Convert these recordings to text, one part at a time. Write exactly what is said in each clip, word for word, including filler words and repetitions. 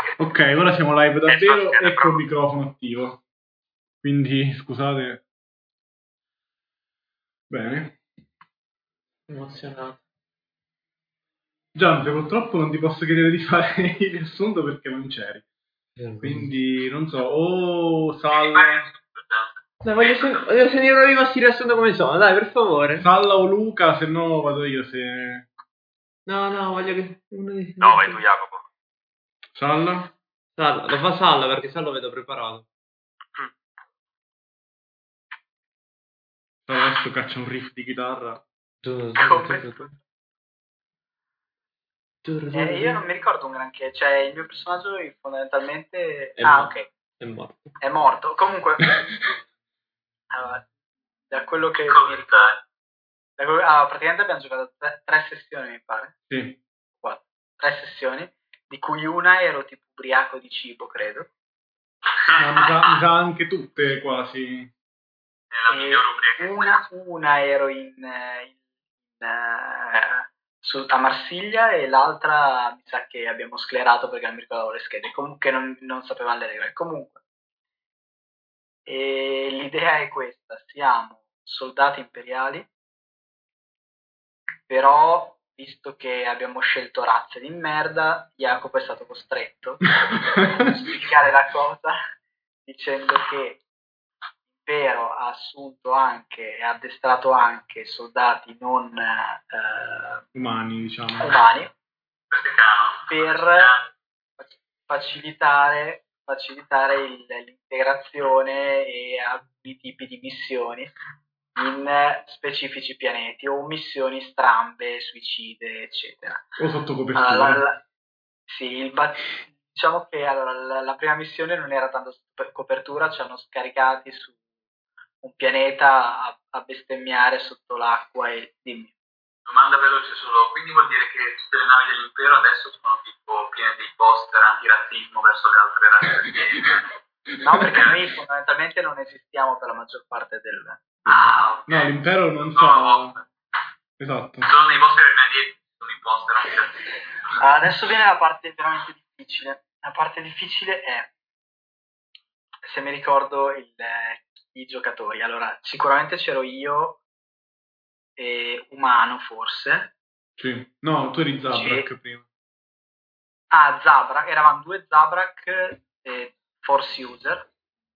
Ok, ora siamo live davvero e col microfono attivo. Quindi scusate. Bene. Emozionato. Gianni, purtroppo non ti posso chiedere di fare il riassunto perché non c'eri. Quindi non so, o Salla. Dai, voglio, sen- voglio sentire i vostri riassunto come sono, dai, per favore. Salla o Luca, se no vado io se. No, no, voglio che uno di No, vai tu, Jacopo. Salla? Salla, lo fa Salla perché Salla lo vedo preparato. Salla adesso caccia un riff di chitarra. Come? Eh, io non mi ricordo un granché, cioè il mio personaggio fondamentalmente... È ah, morto. ok. È morto. È morto. Comunque, allora, da quello che mi ricordo... Da quello, ah, praticamente abbiamo giocato tre, tre sessioni, mi pare. Sì. Quattro. Tre sessioni, di cui una ero tipo ubriaco di cibo, credo. Ma mi sa, mi sa anche tutte quasi. È la migliore ubriaca. Una, una ero in... in, in uh, su, a Marsiglia e l'altra mi sa che abbiamo sclerato perché non mi ricordavo le schede, comunque non, non sapevamo le regole. Comunque, e l'idea è questa: siamo soldati imperiali, però visto che abbiamo scelto razze di merda, Jacopo è stato costretto a giustificare la cosa dicendo che l'impero ha assunto anche e addestrato anche soldati non eh, umani, diciamo. Umani per facilitare, facilitare il, l'integrazione e alcuni tipi di missioni in specifici pianeti o missioni strambe, suicide, eccetera. O sotto copertura. Allora, la, la, sì, il, diciamo che allora, la, la prima missione non era tanto copertura, ci hanno scaricati su un pianeta a, a bestemmiare sotto l'acqua e dimmi. Domanda veloce solo, quindi vuol dire che tutte le navi dell'impero adesso sono tipo piene di poster antirazzismo verso le altre razze? No, perché noi fondamentalmente non esistiamo per la maggior parte del... Ah, ok. No, l'impero non so... sa... Esatto. Solo nei vostri rimedi sono i poster antirazzismo. Adesso viene la parte veramente difficile. La parte difficile è, se mi ricordo, il, i giocatori. Allora, sicuramente c'ero io, e umano forse. Sì. No, tu eri Zabrak Sì. prima. Ah, Zabrak. Eravamo due Zabrak e Force User.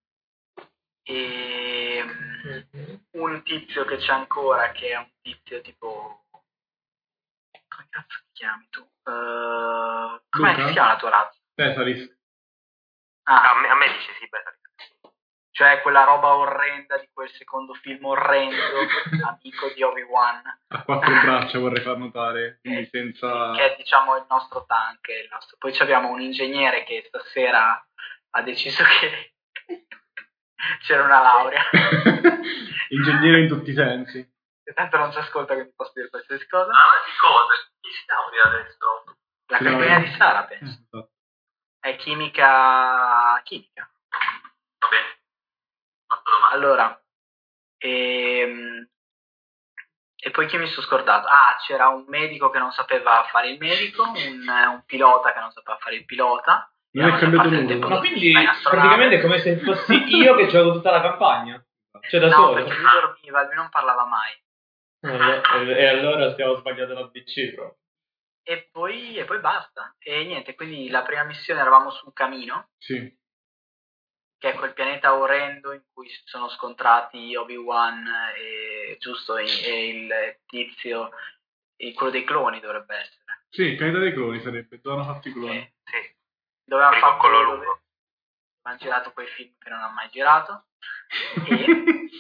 E un tizio che c'è ancora, che è un tizio tipo... Come cazzo ti chiami tu? Uh, come si chiama la tua razza? Besaris. Ah, a me, a me dice sì, Besaris. Cioè quella roba orrenda di quel secondo film orrendo, amico di Obi-Wan. A quattro braccia vorrei far notare, quindi senza... Che è diciamo il nostro tank. Il nostro... Poi abbiamo un ingegnere che stasera ha deciso che c'era una laurea. Ingegnere in tutti i sensi. E tanto non ci ascolta, quindi posso dire qualsiasi cosa. Ma di cosa? Chi si laurea adesso? L'Accademia di Sara, penso. Esatto. È chimica... chimica. Va bene. Allora, ehm... e poi chi mi sono scordato? Ah, c'era un medico che non sapeva fare il medico, un, un pilota che non sapeva fare il pilota. Non è cambiato nulla. Ma quindi praticamente è come se fossi io che gioco tutta la campagna. Cioè da no, solo. perché lui dormiva, lui non parlava mai. E allora stiamo sbagliando la B C proprio. E poi, e poi basta. E niente, quindi la prima missione eravamo su un camino. Sì. Che è quel pianeta orrendo in cui si sono scontrati Obi-Wan e, giusto, e, e il tizio, e quello dei cloni dovrebbe essere. Sì, il pianeta dei cloni sarebbe, dove hanno fatto i cloni. Eh, sì. Dove hanno fatto quello lungo. Dove hanno girato quei film che non hanno mai girato. E,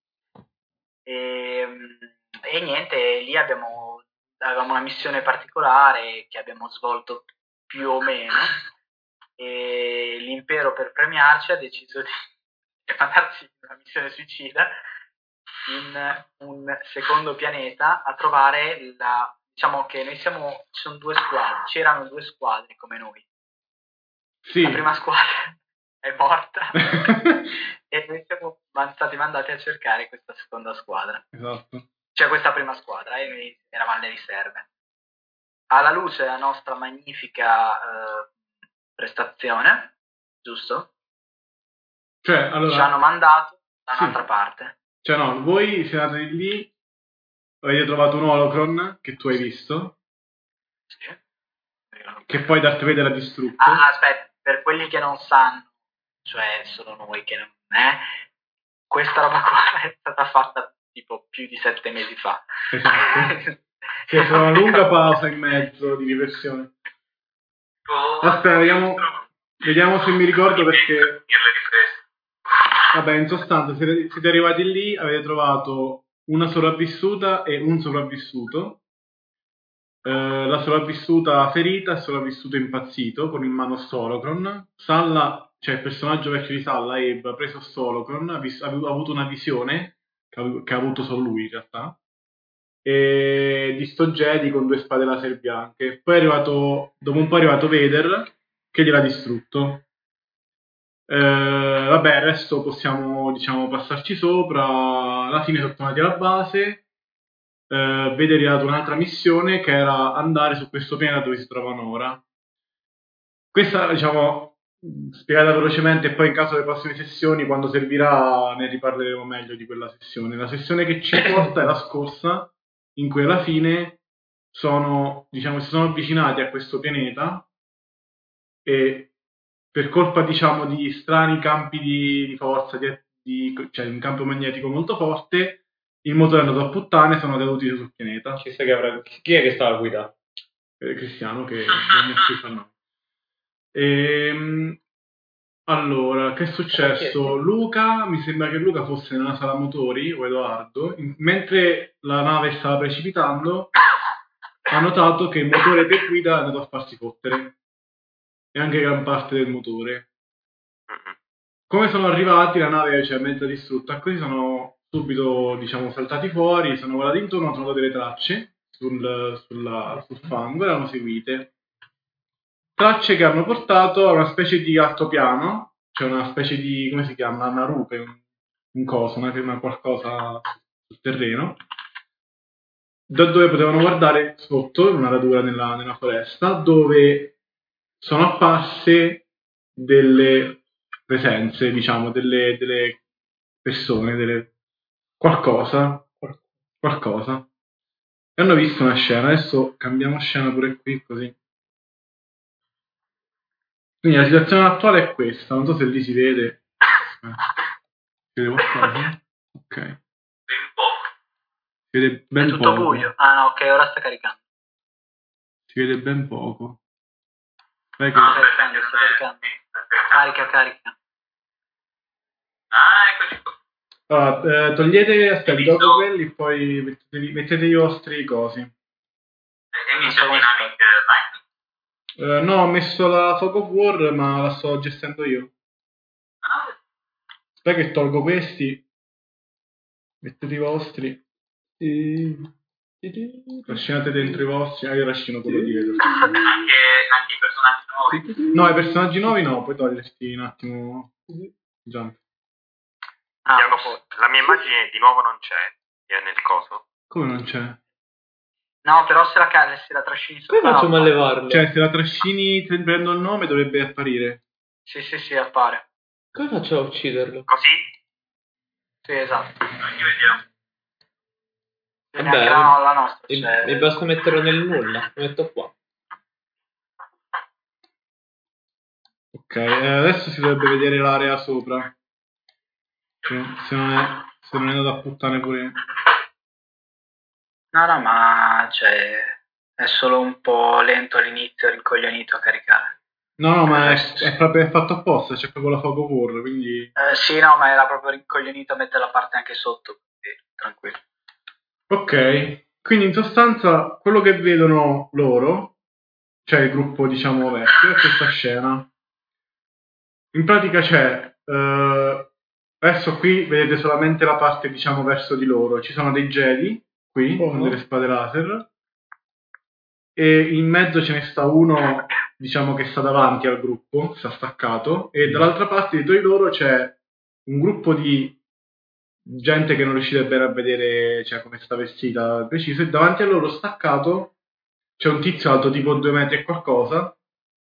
e, e niente, lì abbiamo, avevamo una missione particolare che abbiamo svolto più o meno. E l'impero, per premiarci, ha deciso di mandarci una missione suicida in un secondo pianeta a trovare la... Diciamo che noi siamo... Ci sono due squadre, c'erano due squadre come noi. Sì. La prima squadra è morta e noi siamo stati mandati a cercare questa seconda squadra. Esatto. Cioè questa prima squadra, e noi eravamo le riserve. Alla luce della nostra magnifica... Eh, prestazione, giusto? Cioè, allora... Ci hanno mandato da Sì. un'altra parte. Cioè no, voi siete andati lì, avete trovato un holocron che tu hai visto, Sì. che poi Darth Vader ha distrutto. Ah, aspetta, per quelli che non sanno, cioè solo noi che non è, questa roba qua è stata fatta tipo più di sette mesi fa. Esatto. C'è stata una lunga pausa in mezzo di diversione. Aspetta, vediamo, vediamo se mi ricordo perché... Vabbè, in sostanza siete, siete arrivati lì, avete trovato una sopravvissuta e un sopravvissuto. Eh, la sopravvissuta ferita e il sopravvissuto impazzito con in mano Holocron. Salla, cioè il personaggio vecchio di Salla, Abe, ha preso Holocron, ha, vis- ha avuto una visione che ha, che ha avuto solo lui in realtà, e di sto Jedi con due spade laser bianche. Poi è arrivato, dopo un po' è arrivato Vader che gliel'ha distrutto. Eh, vabbè, il resto possiamo, diciamo, passarci sopra. Alla fine sono tornati alla base. Uh, Vader gli ha dato un'altra missione che era andare su questo pianeta dove si trovano ora. Questa, diciamo, spiegata velocemente, e poi in caso delle prossime sessioni, quando servirà, ne riparleremo meglio di quella sessione. La sessione che ci porta è la scorsa, in cui alla fine sono, diciamo, si sono avvicinati a questo pianeta e per colpa, diciamo, di strani campi di, di forza, di, di, cioè un campo magnetico molto forte, il motore è andato a puttane e sono caduti sul pianeta. Chi, che avrà... Chi è che sta a guida? Eh, Cristiano, che non mi ha preso a noi. Ehm, allora, che è successo? Luca, mi sembra che Luca fosse nella sala motori, o Edoardo, in- mentre la nave stava precipitando, ha notato che il motore per guida è andato a farsi fottere. E anche gran parte del motore. Come sono arrivati, la nave cioè mezza distrutta, così sono subito, diciamo, saltati fuori, sono volati intorno, hanno trovato delle tracce sul, sulla, sul fango e le hanno seguite. Tracce che hanno portato a una specie di altopiano, cioè una specie di, come si chiama, una rupe, un, un coso, una, una qualcosa sul terreno, da dove potevano guardare sotto, in una radura nella, nella foresta, dove sono apparse delle presenze, diciamo, delle, delle persone, delle, qualcosa, qual- qualcosa. E hanno visto una scena, adesso cambiamo scena pure qui, così. Quindi la situazione attuale è questa, non so se lì si vede. Eh, si vede qualcosa? Ok. Si vede ben è tutto poco. buio. Ah no, ok, ora sta caricando. Si vede ben poco. Dai che... Sta caricando, sta caricando. Carica, carica. Ah, eccoci qua. Allora, eh, togliete, aspetta, dopo quelli, poi mettete, mettete i vostri cosi. E inizia Dynamic Line. Uh, no, ho messo la Fog of War, ma la sto gestendo io. Ah, Aspetta che tolgo questi. Mettete i vostri. E... Trascinate dentro i vostri. Ah, io trascino quello di Vader. anche, anche i personaggi nuovi. No, i personaggi nuovi no, puoi toglierti un attimo. Jump. Ah, Jacopo, la mia immagine di nuovo non c'è, è nel coso. Come non c'è? no, però se la, ca- se la trascini Come sopra... facciamo a levarlo? Cioè, se la trascini prendo il nome dovrebbe apparire. Sì, sì, sì, appare. Come faccio a ucciderlo? Così? Sì, esatto. Anche vediamo. Sì, Vabbè, neanche la, la nostra, mi, cioè... mi basta metterlo nel nulla, lo metto qua. Ok, eh, adesso si dovrebbe vedere l'area sopra. Cioè, se non è, se non è andato a puttane pure. No, no, ma cioè è solo un po' lento all'inizio, rincoglionito a caricare. No, no, ma è, è proprio è fatto apposta, c'è proprio la Fog of War, quindi... Eh, sì, no, ma era proprio rincoglionito a mettere la parte anche sotto, quindi tranquillo. Ok, quindi in sostanza quello che vedono loro, cioè il gruppo diciamo vecchio, è questa scena. In pratica c'è, eh, adesso qui vedete solamente la parte diciamo verso di loro, ci sono dei Jedi qui Oh, con no. delle spade laser e in mezzo ce ne sta uno diciamo che sta davanti al gruppo, sta staccato, e dall'altra parte dietro di loro c'è un gruppo di gente che non riuscite bene a vedere, cioè, come sta vestita preciso, e davanti a loro staccato c'è un tizio alto tipo due metri e qualcosa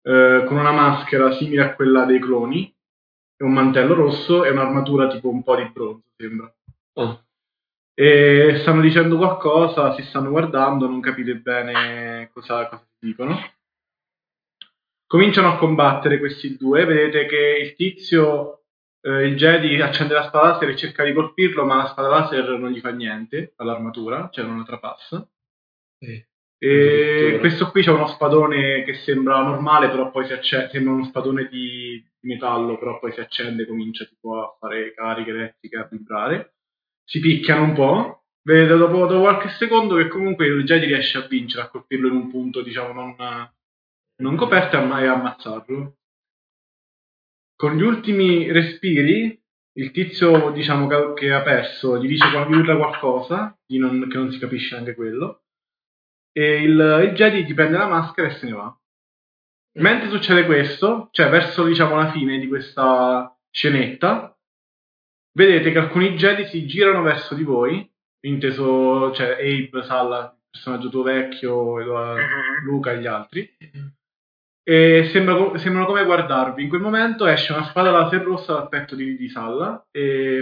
eh, con una maschera simile a quella dei cloni, e un mantello rosso e un'armatura tipo un po' di bronzo, sembra. Oh. E stanno dicendo qualcosa, si stanno guardando, non capite bene cosa, cosa si dicono. Cominciano a combattere questi due, vedete che il tizio, eh, il Jedi, accende la spada laser e cerca di colpirlo, ma la spada laser non gli fa niente all'armatura, cioè non la trapassa. Eh. E questo qui c'è uno spadone che sembra normale, però poi si accende, sembra uno spadone di, di metallo, però poi si accende e comincia tipo a fare cariche elettriche, a vibrare. Si picchiano un po', vedete dopo, dopo qualche secondo che comunque il Jedi riesce a vincere, a colpirlo in un punto, diciamo, non, non coperto e ammazzarlo. Con gli ultimi respiri, il tizio, diciamo, che, che ha perso, gli dice quando gli urla qualcosa, di non, che non si capisce anche quello, e il, il Jedi gli prende la maschera e se ne va. Mentre succede questo, cioè verso, diciamo, la fine di questa scenetta, vedete che alcuni Jedi si girano verso di voi, inteso, cioè Abe, Salla, il personaggio tuo vecchio, Edoardo, Luca e gli altri, e sembra, sembrano come guardarvi. In quel momento esce una spada laser rossa dal petto di, di Salla e...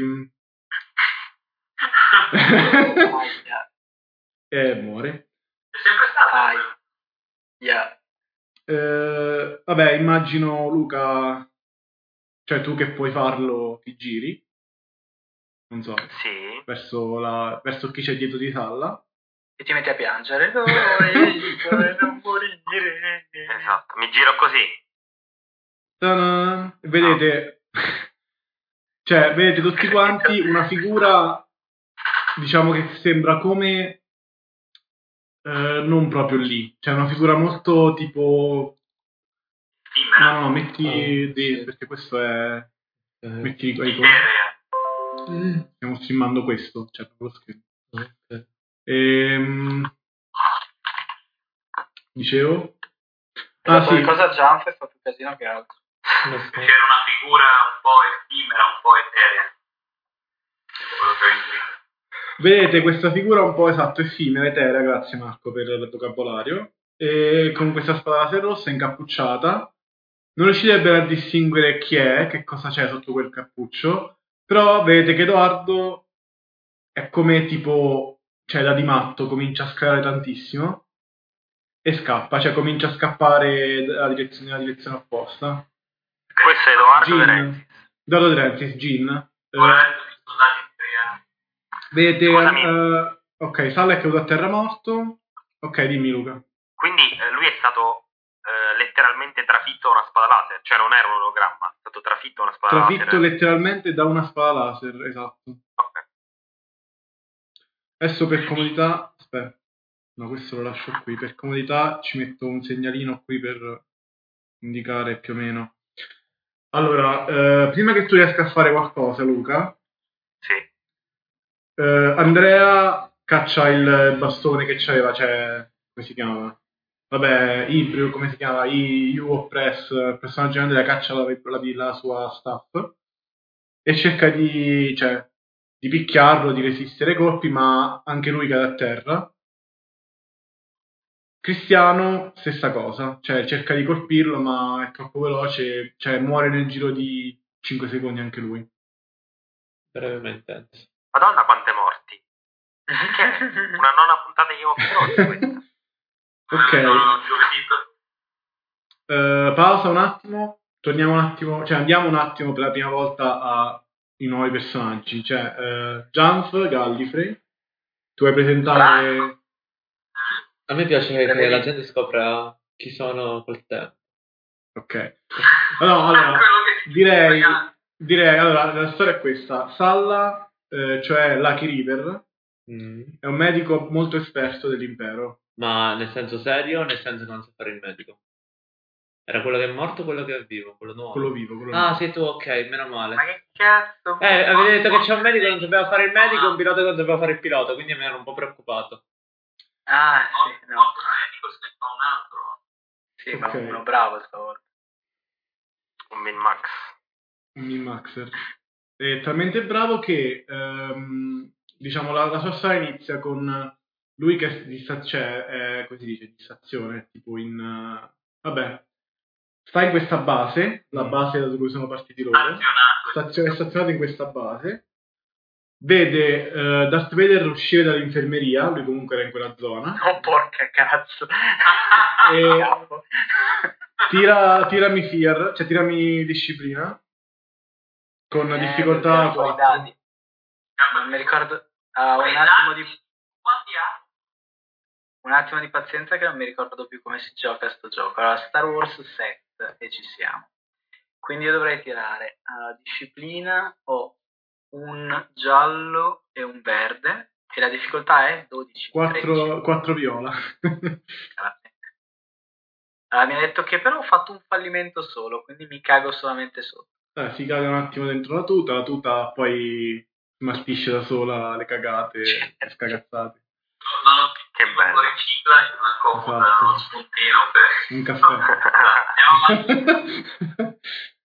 e muore. È sempre stata. Yeah. Eh, vabbè, immagino Luca, cioè tu che puoi farlo, ti giri, non so, Sì. verso, la, verso chi c'è dietro di Salla. E ti metti a piangere. No, Abe, non morire. Esatto, mi giro così. Ta-da! Vedete, cioè, vedete tutti quanti una figura, diciamo che sembra come eh, non proprio lì, cioè una figura molto tipo... No, no, metti Oh, di, sì. perché questo è... Eh, Metti i Eterea. Stiamo streamando questo, cioè proprio lo schermo. ok. Ehm, dicevo? E Ah, dopo sì. che cosa Jump fa più casino che altro. Lo so. C'era una figura un po' effimera, un po' eterea. Quello che ho intuito. Vedete questa figura un po' esatto effimera, eterea, grazie Marco per il vocabolario, e con questa spada laser rossa incappucciata. Non riuscite bene a distinguere chi è, che cosa c'è sotto quel cappuccio, però vedete che Edoardo è come tipo, cioè da di matto, comincia a scalare tantissimo e scappa, cioè comincia a scappare nella direzione, nella direzione opposta. Questo è Edoardo De Gin, Renzi. Edoardo De Renzi, Gin. Eh, Ora mi sono dati in tre. vedete, Scusami. eh, ok, Salla è caduto a terra morto. Ok, dimmi Luca. Quindi eh, lui è stato eh, letteralmente trafitto da una spada laser, cioè non era un ologramma, è stato trafitto da una spada Trafitto laser. letteralmente da una spada laser, esatto. Ok. Adesso per comodità, aspetta, no, questo lo lascio qui. Per comodità ci metto un segnalino qui per indicare più o meno. Allora, eh, prima che tu riesca a fare qualcosa, Luca, Sì. eh, Andrea caccia il bastone che c'aveva, cioè, come si chiama? Vabbè, Ibrio, come si chiama? I U Oppress, il personaggio di Andrea caccia la, la, la sua staff e cerca di, cioè, di picchiarlo, di resistere ai colpi, ma anche lui cade a terra. Cristiano, stessa cosa, cioè cerca di colpirlo, ma è troppo veloce, cioè muore nel giro di cinque secondi anche lui. Brevemente intenso. Madonna quante morti. Che è? Una nona puntata di Game of Thrones questa. Ok, No, no, giovedì. eh, pausa un attimo, torniamo un attimo, cioè andiamo un attimo per la prima volta ai nuovi personaggi, cioè eh, Janf, Gallifrey, tu vuoi presentare... A me piace che la gente scopra chi sono col tempo. Ok, allora, allora direi, direi, allora, la storia è questa, Salla, eh, cioè Lucky River, Mm. è un medico molto esperto dell'impero. Ma nel senso serio o nel senso che non sa fare il medico? Era quello che è morto o quello che è vivo? Quello nuovo? Quello vivo, quello Ah, vivo. sei tu, ok, meno male. Ma che cazzo? Eh, avete detto che c'è un medico che non sapeva fare il medico e un pilota che non sapeva fare il pilota, quindi mi ero un po' preoccupato. Ah, No, sì, no. no, medico se ne fa un altro. Sì, ma Ok. uno bravo stavolta. Un min max. Un min-maxer. È talmente bravo che ehm, diciamo la, la sua storia inizia con lui che è di sta- cioè, è, come si dice, di stazione, tipo in... eh, vabbè, sta in questa base, la base da cui sono partiti loro, Stazionato. stazio- è stazionato in questa base, vede uh, Darth Vader uscire dall'infermeria, lui comunque era in quella zona, Oh porca cazzo. e Capo. tira, tirami fear, cioè tirami disciplina, con Eh, difficoltà devo tirare fuori i quattro. dadi. Non mi ricordo. ah, un attimo di Quanti ha? un attimo di pazienza che non mi ricordo più come si gioca a sto gioco. Allora, Star Wars set e ci siamo. Quindi io dovrei tirare uh, disciplina, ho un giallo e un verde e la difficoltà è dodici. quattro viola. Grazie. Allora, mi ha detto che però ho fatto un fallimento solo, quindi mi cago solamente sotto. Eh, si caga un attimo dentro la tuta, la tuta poi smaltisce da sola le cagate e scagazzate. No, no, Che bello. ricicla in una comoda, Esatto. uno spuntino per... Un caffè. Andiamo avanti.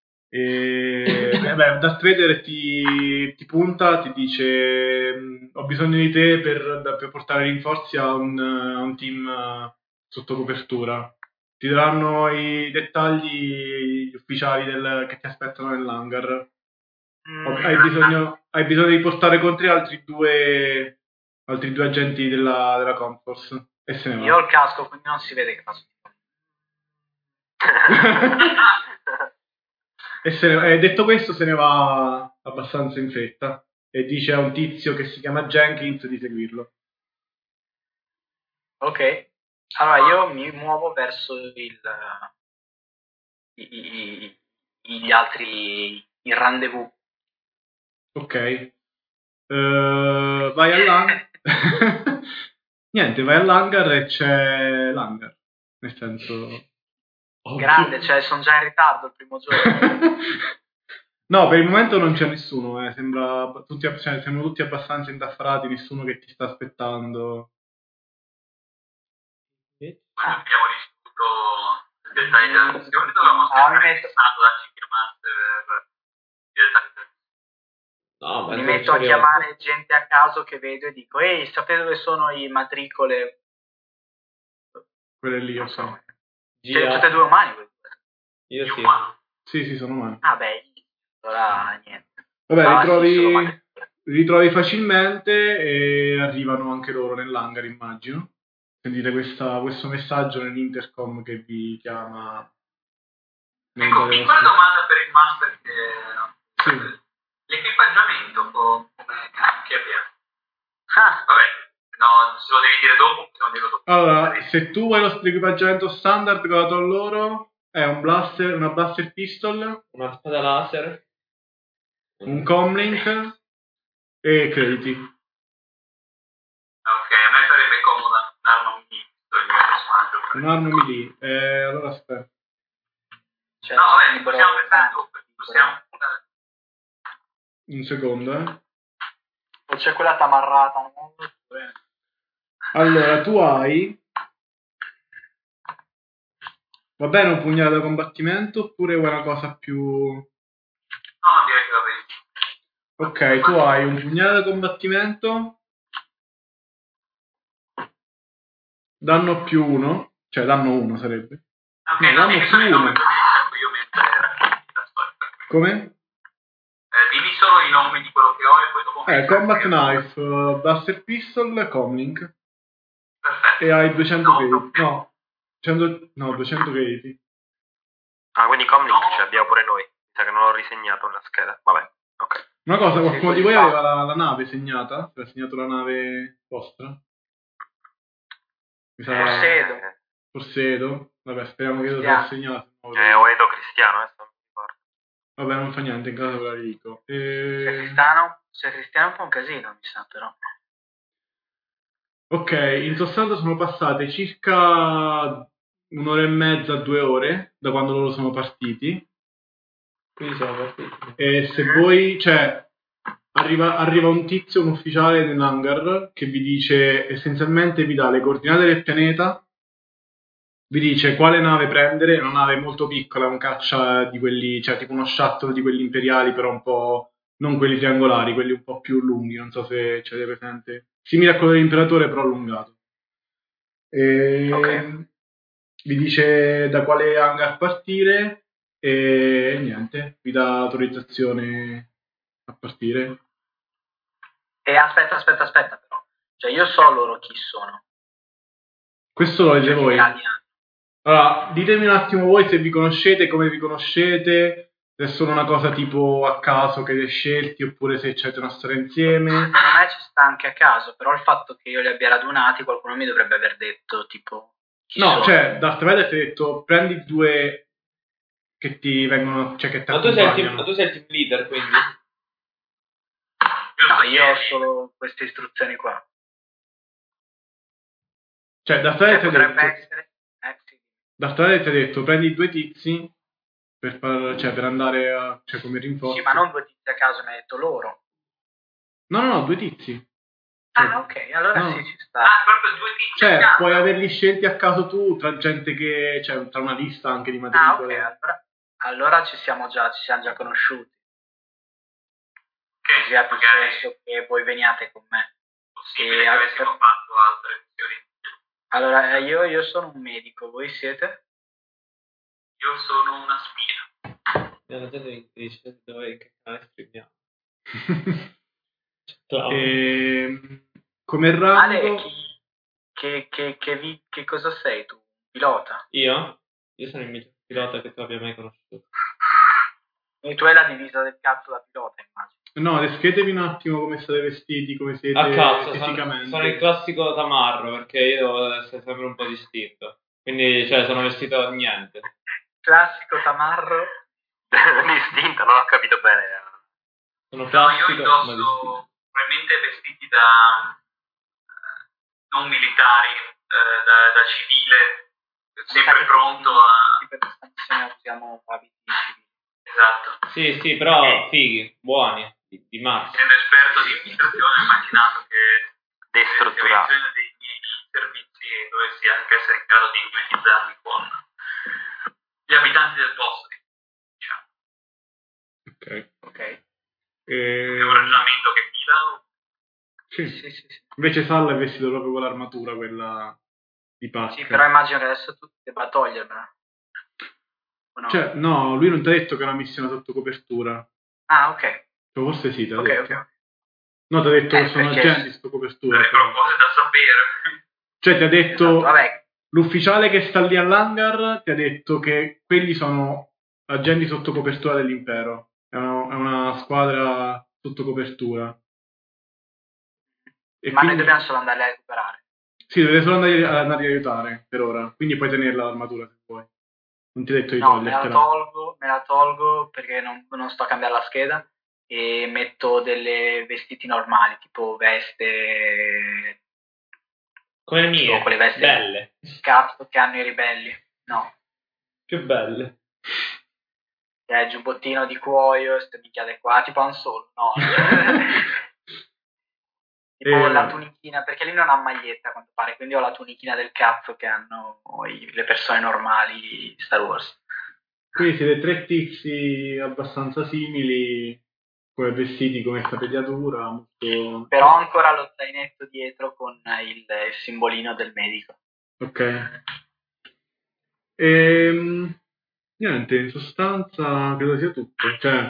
E beh, Darth Vader ti, ti punta, ti dice ho bisogno di te per, per portare rinforzi a un, a un team uh, sotto copertura. Ti daranno i dettagli gli ufficiali del, che ti aspettano nell'hangar. Mm, Hai bisogno, hai bisogno di portare contro altri due altri due agenti della, della Comforce e se ne va. Io ho il casco, quindi non si vede che faccio. E se ne, eh, detto questo se ne va abbastanza in fretta e dice a un tizio che si chiama Jenkins di seguirlo. Ok, allora io mi muovo verso il, i, i, i, gli altri, il rendezvous. Ok. Uh, vai all'hangar. Niente, vai all'hangar e c'è l'hangar. Nel senso... Grande, cioè sono già in ritardo il primo giorno. No, per il momento non c'è nessuno, eh. Sembra tutti, cioè, siamo tutti abbastanza indaffarati, nessuno che ti sta aspettando. Ma non abbiamo ricevuto dettagli della missione, dovevamo Ah, mi aspettare metto- il santo da cinque Master per i dettagli della missione. No, ma Mi se metto a ci arrivo- chiamare gente a caso che vedo e dico ehi, sapete dove sono i matricole? Quelle lì, Non ok. so. Gia- C'è tutte e due umani? Io Io sì. qua. Sì, sì, sono umani. Ah beh, allora niente. Vabbè, Ah, li sì, trovi, solo matricole. li trovi facilmente e arrivano anche loro nell'hangar, immagino. Sentite questa, questo messaggio nell'intercom che vi chiama. nel Ecco, dare piccola vostro- domanda per il Master che... Sì. L'equipaggiamento co- come che abbiamo? Ah, Vabbè, no, se lo devi dire dopo, se lo dico dopo. Allora, se tu vuoi lo equipaggiamento standard che ho dato a loro, è un blaster, una blaster pistol, Una spada laser. un comlink e crediti. Ok, a me sarebbe comoda un'arma mini, il mio personaggio. Un'arma melee. Eh, allora aspetta. cioè, No, vabbè, libero- possiamo pensare dopo, possiamo... Un secondo, eh. O c'è quella tamarrata, no? Allora, tu hai... Va bene un pugnale da combattimento oppure vuoi una cosa più... No, direi che va bene. Ok, tu hai un pugnale da combattimento, danno più uno, cioè danno uno sarebbe. Ok, No, no, danno dimmi più solo i nomi, uno. così cerco io mentre racconti la storia. Come? Eh, dimmi solo i nomi di quello che ho e poi dopo... Eh, Combat Knife, uh, Blaster Pistol, Comlink. Perfetto. E hai duecento No, crediti. No, cento, no, duecento crediti. Ah, quindi Comlink ce l'abbiamo pure noi. Mi sa che non l'ho risegnato nella scheda. Vabbè, ok. Una cosa, qualcuno Sì, di voi fa. aveva la, la nave segnata? Aveva segnato la nave vostra? Mi sa... Forsedo. Eh, Forsedo? Vabbè, speriamo che io Yeah. sia segnato. eh, o Edo Cristiano, adesso non mi ricordo. Vabbè, non fa niente, in caso ve la dico. Se E... Cristiano, se Cristiano è un po' un casino, mi sa però. Ok, in sostanza sono passate circa un'ora e mezza, due ore da quando loro sono partiti. Quindi siamo partiti. E se voi, cioè, arriva, arriva un tizio, un ufficiale nell'hangar che vi dice, essenzialmente vi dà le coordinate del pianeta, vi dice quale nave prendere, una nave molto piccola, un caccia di quelli, cioè tipo uno shuttle di quelli imperiali, però un po', non quelli triangolari, quelli un po' più lunghi, non so se ce l'avete presente, simile a quello dell'imperatore però allungato. E... Ok. vi dice da quale hangar partire e niente, vi dà autorizzazione a partire. E aspetta, aspetta, aspetta però. Cioè io so loro chi sono. Questo lo dite Cioè, voi. che gradi hanno. Allora, ditemi un attimo voi se vi conoscete, come vi conoscete, se è solo una cosa tipo a caso che li hai scelti oppure se c'è una storia insieme. Secondo me ci sta anche a caso, però il fatto che io li abbia radunati qualcuno mi dovrebbe aver detto tipo chi No, sono. cioè, Darth Vader ti ha detto prendi due che ti vengono, cioè che ti Ma tu, sei il team, accompagnano. ma tu sei il team leader, quindi? No, io ho solo queste istruzioni qua. Cioè, Darth Vader Cioè, ti ha potrebbe detto, essere... Eh, sì. Darth Vader ti ha detto prendi due tizi per, far, cioè, per andare a, cioè, come rinforzo. Sì, ma non due tizi a caso, mi ha detto loro. No, no, no, due tizi. Cioè, Ah, ok, allora no. sì, ci sta. Ah, proprio due tizi a Cioè, caso. puoi averli scelti a caso tu tra gente che, cioè, tra una lista anche di Ah, ok, matricole. allora, allora ci siamo già, ci siamo già conosciuti. Che Così ha più magari senso che voi veniate con me. possibile E che al- avessimo fatto altre missioni. Allora, eh, io, io sono un medico, voi siete? Io sono una spia. La gente mi dice dove che canale streamiamo. Clown. E, come rango... Ale, chi, che, che, che, vi- che cosa sei tu? Pilota? Io? Io sono il miglior pilota che tu abbia mai conosciuto. E tu hai la divisa del cazzo da pilota, immagino. No, descrivetevi un attimo come state vestiti, come siete A cazzo, sono, fisicamente. sono il classico tamarro, perché io devo essere sempre un po' distinto. Quindi, cioè, sono vestito a niente. Classico tamarro. Distinta, non ho capito bene. Sono No, io classico, ma indosso distinto. probabilmente vestiti da eh, non militari, eh, da, da civile, sempre pronto a... Per questa missione usiamo abiti civili. Esatto. Sì, sì, però fighi, buoni, di, di mazza. Essendo esperto di amministrazione ho immaginato che Destrutturato. selezione dei miei servizi dovessi anche essere in grado di mimetizzarmi con gli abitanti del posto, diciamo. Ok. Ok. E... È un ragionamento che fila o... Sì. Sì, sì, sì. Invece Sal è vestito proprio con l'armatura, quella di pacca. Sì, però immagino che adesso tu debba togliermela. O no? Cioè, no, lui non ti ha detto che è una missione sotto copertura. Ah, ok. Cioè, forse sì, te l'ha Ok, detto. ok, ok. No, ti ha detto Eh, che sono perché- agenti sotto copertura. Delle però. cose da sapere. Cioè, ti ha detto... Esatto, vabbè. L'ufficiale che sta lì all'hangar ti ha detto che quelli sono agenti sotto copertura dell'impero. È una, è una squadra sotto copertura. E Ma quindi... noi dobbiamo solo andare a recuperare. Sì, dovete solo andare, andare a aiutare per ora. Quindi puoi tenerla l'armatura se vuoi. Non ti ho detto di No, me la togliertela. tolgo, me la tolgo perché non, non sto a cambiare la scheda e metto delle vestiti normali, tipo veste... Come le tipo mie, quelle vesti belle, cazzo che hanno i ribelli. No. più belle. Cioè, giubbottino di cuoio, ste minchiate qua, tipo Han Solo, no. Tipo Eh, la vabbè. tunichina, perché lì non ha maglietta a quanto pare, quindi ho la tunichina del cazzo che hanno i- le persone normali di Star Wars. Quindi siete tre tizi abbastanza simili, come vestiti, come capigliatura, molto... Però ho ancora lo zainetto dietro con il, il simbolino del medico. Ok. Ehm, niente, in sostanza credo sia tutto. Cioè,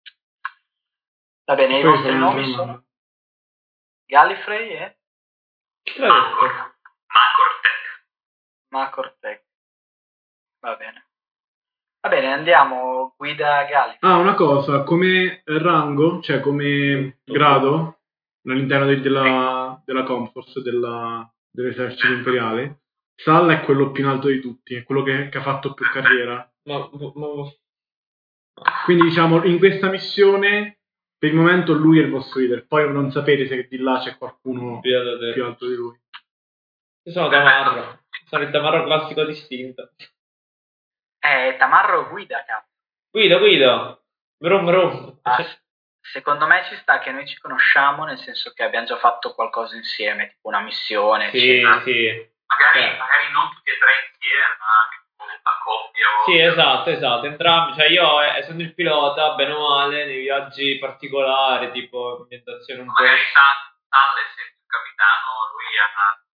Va bene, i poi vostri farò un'altra nomi domanda. sono Gallifrey e Chi te l'ha detto? Macortec. Macortec. Va bene. Va bene, andiamo, guida Gallifrey. Ah, una cosa, come rango, cioè come grado all'interno de- della, della Comforce, della, dell'esercito imperiale, Sal è quello più in alto di tutti, è quello che, che ha fatto più carriera. Ma, ma, Quindi diciamo, in questa missione, per il momento lui è il vostro leader, poi non sapete se di là c'è qualcuno Via da te. più alto di lui. Io sono tamarro, sono il tamarro classico distinto. Eh, Tamarro guida, cazzo. Guido, Guido, brum brum. Ah, secondo me ci sta che noi ci conosciamo, nel senso che abbiamo già fatto qualcosa insieme, tipo una missione, Sì, eccetera. sì. Magari, Cioè, magari non tutti e tre insieme, ma tipo a coppia o... sì, esatto, esatto, entrambi, cioè io eh, essendo il pilota, bene o male, nei viaggi particolari, tipo ambientazione un po'... Magari Sal, Sal essendo il capitano, lui ha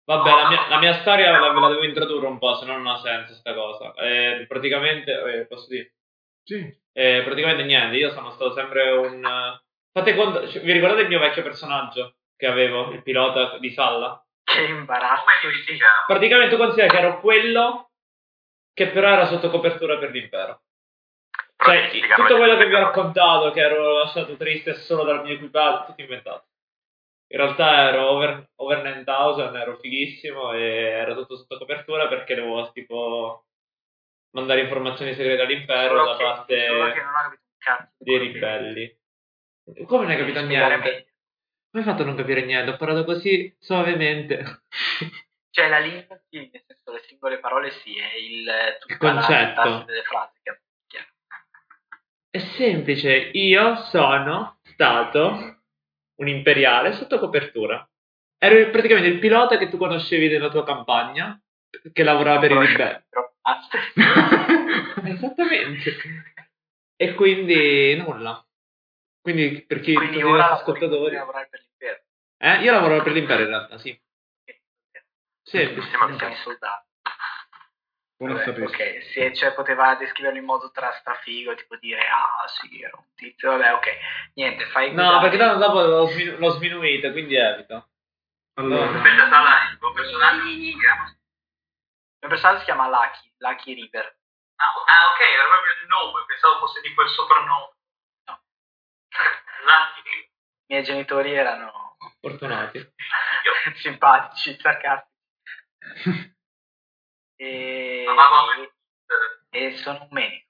Vabbè, la mia, la mia storia la, ve la devo introdurre un po', se no non ha senso sta cosa. Eh, praticamente, eh, posso dire? Sì. Eh, praticamente niente, io sono stato sempre un... Fate conto, cioè, vi ricordate il mio vecchio personaggio che avevo, il pilota di Salla? Che imbarazzo. Sì. Praticamente tu consideri che ero quello che però era sotto copertura per l'impero. Cioè, tutto quello che vi ho raccontato, che ero lasciato triste solo dal mio equipaggio, tutto inventato. In realtà ero over, over nine thousand, ero fighissimo e ero tutto sotto copertura perché dovevo tipo mandare informazioni segrete all'impero Solo da che- parte solo che non ho capito un cazzo di dei quello che- ribelli. Come non hai capito Devi spiegare niente? meglio. Come hai fatto a non capire niente? Ho parlato così suavemente. Cioè la lingua sì, nel senso le singole parole sì, è il tutta Il concetto. la sintassi delle frasi che chiaro. È semplice, io sono stato un imperiale sotto copertura. Ero praticamente il pilota che tu conoscevi della tua campagna, che lavorava per i ribelli. Basta. Esattamente. E quindi nulla. Quindi per chi Quindi tutti i ora nostri lavori, ascoltatori... lavorare per l'impero. Eh, io lavoro per l'impero in realtà, sì. Semplice. Siamo siamo soldati. Buono a Vabbè, sapere. ok, sì, cioè poteva descriverlo in modo tra strafigo, tipo dire, ah sì, era un tizio, vabbè, ok, niente, fai No, guidare. perché tanto dopo l'ho, sminu- l'ho sminuito, quindi evito. Allora, Aspetta, Sala, il tuo personaggio come si chiama? Il mio personaggio si chiama Lucky, Lucky River. Ah, ah, ok, era proprio il nome, pensavo fosse tipo il soprannome. No. Lucky. I miei genitori erano Fortunati. simpatici, sarcastici. E... Ma mamma, e sono un medico.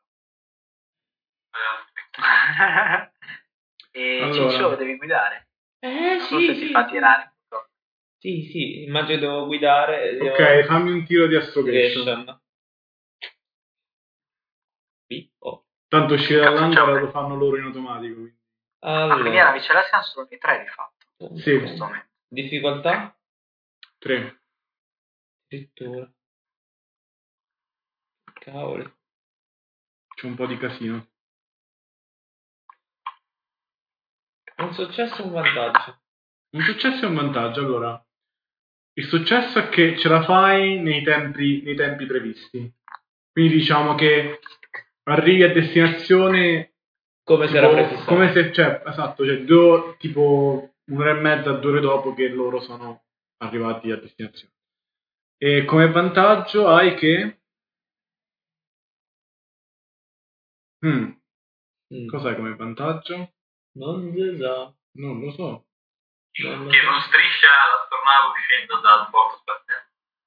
eh, E Allora. Ciccio devi guidare. Eh, Non so se si fa tirare. Sì, sì, immagino che devo guidare. Devo... ok, fammi un tiro di astrogation. Astrogation. Sì, oh. Tanto uscire Cazzo, dall'angara c'è? lo fanno loro in automatico. Quindi. Ah, quindi alla Allora, vicella siamo solo noi tre di fatto. Sì. In questo momento. difficoltà? Tre. Addirittura. Cavoli. C'è un po' di casino. Un successo e un vantaggio. Un successo e un vantaggio. Allora, il successo è che ce la fai nei tempi, nei tempi previsti. Quindi diciamo che arrivi a destinazione Come se tipo, era prefissato. come se, cioè, esatto, cioè due, tipo un'ora e mezza, due ore dopo che loro sono arrivati a destinazione. E come vantaggio hai che... Hmm, Mm. cos'hai come vantaggio? Non si sa. Non lo so. Non lo che so. non striscia l'astronave uscendo dal porto spaziale.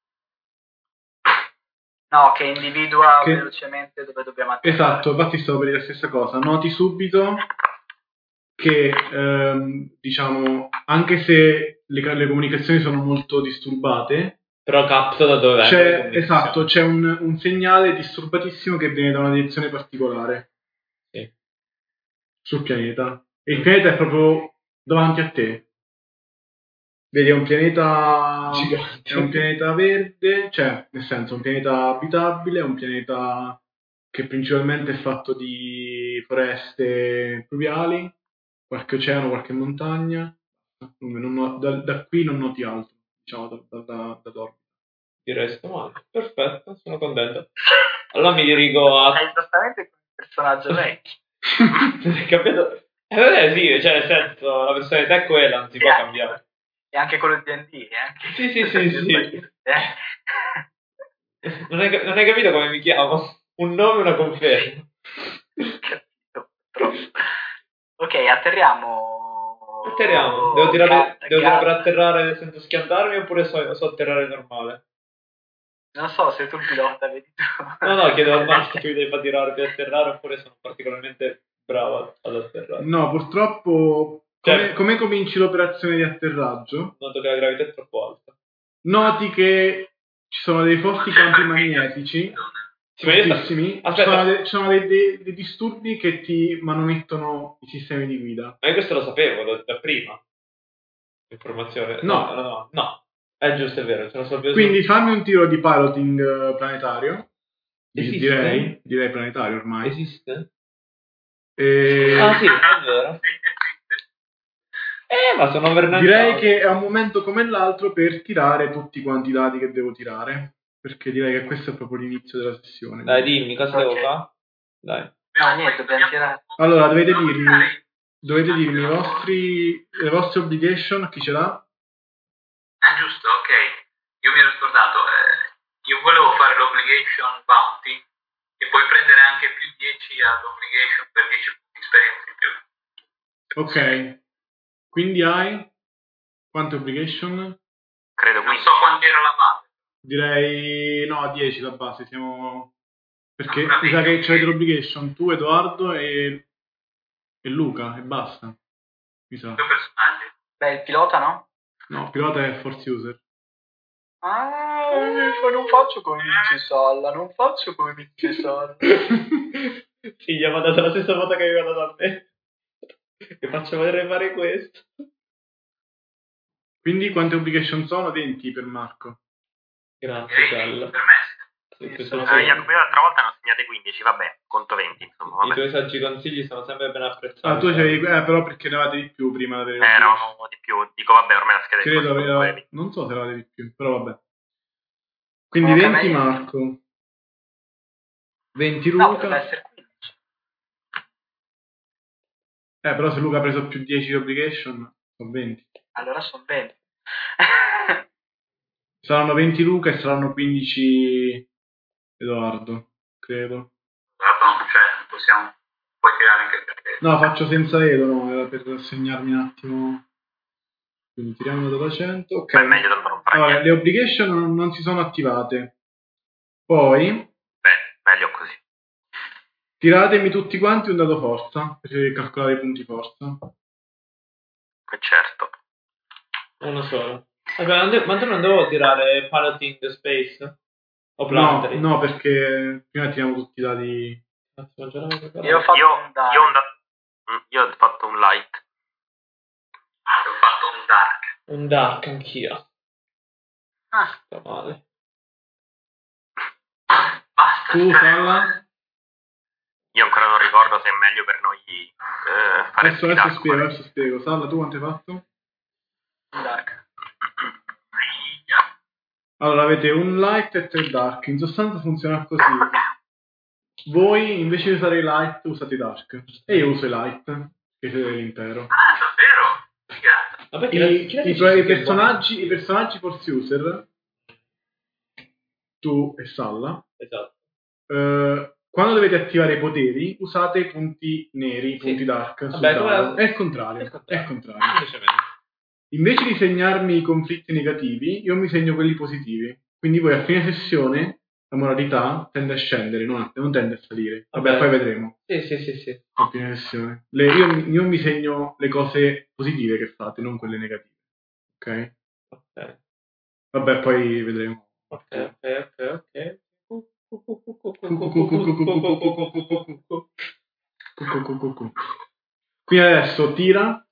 No, che individua Che- velocemente dove dobbiamo atterrare. Esatto, infatti stavo per dire la stessa cosa. Noti subito che, ehm, diciamo, anche se le, le comunicazioni sono molto disturbate, Però capto da dove vengono le c'è, comunicazioni. esatto, c'è un, un segnale disturbatissimo che viene da una direzione particolare Sì. sul pianeta. E il pianeta è proprio davanti a te. Vedi, è un pianeta Gigante. è un pianeta verde, cioè, nel senso, un pianeta abitabile, è un pianeta che principalmente è fatto di foreste pluviali, qualche oceano, qualche montagna. Non no- da, da qui non noti altro, diciamo, da, da, da, da dormire. Direi sto male. Perfetto, sono contento. Allora mi dirigo È a... esattamente come il personaggio vecchio. Hai capito? Eh, vabbè, sì, cioè, nel senso, la personalità è quella, non si può Eh, cambiare. E anche quello di D and D, eh, anche. Sì, sì, sì, sì. Eh. Non hai, cap- non hai capito come mi chiamo? Un nome e una conferma. Capito, troppo. Ok, atterriamo. Atterriamo. Devo tirare, Ga- devo tirare per ga- atterrare senza schiantarmi oppure so, so atterrare normale? Non so se tu il pilota, vedi tu. No, no, chiedo al master che mi devi far tirare per atterrare oppure sono particolarmente bravo ad atterrare. No, purtroppo, come, Cioè- come cominci l'operazione di atterraggio, Noto che la gravità è troppo alta. noti che ci sono dei forti campi magnetici Sì, ma io sta- fortissimi, ci Aspetta. sono, dei, ci sono dei, dei- dei disturbi che ti manomettono i sistemi di guida. Ma io questo lo sapevo da, da prima. Informazione. No. No, no, no. No. È giusto, è vero. Ce lo sapevo. Quindi fammi un tiro di piloting eh, planetario. Di- Esiste? Direi, direi planetario ormai. Esiste? E... Ah, sì, è vero. Eh, ma sono overnantato. Direi che è un momento come l'altro per tirare tutti quanti i dati che devo tirare. Perché direi che questo è proprio l'inizio della sessione. Dai, dimmi, cosa Ok. devo fare? Dai. No, niente, dobbiamo tirare. Allora, dovete dirmi, dovete dirmi i vostri, le vostre obligation, chi ce l'ha? Ah, giusto, ok. Io mi ero scordato. Eh, io volevo fare l'obligation bounty e puoi prendere anche più dieci all'obligation per dieci punti di esperienza in più. Ok. Quindi hai quante obligation? Credo Non quindi. so quanti era la base. Direi no, dieci la base, siamo... Perché Ah, mi sa che ok. c'è l'obligation, tu, Edoardo e... e Luca, e basta. Mi sa. Due personaggi. Beh, il pilota no? No, pilota è force user. Ah, non faccio come Vinci Salla, non faccio come Vinci Salla. Sì, gli ha dato la stessa volta che aveva dato a me. Che faccio vedere fare questo. Quindi quante obligation sono? venti per Marco. Grazie, Ok, Salla. per me. Sì, Sì, sono sono Eh, Jacopo, sempre- l'altra volta ne ho segnate quindici, vabbè, conto venti, insomma, I vabbè. tuoi saggi consigli sono sempre ben apprezzati. Ah, tu c'avevi... Eh, però perché ne avete di più prima di avere Eh, l'obligation. eravamo di più, dico vabbè, ormai la scheda è Credo così, aveva... comunque. Non so se avete di più, però vabbè. Quindi Ok, venti ma io- Marco. venti No, Luca. potrebbe essere quindici. Eh, però se Luca ha preso più dieci di obligation, sono venti. Allora sono venti. Saranno venti Luca e saranno quindici Edoardo, credo. Guarda, cioè, possiamo. Puoi tirare anche per te. No, faccio senza Edo, no, era per segnarmi un attimo. Quindi tiriamo da cento. Ok. Ma è meglio non fare Allora, niente. le obligation non, non si sono attivate. Poi Beh, meglio così. tiratemi tutti quanti un dado forza per calcolare i punti forza. Eh, certo. Uno solo. Vabbè, non de- ma tu non devo tirare Piloting Space? O No, Planetary? no, perché prima tiriamo tutti i dati. Cazzo, ma già l'avevo preparato. Io ho fatto Io, un dado. io, ho un da- mm, io ho fatto un light. Ah, ho fatto un dark. Un Dark anch'io. Ah, Sta male. Basta. Tu, stare- Salla? Io ancora non ricordo se è meglio per noi eh, fare Adesso, il adesso dark, spiego, ma- adesso spiego. Salla, tu quanto hai fatto? un dark. Allora, avete un light e tre dark. In sostanza funziona così. Voi invece di usare i light usate i dark. E io uso i light, che siete l'impero. Ah, davvero? Figata. Ma perché I, chi l'ha i deciso tuoi che è personaggi, i personaggi force user, tu e Salla, buono? Esatto. eh, quando dovete attivare i poteri, usate i punti neri, i Sì. punti dark. sul Vabbè, come- dado. È il contrario. È il contrario. È il contrario. Semplicemente. Invece di segnarmi i conflitti negativi, io mi segno quelli positivi. Quindi voi a fine sessione la moralità tende a scendere, non, a- non tende a salire. Vabbè, Vabbè. poi vedremo. Sì, sì, sì, sì. A fine sessione. Le- io, io mi segno le cose positive che fate, non quelle negative. Ok? Ok. Vabbè, poi vedremo. Ok, ok, ok, ok. Quindi adesso tira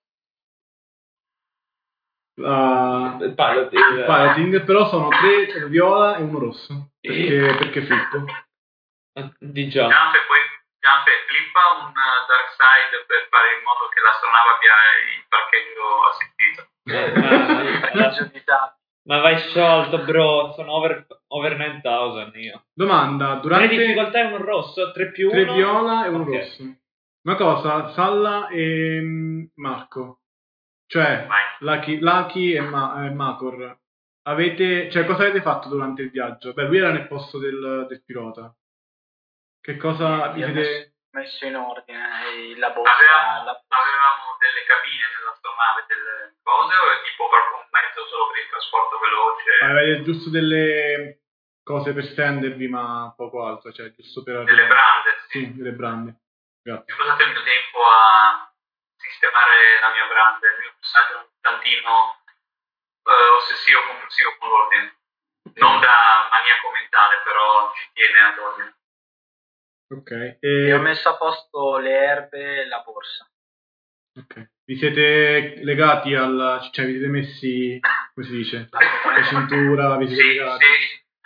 la Il piloting. il piloting, però sono tre viola e uno rosso. Perché, perché flippo. Di già. Gianfe, poi Gianfe, flippa un uh, dark side per fare in modo che l'astronave abbia il parcheggio assistito. Eh, ma, Parcheggio di dati. ma vai sciolto, bro. Sono over, over novemila io. Domanda, Tre durante difficoltà e uno rosso, tre più tre uno. viola e uno Ok. rosso. Una cosa, Salla e mm, Marco. Cioè, Vai. Lucky, Lucky e, Ma- e Macor. Avete, cioè, cosa avete fatto durante il viaggio? Beh, lui era nel posto del, del pilota. Che cosa vi Io ho siete... messo, messo in ordine eh, la borsa. Avevamo, la borsa. avevamo delle cabine nell'astronave, delle cose, o è tipo proprio un mezzo solo per il trasporto veloce? Avete giusto delle cose per stendervi, ma poco altro, cioè giusto per Delle arrivare. brande, sì. Sì, delle brande. Grazie. Ho usato il mio tempo a sistemare la mia branda, il mio personaggio è un tantino eh, ossessivo compulsivo con l'ordine. Non da maniaco mentale, però ci tiene ad ordine. Ok. E ho E... messo a posto le erbe e la borsa. ok. Vi siete legati al... cioè vi siete messi, come si dice? La cintura, vi siete Sì, legati? sì,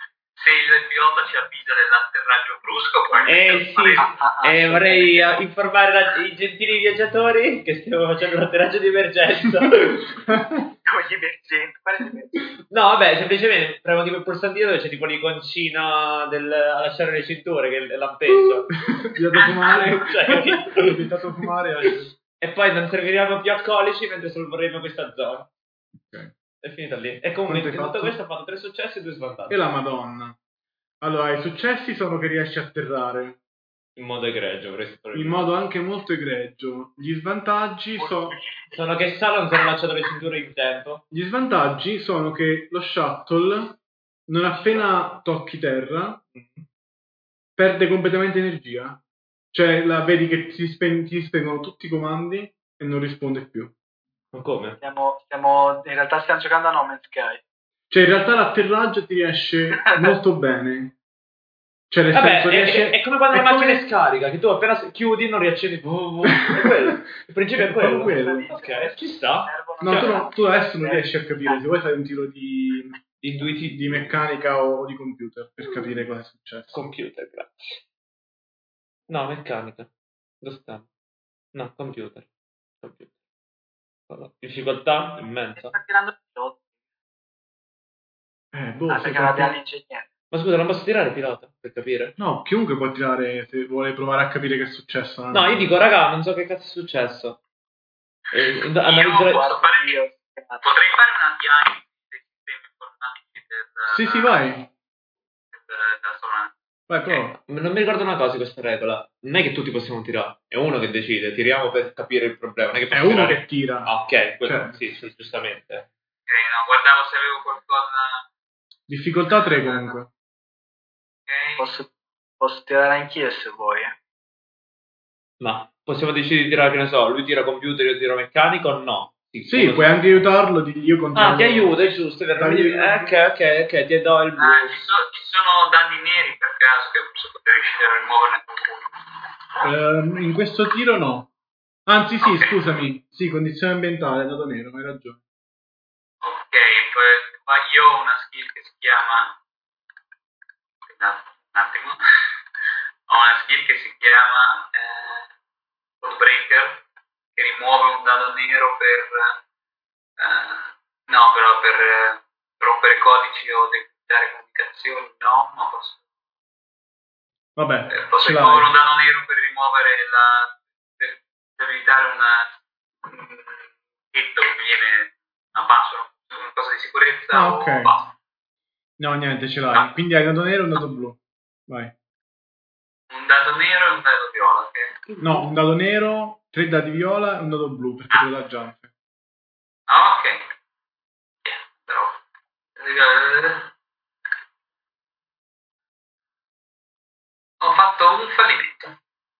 se il pilota ci avvisa dell'atterraggio brusco, poi eh sì, ah, ah, ah, eh, vorrei uh, informare la, i gentili viaggiatori che stiamo facendo un atterraggio di emergenza. Come di emergenza? No, vabbè, semplicemente premo di quel pulsantino dove c'è tipo l'iconcina del a lasciare le cinture che è lampeggio. Ti ha dato fumare, cioè, ho tentato fumare e poi non serviranno più alcolici mentre solvorremo questa zona. Ok. È finita lì. E comunque in tutto questo ha fatto tre successi e due svantaggi. E la Madonna. Allora, i successi sono che riesci a atterrare. In modo egregio. In modo anche molto egregio. Gli svantaggi so... sono che Salo non si era lasciato le cinture in tempo. Gli svantaggi sono che lo shuttle, non appena tocchi terra, perde completamente energia. Cioè, la, vedi che ti, spen- ti spengono tutti i comandi e non risponde più. Ma come? Stiamo, stiamo, in realtà stiamo giocando a No Man's Sky. Cioè, in realtà l'atterraggio ti riesce molto bene. Cioè, nel Vabbè, senso, è, riesce... è, è come quando è la macchina come... è scarica, che tu appena chiudi non riaccendi. È quello. Il principio è quello. quello. Ok, ci sta. No, cioè, tu, no, tu adesso non riesci a capire. Se vuoi fai un tiro di, di, di meccanica o di computer per capire cosa è successo. Computer, grazie. No, meccanica. Dove sta? No, computer. Computer. Difficoltà immensa. Sta tirando il pilota. Eh, boh, ah, perché non abbiamo l'ingegnere. Ma scusa, non posso tirare il pilota per capire? No, chiunque può tirare se vuole provare a capire che è successo. No, io dico, raga, non so che cazzo è successo. Eh, analizzare... io posso fare io. Potrei fare una diagnosi dei sistemi informatici del... Sì, sì, vai. Da zona. Vai, prova. Non mi ricordo una cosa di questa regola. Non è che tutti possiamo tirare, è uno che decide. Tiriamo per capire il problema. Non è, che è uno tirare... che tira. Ah, ok, quello, cioè... sì, sì, giustamente. Ok, no, guardavo se avevo qualcosa... Difficoltà tre comunque. Okay. Posso, posso tirare anch'io se vuoi. Ma possiamo decidere di tirare, che ne so, lui tira computer, io tiro meccanico o no? Sì, sì puoi anche aiutarlo, di io controllo. Ah, ti aiuta, è giusto, è vero. Eh, ok, ok, ok, ti do il blu. Ah, ci, so, ci sono dadi neri per caso che posso poter riuscire a rimuoverne qualcuno? Uh, in questo tiro no. Anzi sì, okay. Scusami. Sì, condizione ambientale, dato nero, hai ragione. Ok, poi qua io ho una skill che si chiama... Un attimo. Ho una skill che si chiama eh, Codebreaker, che rimuove un dado nero per eh, no, però per eh, rompere codici o decriptare comunicazioni, no, ma posso vabbè, eh, posso rimuovere un dado nero per rimuovere la per, per evitare una un hit che viene una password, una cosa di sicurezza ah, o okay. basta. No, niente, ce l'hai. No. Quindi hai un dado nero e un dado blu. Vai. Un dado nero e un dado viola, ok? No, un dado nero, tre dadi viola e un dado blu, perché te lo dà jump. Ah, ok. Yeah, però... Ho fatto un fallimento.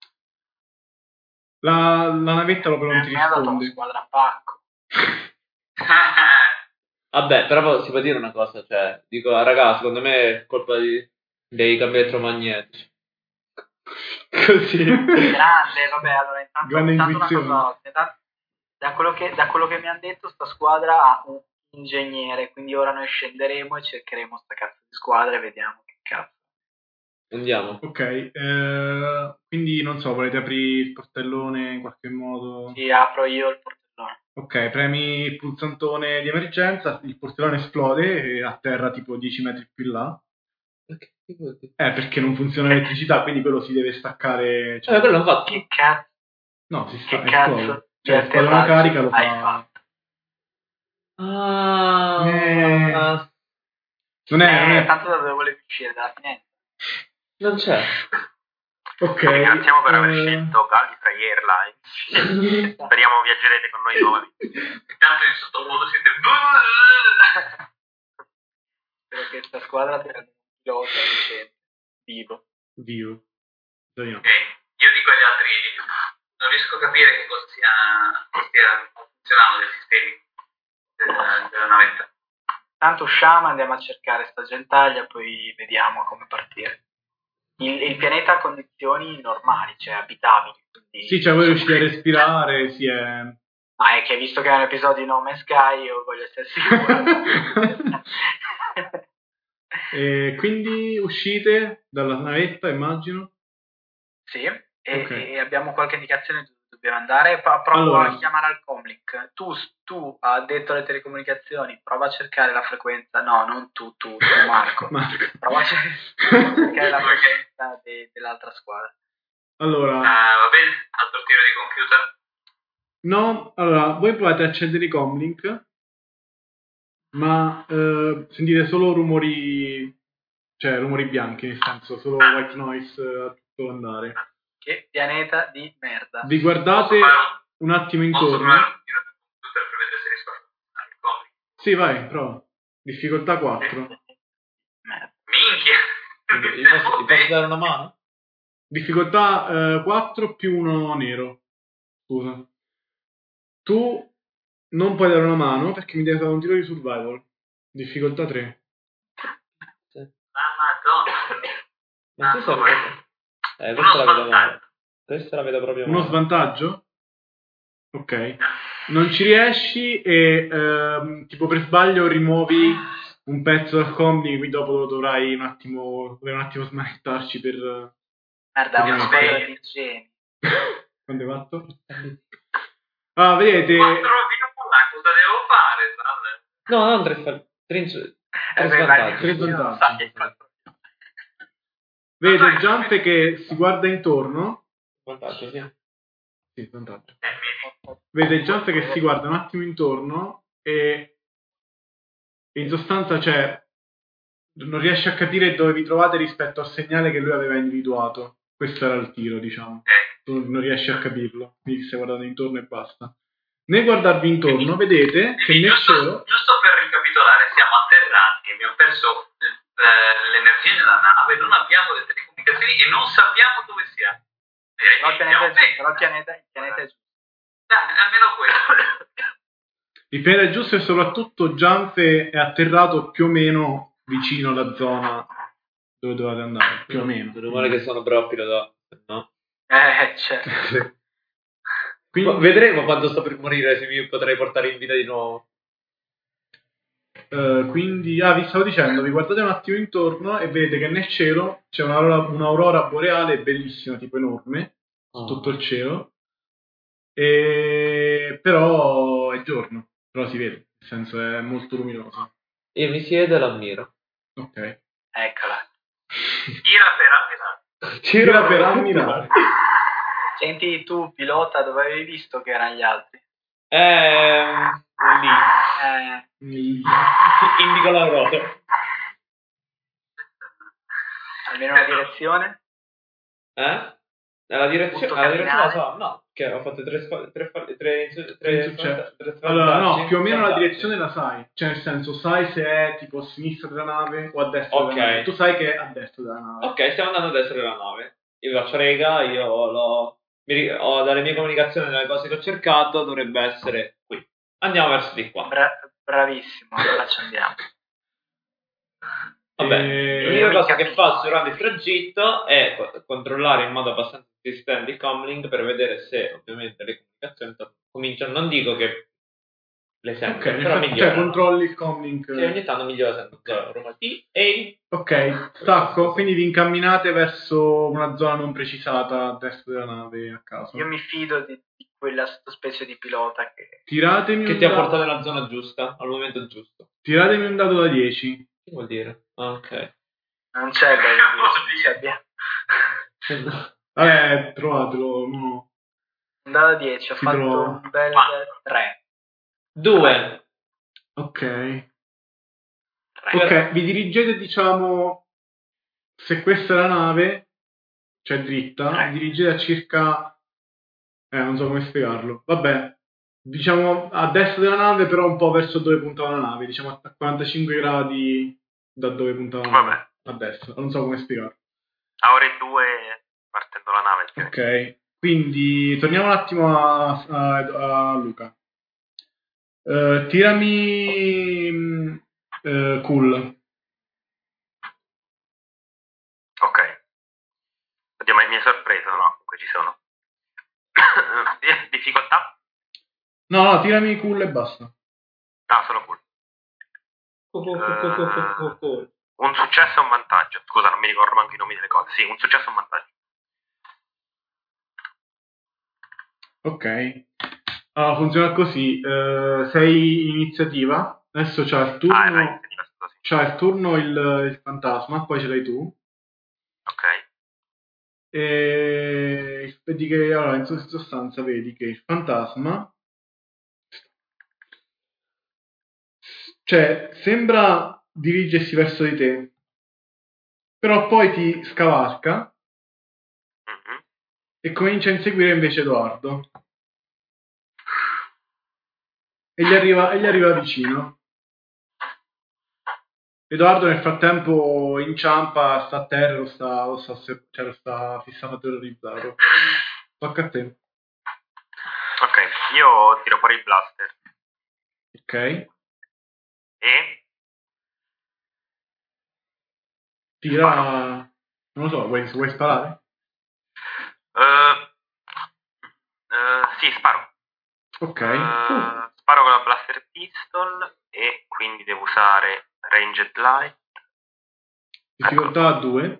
La, la navetta lo però non ti risponde. Mi ha dato una squadra a pacco. Vabbè, però si può dire una cosa, cioè, dico, raga, secondo me è colpa di, dei cambi elettromagnetici. Così. Grande, vabbè, allora intanto, grande intanto intuizione. Una cosa, da, da, quello che, da quello che mi hanno detto, sta squadra ha un ingegnere, quindi ora noi scenderemo e cercheremo sta cazzo di squadra e vediamo che cazzo. Andiamo. Ok, eh, quindi non so, volete aprire il portellone in qualche modo? Sì, apro io il portellone. Ok, premi il pulsantone di emergenza, il portellone esplode e atterra tipo dieci metri più in là. Perché? Eh, perché non funziona l'elettricità, quindi quello si deve staccare. Cioè... Eh, quello non fatto. Che cazzo? No, si sta, che cazzo? Cioè, esplode una carica, lo fa. Ah. Eh... Non è, eh, non è... tanto da dove volevi uscire, dalla finestra. Non c'è. Ok. Ringraziamo per uh... aver scelto Gallifrey Airlines. Speriamo viaggerete con noi nuovamente. Tanto in sottofondo siete... Spero che questa squadra ti renda un pilota decente. Vivo. Vivo. Ok, io dico agli altri, non riesco a capire che cosa sia, stia funzionando dei sistemi della, della navetta. Tanto usciamo, andiamo a cercare sta gentaglia, poi vediamo come partire. Il, il pianeta ha condizioni normali, cioè abitabili. Quindi, sì, cioè voi riuscite a respirare, si è... Ah, è che visto che è un episodio di No Man's Sky, io voglio essere sicuro. E quindi uscite dalla navetta, immagino? Sì, e, Okay. e abbiamo qualche indicazione dove dobbiamo andare. Pro- provo Allora. a chiamare al comlink. Tu, tu, addetto alle telecomunicazioni, prova a cercare la frequenza. No, non tu, tu, tu Marco. Marco. Prova a cer- cercare la frequenza de- dell'altra squadra. Allora, Ah, va bene, altro tiro di computer. no, allora, voi provate a accendere i comlink, ma eh, sentite solo rumori, cioè rumori bianchi, nel senso solo white noise eh, a tutto andare. Che pianeta di merda. Vi guardate un attimo Posso intorno. provare un tiro di computer per vedere se riesco a fare il comic? Sì, vai, prova. Difficoltà quattro. Merda. Minchia! Gli posso, gli posso dare una mano? Difficoltà eh, quattro più uno nero. Scusa. Tu non puoi dare una mano perché mi devi fare un tiro di survival. Difficoltà tre. Sì. Ah, madonna! Ma tu sei... Eh, Uno questa la vedo svantaggio. male. Questa la vedo proprio Uno male. svantaggio? Ok. Non ci riesci e ehm, tipo per sbaglio rimuovi un pezzo del combi, quindi dopo dovrai un attimo, dovrai un attimo smanettarci per... Merda, per una rimettere. squadra di geni. Quando hai fatto? Ah, vedete... Quattro vino là, cosa devo fare? Sal? No, non tre falli. Tre, in- tre Eh, beh, svantaggi. tre io non svantaggi. so che quattro- Vedete Giante che si guarda intorno. Vantaggio, sì. Sì, vantaggio. Eh, vedi? Vede Giante che si guarda un attimo intorno e in sostanza cioè non riesce a capire dove vi trovate rispetto al segnale che lui aveva individuato. Questo era il tiro, diciamo. Ok. Tu non riesci a capirlo, quindi stai guardando intorno e basta. Nel guardarvi intorno vedete che Quindi, nel giusto, cielo... giusto per ricapitolare, siamo atterrati, abbiamo perso eh, l'energia nella nave, non abbiamo le telecomunicazioni e non sappiamo dove siamo. Eh, Però il pianeta, siamo è giusto, fermi. però il pianeta, il pianeta è giusto. Dai, almeno questo. Il pianeta è giusto e soprattutto Giante è atterrato più o meno vicino alla zona dove dovete andare, più o meno. Meno male che sono bravo a pilotare, no? Eh, certo. Quindi, Ma vedremo quando sto per morire se mi potrei portare in vita di nuovo. eh, quindi, ah, vi stavo dicendo, vi guardate un attimo intorno e vedete che nel cielo c'è un'aurora, un'aurora boreale bellissima, tipo enorme, su Oh. tutto il cielo, e... però è giorno, però si vede, nel senso è molto luminoso. Io mi siedo e l'ammiro. Ok. Eccola. Tira per ammirare. Tira per ammirare. Senti tu, pilota, dove avevi visto che erano gli altri? Ehm, lì. Eh, Lì. Indico la ruota. almeno una direzione? Eh? Nella direzione, Punto alla direzione la cardinale? so, no, che ho fatto tre spa- tre fa- tre tre tre Cioè, tre allora, no, svantaggi, più o meno la svantaggi. direzione la sai, cioè nel senso sai se è tipo a sinistra della nave o a destra Ok. della nave. Tu sai che è a destra della nave. Ok, stiamo andando a destra della nave. Io vi faccio rega, io l'ho, mi ri- ho dalle mie comunicazioni delle cose che ho cercato, dovrebbe essere qui. Andiamo verso di qua. Bra- bravissimo, allora ci andiamo. Vabbè, E- l'unica io cosa mi che faccio durante il tragitto è co- controllare in modo abbastanza consistente i comlink per vedere se ovviamente le comunicazioni to- cominciano, non dico che le Ok, sento, nel però frattempo- migliorano. cioè controlli il comlink. Sì, ogni tanto migliora sempre. Zero, Roma T, ehi. Ok, stacco, quindi vi incamminate verso una zona non precisata a destra della nave a caso. Io mi fido di, di quella specie di pilota che... Tiratemi Che un ti ha da- portato nella zona giusta, al momento giusto. Tiratemi un dado da dieci. Che vuol dire? Ah, ok. Non c'è il bello di abbiamo. Vabbè, trovatelo. No. Un dado da dieci, ho Si fatto trova. un bel tre. Ok. Due. tre. Ok, vi dirigete, diciamo, se questa è la nave, cioè dritta, Tre. vi dirigete a circa, eh, non so come spiegarlo, vabbè, diciamo a destra della nave, però un po' verso dove puntava la nave, diciamo a quarantacinque gradi da dove puntava la nave, Vabbè. a destra, non so come spiegarlo. A ore due partendo la nave. il Ok, quindi torniamo un attimo a, a- a Luca. Eh, tirami mm, eh, cool. Ok. Oddio, ma mi è sorpreso, no? Comunque ci sono. Difficoltà? No, no, tirami cool e basta. Ah, solo cool. Co- co- co- co- co- co- co- co- Un successo e un vantaggio. Scusa, non mi ricordo manco i nomi delle cose. Sì, un successo e un vantaggio. Ok. Allora, funziona così. Uh, sei in iniziativa. Adesso c'ha il turno. Ah, l'iniziativa, scusa, sì. C'ha il turno il, il fantasma, poi ce l'hai tu. Ok. E vedi che allora in sostanza vedi che il fantasma, cioè, sembra dirigersi verso di te, però poi ti scavalca mm-hmm. e comincia a inseguire invece Edoardo e gli arriva, e gli arriva vicino. Edoardo nel frattempo inciampa, sta a terra, lo sta, lo sta, cioè lo sta fissato terrorizzato. Tocca a te. Ok, io tiro fuori il blaster. Ok. E? Tira... Sparo. Non lo so, vuoi, vuoi sparare? Uh, uh, sì, sparo. Ok. Uh, uh. Sparo con la blaster pistol e quindi devo usare ranged light. Difficoltà due.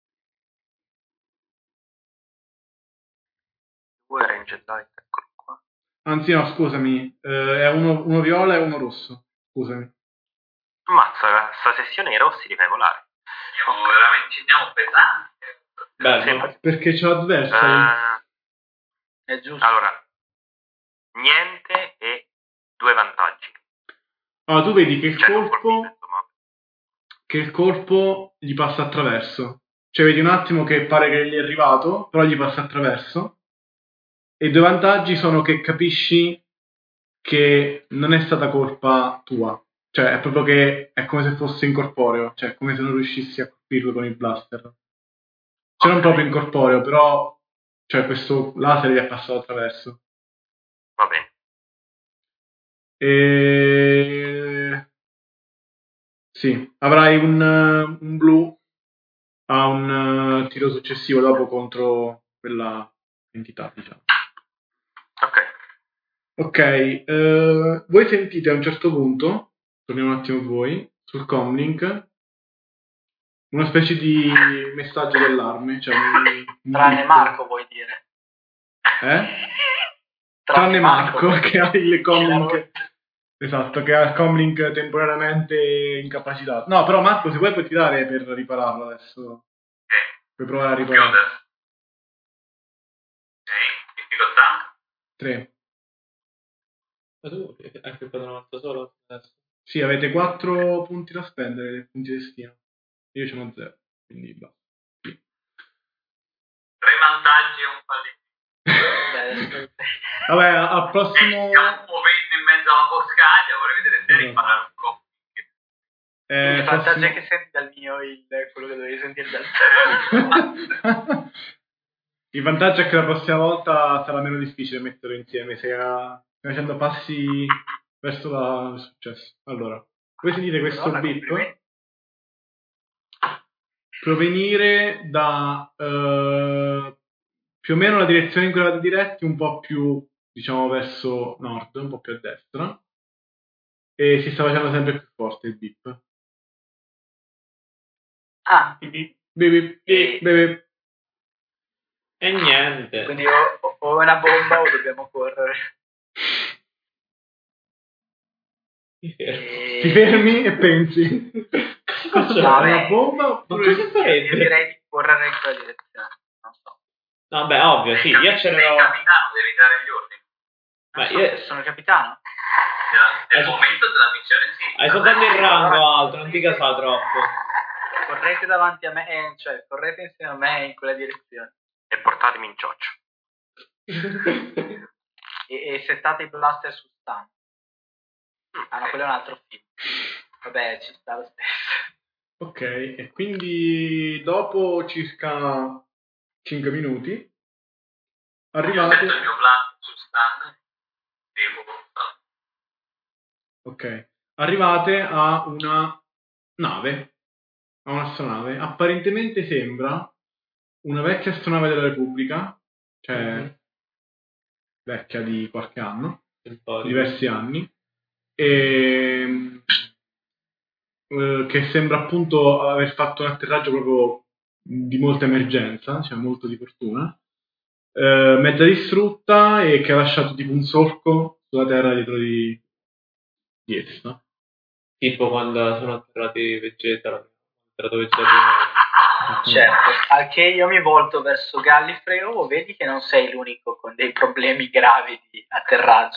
due ranged light, eccolo qua. Anzi no, scusami, eh, è uno, uno viola e uno rosso. Scusami. Ammazza, sta sessione i rossi li fai volare. Andiamo veramente, andiamo pesanti. Bello. Perché c'ho adversari. Uh, è giusto. Allora, niente e due vantaggi. Allora, tu vedi che il cioè, colpo che il colpo gli passa attraverso. Cioè vedi un attimo che pare che gli è arrivato, però gli passa attraverso. E i due vantaggi sono che capisci che non è stata colpa tua. Cioè è proprio che è come se fosse incorporeo. Cioè è come se non riuscissi a colpirlo con il blaster. Cioè non proprio incorporeo, però cioè questo laser gli è passato attraverso. Va bene. E... Sì, avrai un, un blu a un uh, tiro successivo dopo contro quella entità, diciamo. Ok. Ok, uh, voi sentite a un certo punto, torniamo un attimo a voi, sul comlink, una specie di messaggio d'allarme. Cioè un, un Tranne beep. Marco, vuoi dire? Eh? Tranne, Tranne Marco, Marco che ha il comlink. Esatto, che ha il comlink temporaneamente incapacitato. No, però Marco, se vuoi puoi tirare per ripararlo adesso. Ok. Puoi provare a riparare. Ok, difficoltà? tre. Ma tu hai clippato una volta solo adesso? Sì, avete quattro punti da spendere, punti destino. Io ce n'ho zero, quindi basta. Sì. Tre vantaggi e un fallimento. Vabbè, al prossimo... Stiamo muovendo in mezzo alla boscaglia, vorrei vedere se riparare un po'. Eh, il prossimo... vantaggio è che senti dal mio il, quello che dovevi sentire dal il vantaggio è che la prossima volta sarà meno difficile metterlo insieme, stai facendo passi verso la... il successo. Allora, voi sentite questo beep provenire da uh, più o meno la direzione in cui eravate diretti, un po' più, diciamo, verso nord, un po' più a destra, e si sta facendo sempre più forte il beep. Ah, beep, beep, beep, beep. E niente. Quindi o, o una bomba o dobbiamo correre. E... Ti fermi e pensi. Cosa no, una bomba? Ma cosa farete? Io direi di correre in quella direzione. Non so. No, beh, ovvio, sì, io ce Sei il capitano, devi dare gli ordini. Ma so, io sono il capitano. Nel momento della missione sì. Hai soltanto il rango alto, non ti casà troppo. Correte davanti a me, eh, cioè correte insieme a me in quella direzione. E portatemi in cioccio. e, e settate i blaster su stun. Ah no, quello è un altro film. Vabbè, ci sta lo stesso. Ok, e quindi dopo circa cinque minuti arrivate... Io il mio plan su stun. Devo... Ok, arrivate a una nave, a un'astronave. Apparentemente sembra una vecchia astronave della Repubblica, cioè mm-hmm. vecchia di qualche anno, diversi anni, e eh, che sembra appunto aver fatto un atterraggio proprio di molta emergenza, cioè molto di fortuna, eh, mezza distrutta e che ha lasciato tipo un solco sulla terra dietro di, di essa. Tipo quando sono atterrati Vegeta, atterrato Vegeta. Certo, al che io mi volto verso Gallifrey. Oh, vedi che non sei l'unico con dei problemi gravi di atterraggio.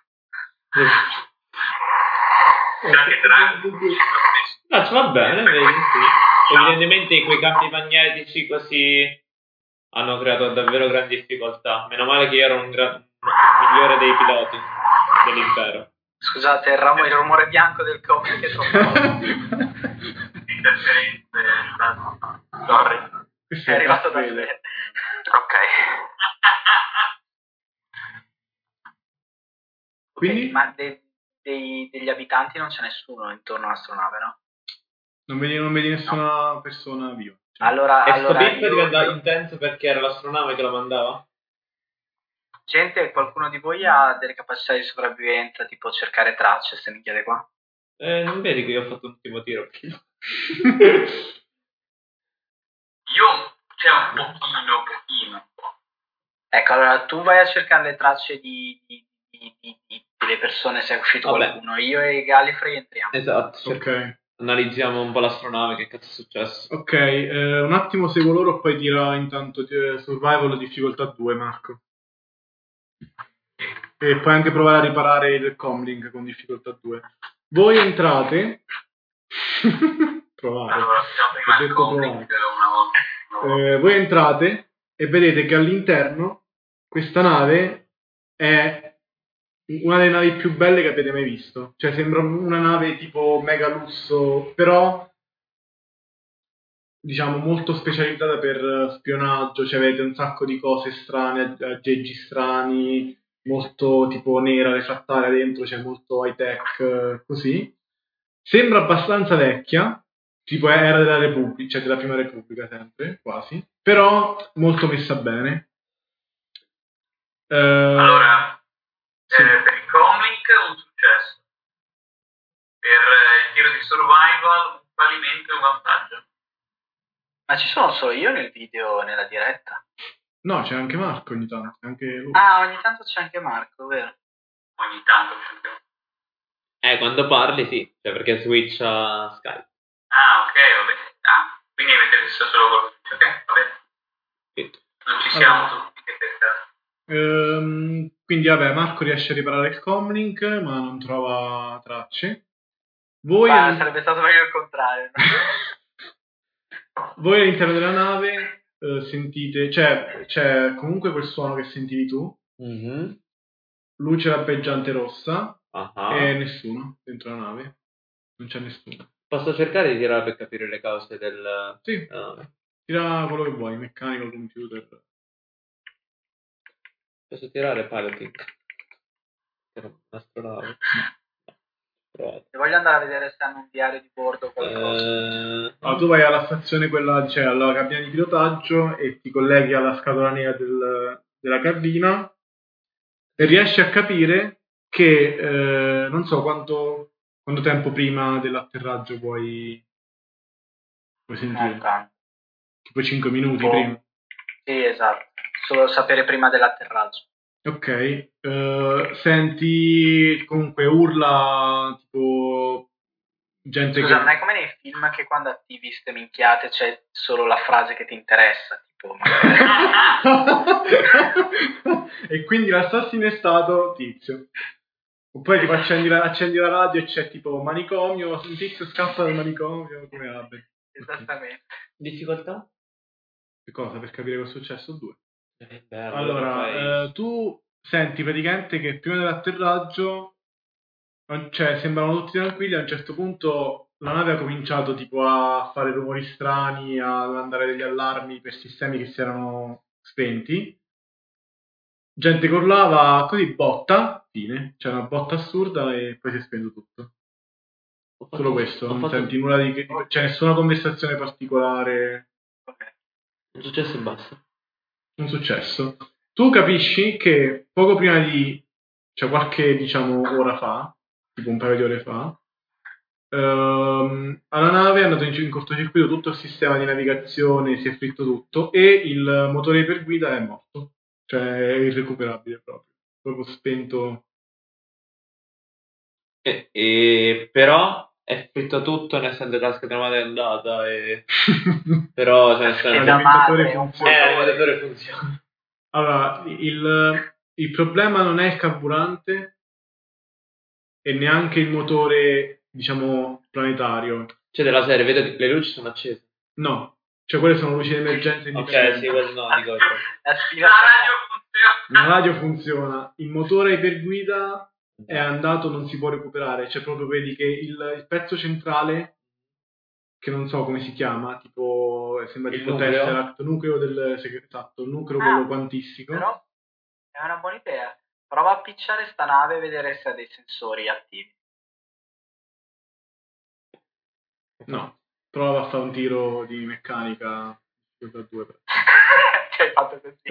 Ah, va bene, vedi, sì. Evidentemente quei campi magnetici così hanno creato davvero grandi difficoltà. Meno male che io ero un gra- il migliore dei piloti dell'impero. Scusate, il, ram- il rumore bianco del comic è troppo. Interferenze, sorry. È arrivato da Fede. Ok. Quindi? Okay, ma de- dei- degli abitanti non c'è nessuno intorno all'astronave, no? Non vedi, non vedi nessuna no. persona viva. Cioè. Allora, e allora sto bip io... diventa intenso perché era l'astronave che lo mandava? Gente, qualcuno di voi ha delle capacità di sopravvivenza, tipo cercare tracce, se mi chiede qua? Eh, non vedi che io ho fatto un ultimo tiro? Io, c'è un pochino, pochino. Ecco, allora tu vai a cercare le tracce di, di, di, di, di delle persone, se è uscito Vabbè. qualcuno. Io e Gallifrey entriamo. Esatto. Ok. Analizziamo un po' l'astronave, che cazzo è successo. Ok, eh, un attimo seguo loro, poi tira intanto eh, survival difficoltà due, Marco. E puoi anche provare a riparare il comlink con difficoltà due. Voi entrate. Provate. Allora, prima il comlink una volta. Eh, voi entrate e vedete che all'interno questa nave è una delle navi più belle che avete mai visto. Cioè sembra una nave tipo mega lusso, però diciamo molto specializzata per spionaggio. Cioè avete un sacco di cose strane, aggeggi strani, molto tipo nera, refrattaria dentro, cioè molto high tech, così. Sembra abbastanza vecchia, tipo era della Repubblica, cioè della Prima Repubblica sempre, quasi, però molto messa bene. Eh, allora, sì. eh, per il comlink un successo, per eh, il tiro di survival un fallimento e un vantaggio. Ma ci sono solo io nel video, nella diretta? No, c'è anche Marco ogni tanto. Anche lui. Ah, ogni tanto c'è anche Marco, vero? Ogni tanto c'è anche Marco. Eh, quando parli sì, cioè perché switcha Skype. Ah, ok, vabbè. Ah, quindi avete visto solo quello. Ok, vabbè. Sì. Non ci siamo Allora. tutti che peccato. Ehm, quindi vabbè, Marco riesce a riparare il comlink, ma non trova tracce. Voi Ma all... sarebbe stato meglio il contrario. Voi all'interno della nave eh, sentite, cioè c'è comunque quel suono che sentivi tu, Mm-hmm. luce lampeggiante rossa Uh-huh. e nessuno dentro la nave. Non c'è nessuno. Posso cercare di tirare per capire le cause del... Sì, uh, tira quello che vuoi, meccanico, computer. Posso tirare piloting? Era un'astronave. No. Se voglio andare a vedere se hanno un diario di bordo o qualcosa. Uh, Allora, tu vai alla stazione, quella, cioè alla cabina di pilotaggio e ti colleghi alla scatola nera del, della cabina e riesci a capire che eh, non so quanto, quanto tempo prima dell'atterraggio puoi, puoi sentire. No, Tipo cinque minuti oh. prima. Sì, esatto. Solo sapere prima dell'atterraggio. Ok, uh, senti comunque urla tipo gente. Scusa, che... non è come nei film che quando attivi ste minchiate c'è solo la frase che ti interessa, tipo E quindi l'assassino è stato Tizio. Oppure tipo accendi la, accendi la radio e c'è tipo manicomio, un tizio scappa dal manicomio, come abbia. Esattamente. Difficoltà? Che cosa? Per capire cosa è successo? Due. Eh, bello, allora, fai... eh, tu senti praticamente che prima dell'atterraggio, cioè sembrano tutti tranquilli, a un certo punto la nave ha cominciato tipo a fare rumori strani, a mandare degli allarmi per sistemi che si erano spenti. Gente che urlava così, botta, fine. C'è una botta assurda e poi si è spento tutto. Ho fatto, Solo questo, ho non fatto... senti nulla di... Okay. C'è nessuna conversazione particolare. Okay. Un successo e basta. Un successo. Tu capisci che poco prima di... cioè qualche, diciamo, ora fa, tipo un paio di ore fa, Ehm, alla nave è andato in, in cortocircuito tutto il sistema di navigazione, si è fritto tutto e il motore per guida è morto, cioè è irrecuperabile proprio, proprio spento. E, e però è fritto tutto, nel senso che la scatenata è andata e... però cioè, nel senso... l'alimentatore funziona. Eh, l'alimentatore funziona. Allora, il, il problema non è il carburante e neanche il motore, diciamo, planetario. Cioè della serie, vedo che le luci sono accese. No, cioè quelle sono luci di emergenza indipendenti. Ok, sì, quello no, dico. La La radio funziona. La radio funziona, il motore iperguida è andato, non si può recuperare, cioè proprio vedi che il, il pezzo centrale, che non so come si chiama, tipo sembra Il tipo nucleo? Tesseract, nucleo del esatto, il nucleo Ah, quello quantistico. Però è una buona idea. Prova a picciare sta nave e vedere se ha dei sensori attivi. No, prova a fare un tiro di meccanica da due. Che hai fatto così?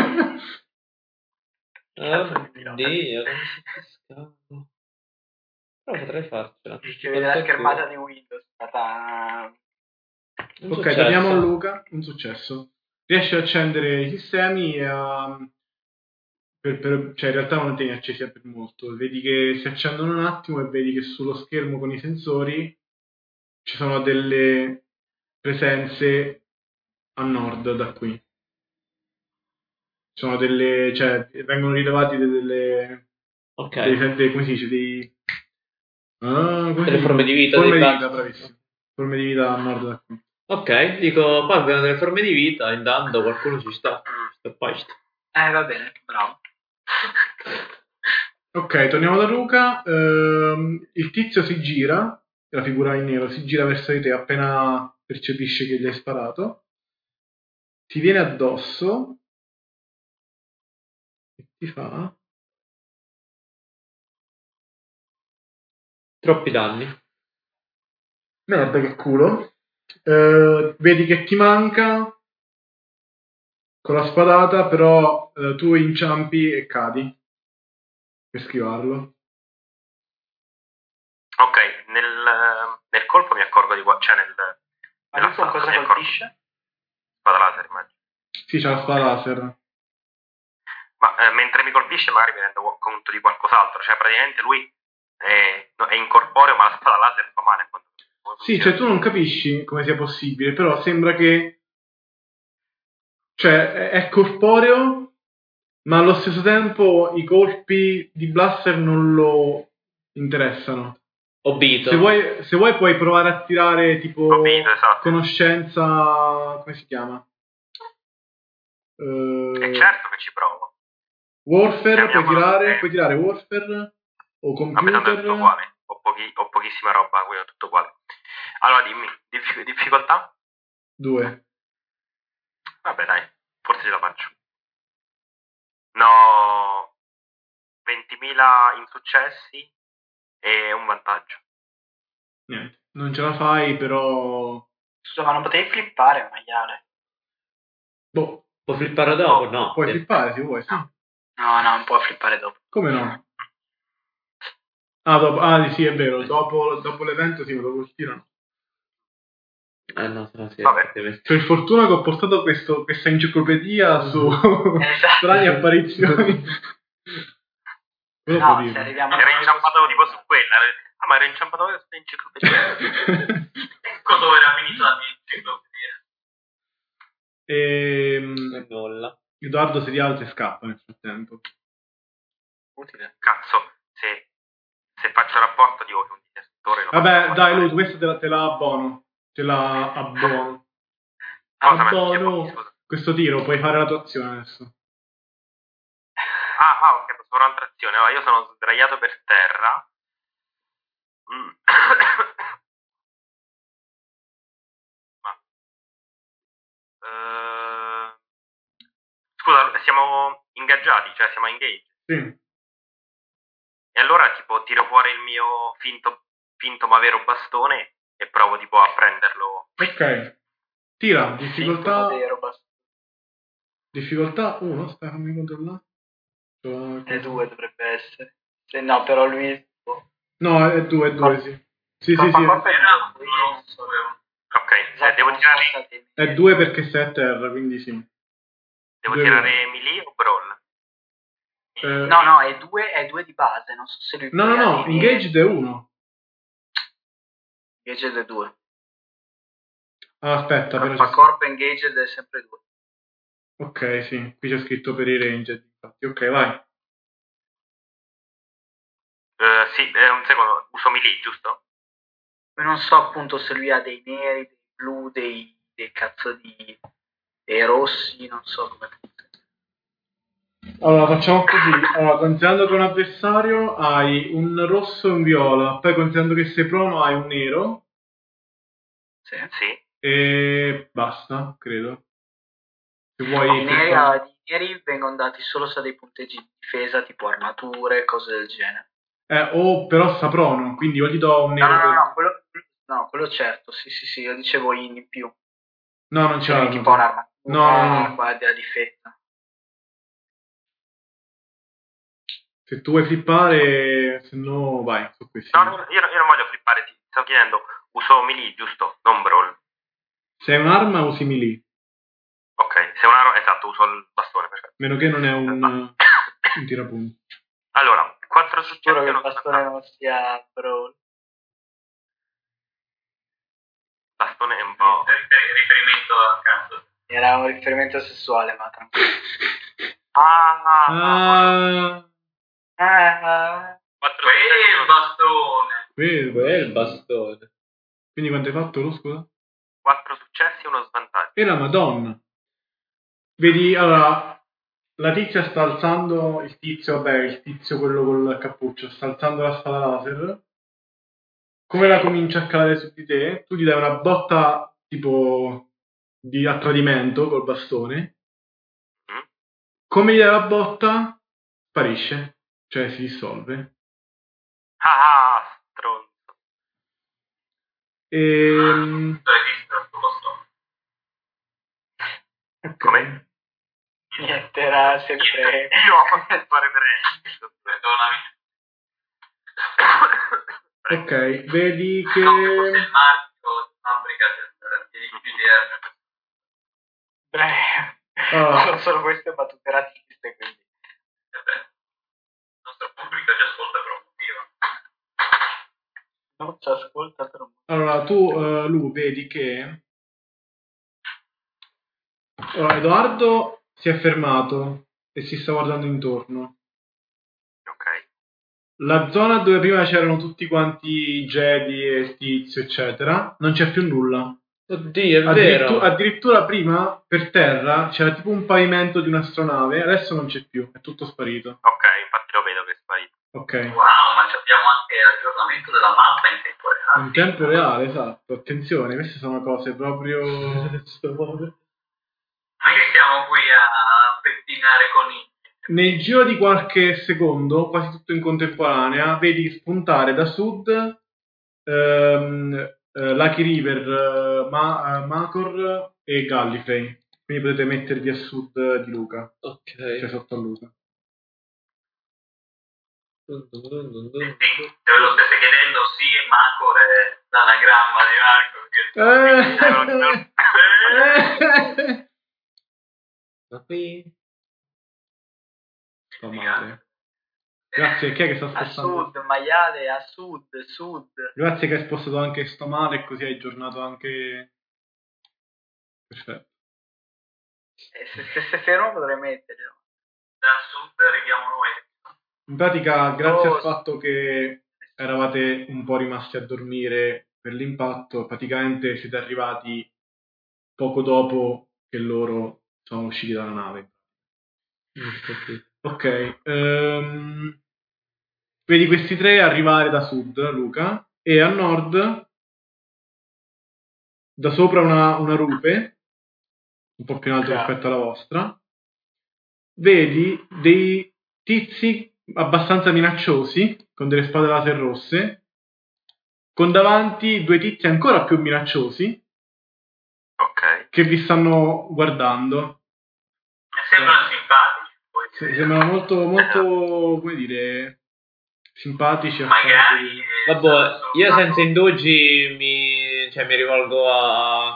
Oddio, come si pescava? Però potrei farcela. Ci vede la schermata di Windows. È stata... Un Ok, successo. torniamo a Luca, un successo. Riesci a accendere i sistemi e a... Per, per, cioè in realtà non li tieni accesi per molto, vedi che si accendono un attimo e vedi che sullo schermo con i sensori ci sono delle presenze a nord da qui. Ci sono delle, cioè vengono rilevati delle, Ok. dei, dei, come si dice, dei, ah, come Delle si forme dice? di vita, forme dei di pazzi. vita, bravissimo. Forme di vita a nord da qui. Ok, dico, qua abbiamo delle forme di vita, intanto qualcuno ci sta. Sto qua ci sta. Eh, va bene, bravo. Ok, torniamo da Luca. Ehm, il tizio si gira, la figura in nero si gira verso di te appena percepisce che gli hai sparato. Ti viene addosso e ti fa Troppi danni. merda che culo. Eh, vedi che ti manca con la spadata, però eh, tu inciampi e cadi per schivarlo. Ok, nel, nel colpo mi accorgo di qua, cioè nel... Ma lui con cosa colpisce? Spada laser, immagino. Sì, c'ha la spada laser. Ma eh, mentre mi colpisce magari mi rendo conto di qualcos'altro, cioè praticamente lui è, è incorporeo ma la spada laser fa male. Quando, quando Sì, cioè tu non capisci come sia possibile, però sembra che, cioè, è, è corporeo, ma allo stesso tempo i colpi di blaster non lo interessano. Obito. Se vuoi, se vuoi puoi provare a tirare tipo Obito, esatto. conoscenza, come si chiama? Uh, E certo che ci provo. Warfare, puoi Chiamiamolo tirare, così. puoi tirare Warfare o Vabbè, tanto è tutto computer. uguale, ho, pochi, ho pochissima roba, quindi è tutto uguale. Allora dimmi, dif- difficoltà? Due. Vabbè dai, forse ce la faccio. No, ventimila insuccessi e un vantaggio. Niente, non ce la fai, però... Scusa, ma non potevi flippare, maiale? Boh, Può flippare dopo? No. puoi Sì. flippare se vuoi, sì. No, no, non può flippare dopo. Come no? Ah, dopo, ah sì, è vero, dopo, dopo l'evento sì, ma dopo il tiro no. Eh no, no sì, Vabbè. Per fortuna che ho portato questo, questa enciclopedia su Esatto. strane apparizioni. No, se arriviamo Era inciampato tipo su quella. Ah, ma era inciampato su enciclopedia. Ecco dove era finita la mia enciclopedia. E... nulla. Edoardo si rialza e scappa nel frattempo. Utile. Cazzo, se, se faccio rapporto dico che un direttore... Vabbè, dai, lui, questa te la, te la abbono. Te la abbono. Cosa Abbono. metti? Scusa. Questo tiro, puoi fare la tua azione adesso. Ah, ah, ok, posso fare un'altra azione. Allora, io sono sdraiato per terra. Mm. Ma... Uh... Scusa, siamo ingaggiati, cioè siamo engaged. Sì. E allora tipo tiro fuori il mio finto, finto ma vero bastone e provo tipo a prenderlo. Ok. Tira, difficoltà... Vero, basta. Difficoltà uno, aspetta, fammi controllare. E due dovrebbe essere. Se no, però lui... No, è due, è due, sì. Sì, sì, sì. Ok, eh, devo tirare... È due perché sei a terra, quindi sì. Devo Due tirare melee o brawl? Eh, No, no, è due, è due di base, non so se lui No, no, poi ha no, dei engaged è uno. Engaged è due. Ah, aspetta, però Corpo a c'è... corpo engaged è sempre due. Ok, sì, qui c'è scritto per i ranged, infatti. Ok, vai. Uh, sì, eh, un secondo, uso melee, giusto? Non so appunto se lui ha dei neri, dei blu, dei, dei cazzo di... dei rossi, non so come funziona. Allora, facciamo così. Allora, considerando che un avversario hai un rosso e un viola, poi considerando che sei prono hai un nero. Sì. Sì. E basta, credo. Se vuoi... I neri, ah, i neri vengono dati solo se ha dei punteggi di difesa, tipo armature, cose del genere. Eh, o però sta prono, quindi o gli do un No, nero... no, no, per- no, quello, no, quello certo, sì, sì, sì, io dicevo in, in più. No, non c'è Cioè, l'arma. tipo un'armatura, No, no, no. qua della difesa. Se tu vuoi flippare, se no vai, su questi. No, no, io, io non voglio flippare, ti sto chiedendo, uso melee, giusto? Non brawl. Se è un'arma usi melee. Ok, se una... esatto, uso il bastone, perfetto. Meno che non è un, un tirapunti. Allora, quattro successi Spero e che il uno bastone svantaggio. non sia brawl. Bastone è un po'... riferimento a cazzo. Era un riferimento sessuale, ma tranquillo. Ah, ah, Ah, Ah, quattro Qui successi e il uno bastone. quello. Quel è il bastone. Quindi quanto hai fatto, lo scusa? quattro successi e uno svantaggio. E la Madonna. Vedi, allora, la tizia sta alzando, il tizio, vabbè, il tizio quello col cappuccio, sta alzando la spada laser. Come la comincia a calare su di te, tu gli dai una botta tipo di a tradimento col bastone. Mm? Come gli dai la botta, sparisce, cioè si dissolve. Ah, ah, stronzo. Ehm... Non esiste il bastone. Ok. Come? niente, era sempre... Io ho fatto fare bene. Perdonami. Ok, vedi che... No, che fosse il marchio di fabbrica del G D R. Beh, Ah. sono solo queste battute razziste, quindi... Eh beh, il nostro pubblico ci ascolta per un motivo. Non ci ascolta per un... Allora, tu, uh, Lu, vedi che... Allora, Edoardo si è fermato e si sta guardando intorno. Ok. La zona dove prima c'erano tutti quanti Jedi e il tizio, eccetera, non c'è più nulla. Oddio, è Addirittu- vero. addirittura prima, per terra, c'era tipo un pavimento di un'astronave, adesso non c'è più, è tutto sparito. Ok, infatti lo vedo che è sparito. Ok. Wow, ma abbiamo anche l'aggiornamento della mappa in tempo reale. In tempo reale, esatto. Attenzione, queste sono cose proprio... Non è che stiamo qui a pettinare conigli. Nel giro di qualche secondo, quasi tutto in contemporanea, vedi spuntare da sud ehm, eh, Lucky River, eh, Ma- eh, Macor e Gallifrey. Quindi potete mettervi a sud di Luca, Ok. cioè sotto a Luca. Sì, se ve lo stesse chiedendo, sì, Macor è l'anagramma di Marco. Eh, eh, Ma qui... sto male. Grazie, chi è che sta A spostando? sud, maiale, a sud, sud. Grazie che hai spostato anche sto male, così hai aggiornato anche... Perfetto. E se stesse fermo potrei metterlo. Da sud arriviamo noi. In pratica, grazie Oh, al fatto che eravate un po' rimasti a dormire per l'impatto, praticamente siete arrivati poco dopo che loro sono usciti dalla nave. Ok, ehm, vedi questi tre arrivare da sud, Luca, e a nord, da sopra una, una rupe, un po' più in alto Chiaro. rispetto alla vostra, vedi dei tizi abbastanza minacciosi, con delle spade laser rosse, con davanti due tizi ancora più minacciosi, Ok. che vi stanno guardando. Sembrano simpatici. Poi Se- sembrano molto, molto, come dire, simpatici. Magari... Vabbè, io senza indugi mi, cioè, mi rivolgo a,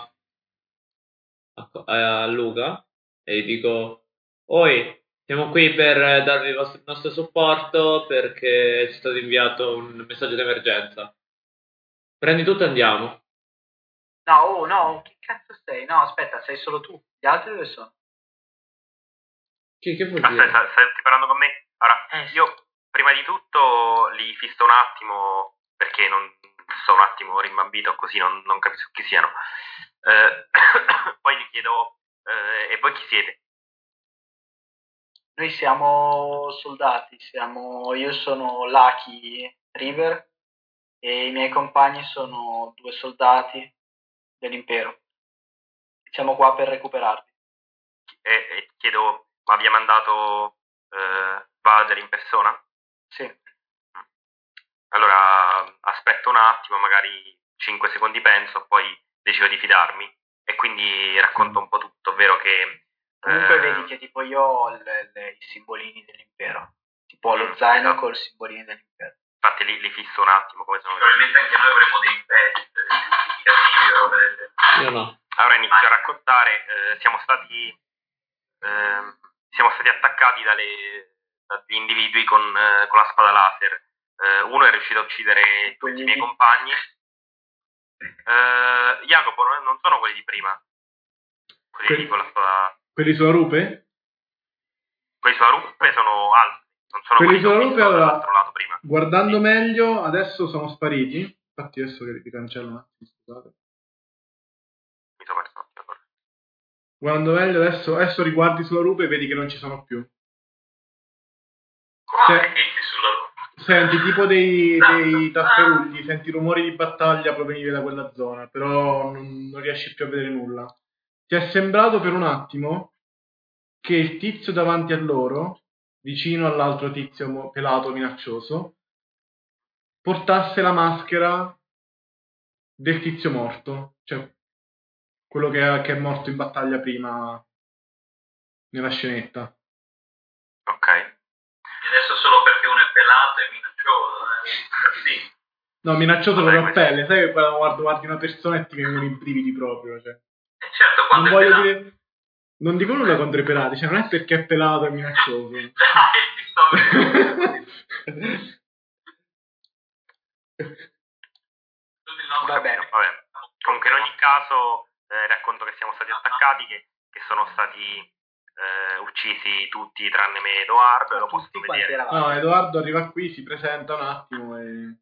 a, a Luca e gli dico: Oi, siamo qui per darvi il, vostro, il nostro supporto perché ci è stato inviato un messaggio di emergenza. Prendi tutto e andiamo. No, oh no, che cazzo sei? No, aspetta, sei solo tu. Gli altri dove sono? Che, che vuol dire? Aspetta, stai parlando con me? Allora, Eh, sì. io prima di tutto li fisto un attimo perché non sto un attimo rimbambito così non, non capisco chi siano. Eh, poi gli chiedo, eh, e voi chi siete? Noi siamo soldati, siamo... io sono Lucky River e i miei compagni sono due soldati dell'impero. Siamo qua per recuperarvi. E, e chiedo, ma vi ha mandato eh, Vader in persona? Sì. Allora aspetto un attimo, magari cinque secondi penso, poi decido di fidarmi e quindi racconto un po' tutto, ovvero che... Comunque eh, vedi che tipo io ho le, le, i simbolini dell'impero, tipo lo Mm, zaino esatto. col simbolini dell'impero. Infatti li, li fisso un attimo come sono. Probabilmente anche noi avremo dei pet significativi o robe del genere. Io no. Allora inizio a raccontare, eh, siamo stati ehm, siamo stati attaccati dalle, dagli individui con, eh, con la spada laser. Eh, uno è riuscito a uccidere tutti i miei compagni. Eh, Jacopo, non, non sono quelli di prima. Quelli Que- con la spada. Quelli sulla rupe? Quelli sulla rupe sono altri. Non sono Quelli quelli che ho sulla visto rupe, allora, dall'altro lato prima. guardando meglio, adesso sono spariti. Infatti adesso che li cancello un attimo, scusate. Mi sono perso. Guardando meglio, adesso, adesso riguardi sulla rupe e vedi che non ci sono più. Come Se- metti sulla rupe? Senti tipo dei, dei tafferugli, senti rumori di battaglia provenire da quella zona, però non, non riesci più a vedere nulla. Ti è sembrato per un attimo che il tizio davanti a loro, vicino all'altro tizio mo- pelato minaccioso, portasse la maschera del tizio morto, cioè quello che è, che è morto in battaglia prima nella scenetta. Ok. E adesso solo perché uno è pelato e minaccioso. Eh? Sì. No, minaccioso Vabbè, proprio a questo- pelle, sai che quando guardi, guardi una persona e ti vengono i brividi proprio, cioè. E certo, Non quando è voglio pelato. dire, non dico nulla contro i pelati, cioè non è perché è pelato e minaccioso. Dai, ti sto vedendo. Tutto il nostro Va bene. Capito, vabbè. Comunque in ogni caso eh, racconto che siamo stati attaccati, che, che sono stati eh, uccisi tutti tranne me e Edoardo, e lo posso Tutti quanti vedere. eravamo. No, Edoardo arriva qui, si presenta un attimo e...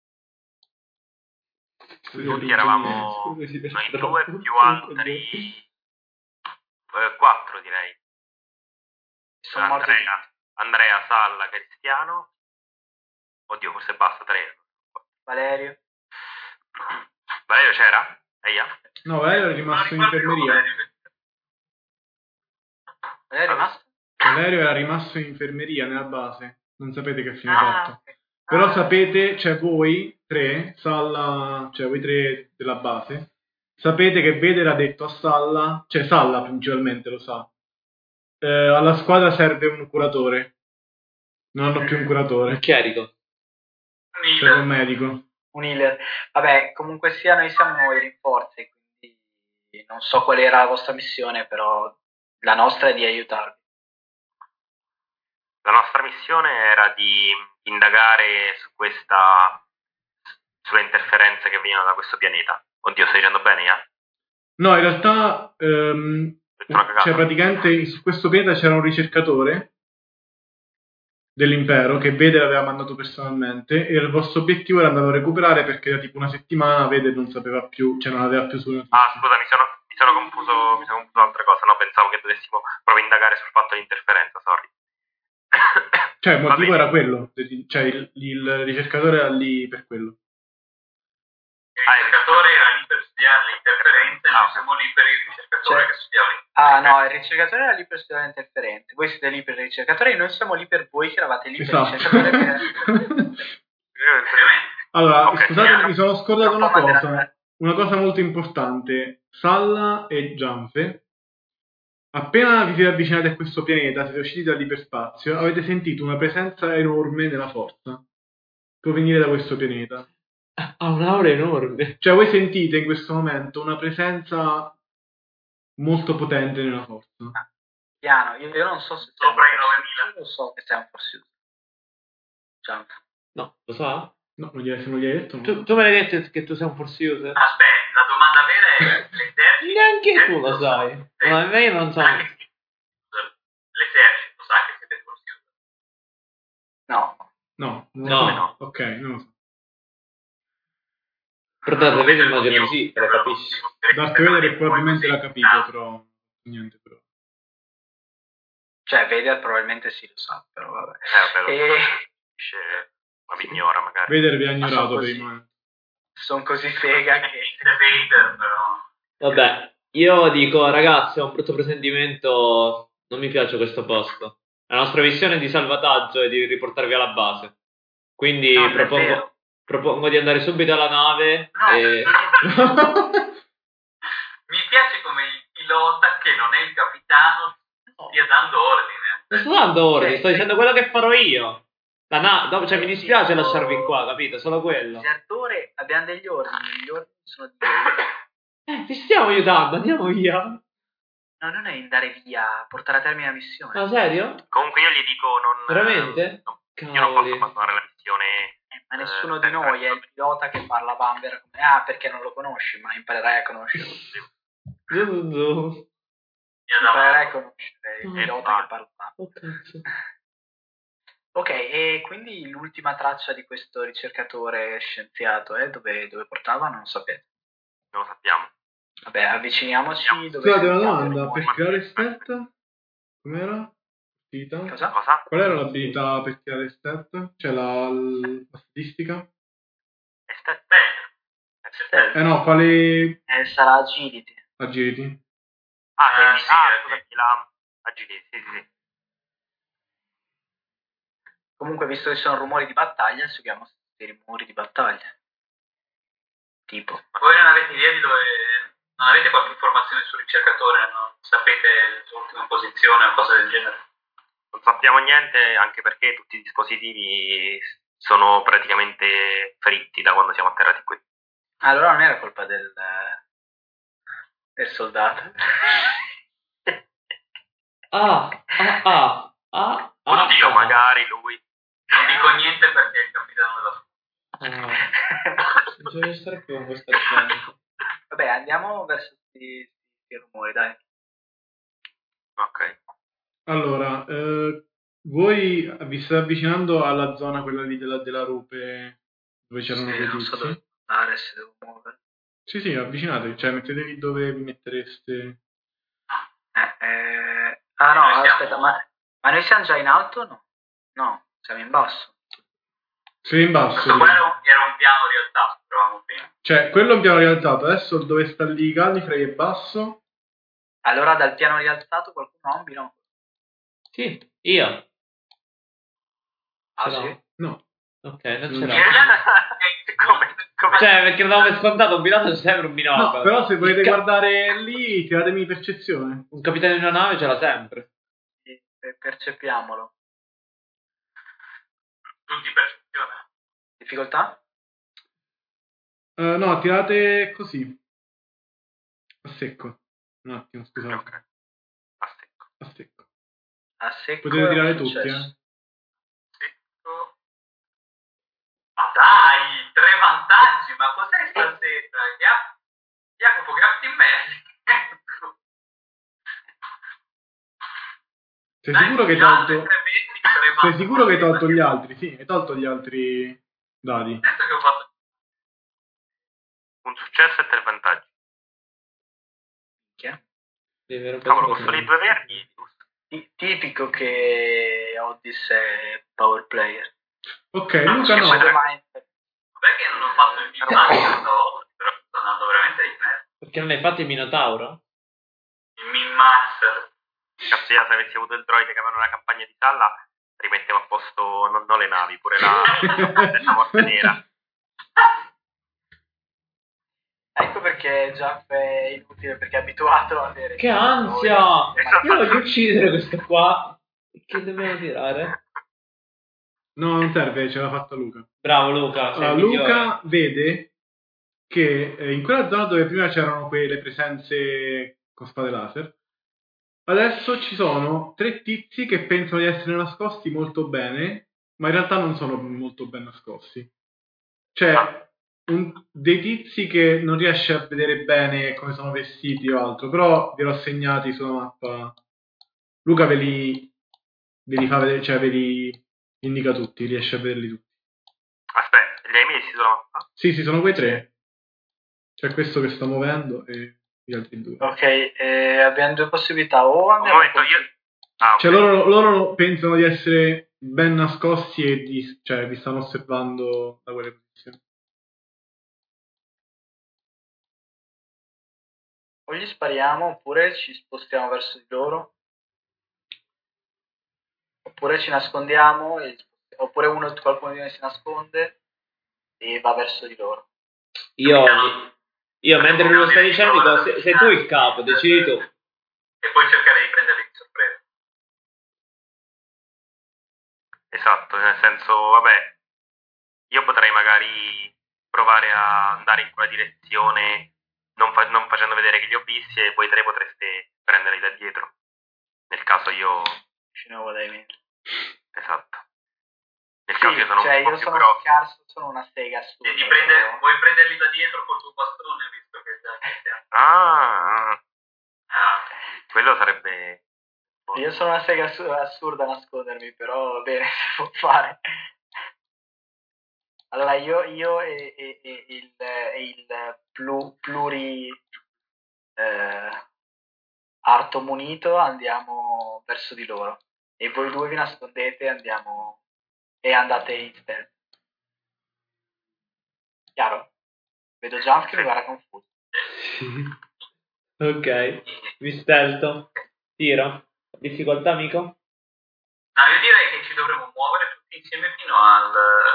Tutti eravamo noi due più altri eh, quattro direi. Sono morti. Andrea, Andrea, Salla, Cristiano. Oddio, forse basta tre. Valerio. Valerio c'era? Eia? No, Valerio è rimasto in infermeria. Valerio è rimasto? Valerio era rimasto in infermeria nella base. Non sapete che fine ha Ah, fatto. ok. Però Ah, sapete, cioè voi tre, Salla, cioè voi tre della base, sapete che Vedere ha detto a Salla, cioè Salla principalmente lo sa, eh, alla squadra serve un curatore. Non hanno più un Il curatore, chierico. serve un medico. un healer. Vabbè, comunque sia, noi siamo i rinforzi, quindi non so qual era la vostra missione, però la nostra è di aiutarvi. La nostra missione era di indagare su questa sulle interferenze che venivano da questo pianeta. Oddio, stai dicendo bene, ja? No, in realtà, ehm, cioè praticamente su questo pianeta c'era un ricercatore dell'impero che Vader aveva mandato personalmente e il vostro obiettivo era andarlo a recuperare perché da tipo una settimana Vader non sapeva più, cioè non aveva più sue notizie. Ah, scusa, mi sono, mi sono confuso, mi sono confuso altre cose, no, pensavo che dovessimo proprio indagare sul fatto di interferenza, sorry. Cioè il motivo era quello, cioè il, il ricercatore era lì per quello. Il ricercatore era lì per studiare le interferenze, noi siamo lì per il ricercatore Cioè- che studiava le Ah no, il ricercatore era lì per studiare le interferenze, voi siete lì per il ricercatore e noi siamo lì per voi che eravate lì per il ricercatore. Esatto. interferenze. Allora, Ok, scusate, chiaro. mi sono scordato una Troppo cosa, moderno. una cosa molto importante. Salla e Gianfe, appena vi siete avvicinati a questo pianeta, siete usciti dall'iperspazio, avete sentito una presenza enorme nella forza. provenire da questo pianeta. Ha un'aura enorme. Cioè voi sentite in questo momento una presenza molto potente nella forza. Ah, piano, io, io non so se sopra i novemila. Io so che sei un forsuto. Jump. No, lo sa? No, non gli, se non gli hai detto. No. Tu, tu me l'hai detto che tu sei un force user? Aspetta, la domanda vera è l'esercito. Neanche tu lo sai. Sì. Ma me io non so. Anche se- l'esercito sa che siete forse user. No. No, non No. lo so. No. Ok, non lo so. Però Darth Vader immagino sì, te lo capisci. Darth Vader probabilmente l'ha capito, però niente però. Cioè, Vader probabilmente sì lo sa, però vabbè. Eh, vabbè, lo E... capisce, ma vi ignora magari. Vader vi ha Ma ignorato sono per il così. momento. Sono così fega che... Vader, però. Vabbè, io dico, ragazzi, ho un brutto presentimento. Non mi piace questo posto. La nostra missione di salvataggio è di riportarvi alla base. Quindi No, non è propongo, vero. propongo di andare subito alla nave. No, e... non è- Mi piace come il pilota, che non è il capitano, stia dando ordine. Non sto dando ordini, Cioè, sto dicendo quello che farò io. La na- no, cioè, mi Sì, dispiace sì, lasciarvi no. qua, capito? Solo quello. Disertore, abbiamo degli ordini, gli ordini sono di... Eh, ti stiamo aiutando, andiamo via. No, non è andare via, portare a termine la missione. Ma serio? Comunque io gli dico non... Veramente? no, io non posso Cavoli. abbandonare la missione. Eh, ma nessuno eh, di senza noi è il nessun- pilota che parla Vanver come ah perché non lo conosci, ma imparerai a conoscerlo. Zu, zu, zu. Imparerai a conoscere il Oh, pilota che parla Vanver. Oh, cazzo. Ok, e quindi l'ultima traccia di questo ricercatore scienziato eh, dove, dove portava non lo sapete. Non lo sappiamo. Vabbè, avviciniamoci dove Scusate, una sentiamo i domanda. rumori. Per creare stat? Com'era? Abilità? Cosa? Cosa? Qual era l'abilità per creare stat? Cioè la, la statistica? È sta- beh, Eh no, quale Eh, sarà agility. agility? Ah, Ah, quindi, sì, ah, eh. scusami, la agility, sì, sì, sì. Comunque, visto che ci sono rumori di battaglia, seguiamo questi rumori di battaglia. Tipo. Ma voi non avete idea di dove... Non avete qualche informazione sul ricercatore? Non sapete la sua ultima posizione o cose del genere? Non sappiamo niente, anche perché tutti i dispositivi sono praticamente fritti da quando siamo atterrati qui. Allora non era colpa del, del soldato. Ah, ah, ah, ah, ah. Oddio, ah. magari lui. Non dico niente perché è il capitano della squadra. Ah, non bisogna stare più con questo accento. Vabbè, andiamo verso questi rumori, dai. Ok. Allora, eh, voi vi state avvicinando alla zona quella lì della, della rupe dove c'erano Sì, quei non so tizi? dove andare, se devo muovere. Sì, sì, avvicinatevi, cioè mettetevi dove vi mettereste. Eh, eh... Ah no, Noi siamo- aspetta, ma, ma noi siamo già in alto o no? No, siamo in basso. Siete in basso. Questo qua era un, era un piano rialzato, trovavamo prima. Cioè, quello è un piano rialzato, adesso dove sta lì Gallifrey è basso. Allora dal piano rialzato qualcuno ha un binocolo? Sì, io. Ah Ce l'ho. sì? No. Ok, non Non ce c'è. l'ho. In realtà, come, come... Cioè, perché non avevo scontato un binocolo, c'è sempre un binocolo. No, però se volete Il ca- guardare lì, tiratemi percezione. Un capitano di una nave ce l'ha sempre. Sì, per- percepiamolo. tutti percezione. Difficoltà? Eh, no, tirate così. A secco. Un attimo, scusate. Ok. A secco. A secco. A secco Potete è un tirare tutti, successo. eh. Secco. Ma dai, tre vantaggi, ma cos'è stasera? Ia- Jacopo, gatti in me. Sei Dai, sicuro che hai gli altri tolto... tre venti, tre Sei vantaggi. sicuro che hai tolto gli altri? Sì, hai tolto gli altri dadi. Penso che ho fatto... Un successo e tre vantaggi. Chi è? Devi avere Cavolo, qualcosa con soli di- due verdi. Ti- Tipico che Odyss è power player. Ok, Luca no. Come The Mind. Perché non ho fatto il filmato stavolta? Però sto andando veramente di me. Perché non hai fatto il Minotauro? Il Min Master. Cazzia, se avessi avuto il droide che aveva una campagna di salla, rimettiamo a posto non, non le navi, pure la, la morte nera. Ecco perché Jeff è inutile, perché è abituato a avere... Che ansia! Ma- Io voglio uccidere questo qua. Che dobbiamo tirare? No, non serve, ce l'ha fatta Luca. Bravo Luca. Allora, Luca vede che eh, in quella zona dove prima c'erano quelle presenze con spade laser, adesso ci sono tre tizi che pensano di essere nascosti molto bene, ma in realtà non sono molto ben nascosti. Cioè, un, dei tizi che non riesce a vedere bene come sono vestiti o altro, però ve l'ho segnati sulla mappa. Luca ve li, ve li fa vedere, cioè ve li indica tutti, riesce a vederli tutti. Aspetta, li hai messi sulla mappa? Sì, sì, sono quei tre. C'è questo che sta muovendo e gli altri due. Ok, eh, abbiamo due possibilità. O Un andiamo momento, io... Ah, Cioè ok. loro, loro pensano di essere ben nascosti e di, cioè, vi stanno osservando da quelle posizioni. o gli spariamo oppure ci spostiamo verso di loro, oppure ci nascondiamo e, oppure uno qualcuno di noi si nasconde e va verso di loro. Io, io mentre lo stai dicendo dico, se, sei tu il capo, decidi tu. E poi cercare di prenderli di sorpresa. Esatto, nel senso, vabbè, io potrei magari provare a andare in quella direzione non, fa- non facendo vedere che li ho visti e voi tre potreste prenderli da dietro. Nel caso io... Fino a dai Esatto. Nel Sì, caso io sono cioè un po' io più sono grosso. scarso, sono una sega assurda. E ti prende, però- vuoi prenderli da dietro col tuo bastone, visto che già che stiamo. Ah, Ah, quello sarebbe... Io sono una sega assu- assurda a nascondermi, però va bene, si può fare. Allora io, io e, e- e il, e il plu- pluri eh, arto munito andiamo verso di loro e voi due vi nascondete e andiamo e andate in stealth. Chiaro? Vedo Jump che mi guarda confuso. Ok, mi stelto. Tiro. Difficoltà, amico? no, io direi che ci dovremmo muovere tutti insieme fino al...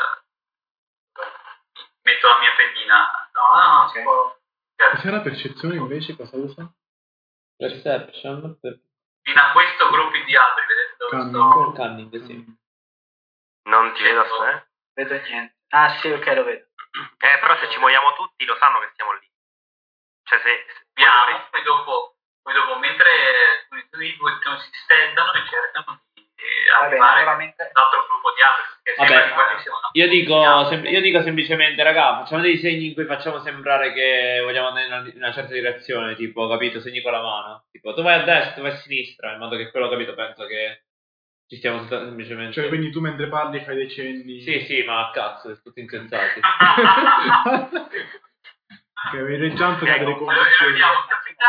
Metto la mia pedina. No, no, Ok. si può... Cos'è la percezione invece? Cosa usa? Perception. Per... Fino a questo gruppo di alberi, vedete dove Cunning. sto? Cunning, sì. Non ti vedo, eh? Vedo niente. Ah sì, ok, lo vedo. Eh, però se ci muoviamo tutti lo sanno che stiamo lì. Cioè se... se Piano, poi dopo, poi dopo mentre i due non si stentano e cercano di eh, Va bene, arrivare allora mentre- l'altro gruppo di alberi. Perché Vabbè, sembra che quelli siano una io dico, comunità. sem- io dico semplicemente, raga, facciamo dei segni in cui facciamo sembrare che vogliamo andare in una, in una certa direzione, tipo, capito, segni con la mano. Tipo, tu vai a destra, tu vai a sinistra, in modo che quello, capito, penso che ci stiamo sta- semplicemente... Cioè, quindi tu mentre parli fai dei cenni. Sì, sì, ma cazzo, tutti insensati. Ok, vedete Jump che ha delle Allora, vediamo,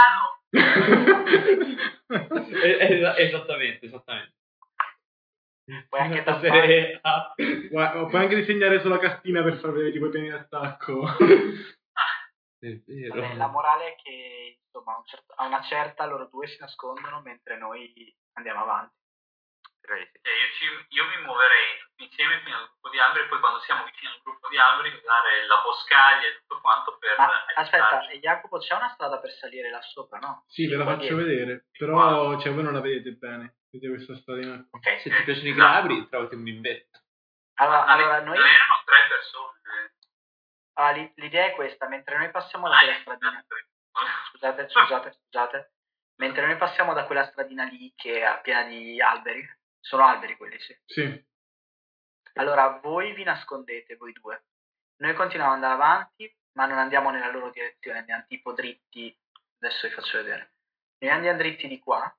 capitano. Es- es- esattamente, esattamente. Puoi anche Una tappare. serie A. Guarda, puoi anche disegnare sulla cartina per far vedere tipo i piani d'attacco. È vero. Vabbè, la morale è che insomma a, un certo- a una certa loro due si nascondono mentre noi andiamo avanti. Direi sì. Cioè, io, ci- io mi muoverei tutti insieme fino al gruppo di alberi e poi quando siamo vicini al gruppo di alberi usare la boscaglia e tutto quanto per Ma aspetta, aiutarci. Jacopo, c'è una strada per salire là sopra, no? Sì, ve la Qua faccio dietro. vedere, però cioè, voi non la vedete bene. Vedete questa stradina qui. Ok. Se ti piacciono i Esatto. glabri, trovati un bimbetto. Allora, Ma allora ne- noi non erano tre persone. allora, l'i- l'idea è questa, mentre noi passiamo da Ah, quella eh, stradina. Scusate, scusate, scusate. Mentre noi passiamo da quella stradina lì che è piena di alberi, sono alberi quelli, sì. Sì. Allora, voi vi nascondete, voi due. Noi continuiamo ad andare avanti, ma non andiamo nella loro direzione, andiamo tipo dritti. Adesso vi faccio vedere. Noi andiamo dritti di qua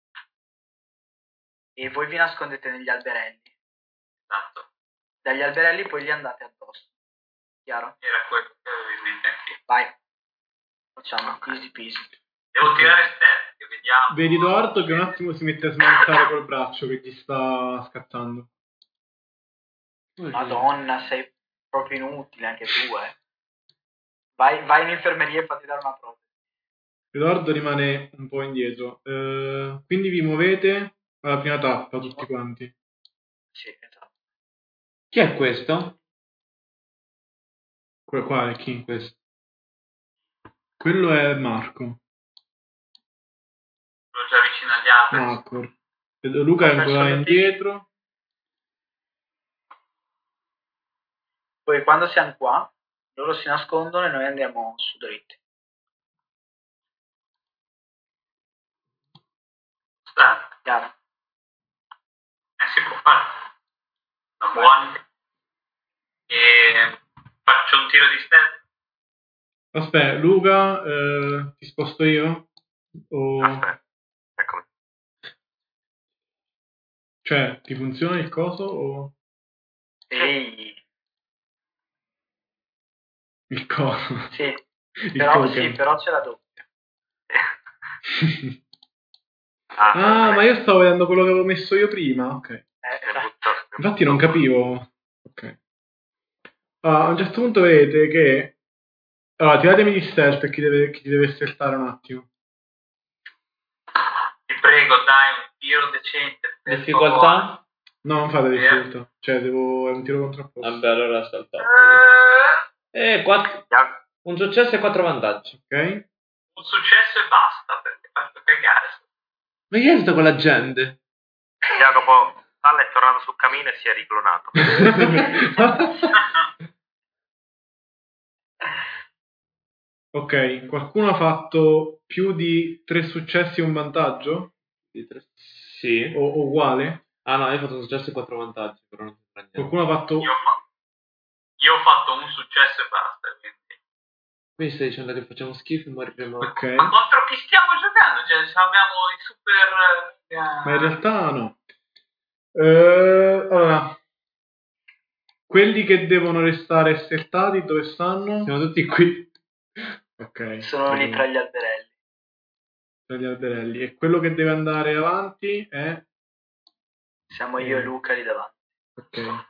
e voi vi nascondete negli alberelli. Esatto. Dagli alberelli poi li andate addosso. Chiaro? Era quello che avevo in mente anche. Vai. Facciamo easy peasy. Devo tirare stealth, che vediamo. Vedi Edoardo che un attimo si mette a smontare col braccio che gli sta scattando. Madonna, sei proprio inutile anche tu, eh. Vai, vai in infermeria e fatti dare una prova. Edoardo rimane un po' indietro. Eh, quindi vi muovete alla prima tappa tutti quanti. Sì, esatto. Chi è questo? Quello qua è chi? Questo. Quello è Marco. Sono già vicino agli alberi. Marco. Luca è ancora indietro. Poi quando siamo qua, loro si nascondono e noi andiamo su dritti. Sta. Chiaro? Eh, si può fare. Una buona. E faccio un tiro di stealth. Aspetta, Luca, eh, ti sposto io? O... Aspetta, eccomi. Cioè, ti funziona il coso o... Ehi. Il coso? Sì, Il però, token. sì, però c'è la doppia. Ah, Ah, ma io stavo vedendo quello che avevo messo io prima, ok. Eh, ne butto- ne Infatti non butto- capivo. Ok. Ah, a un certo punto vedete che... Allora, tiratemi di stealth chi deve, chi deve stealthare un attimo. Ti prego, dai un tiro decente. per Difficoltà? No, non fate Eh. difficoltà. Cioè, devo... è un tiro contro opposto. Vabbè, allora saltato. favore. Eh, quattro... Ia- Un successo e quattro vantaggi. Ok? Un successo e basta, perché faccio cagare. Ma che è stato con la gente? Jacopo Salla è tornato sul camino e si è riclonato. Ok, qualcuno ha fatto più di tre successi e un vantaggio? Sì. O o uguale? Ah no, io ho fatto un successo e quattro vantaggi, però non c'entra niente. Qualcuno ha fatto... Io ho, fatto, io ho fatto un successo e basta. Quindi. Quindi stai dicendo che facciamo schifo e moriremo... Ok. Ma contro chi stiamo giocando? Cioè, se abbiamo i super... eh, Ma in realtà no. Eh, allora, quelli che devono restare stealthati dove stanno? Siamo tutti qui. Ok. Sono lì tra gli alberelli. Tra gli alberelli. E quello che deve andare avanti è... Siamo io e Luca lì davanti. Ok.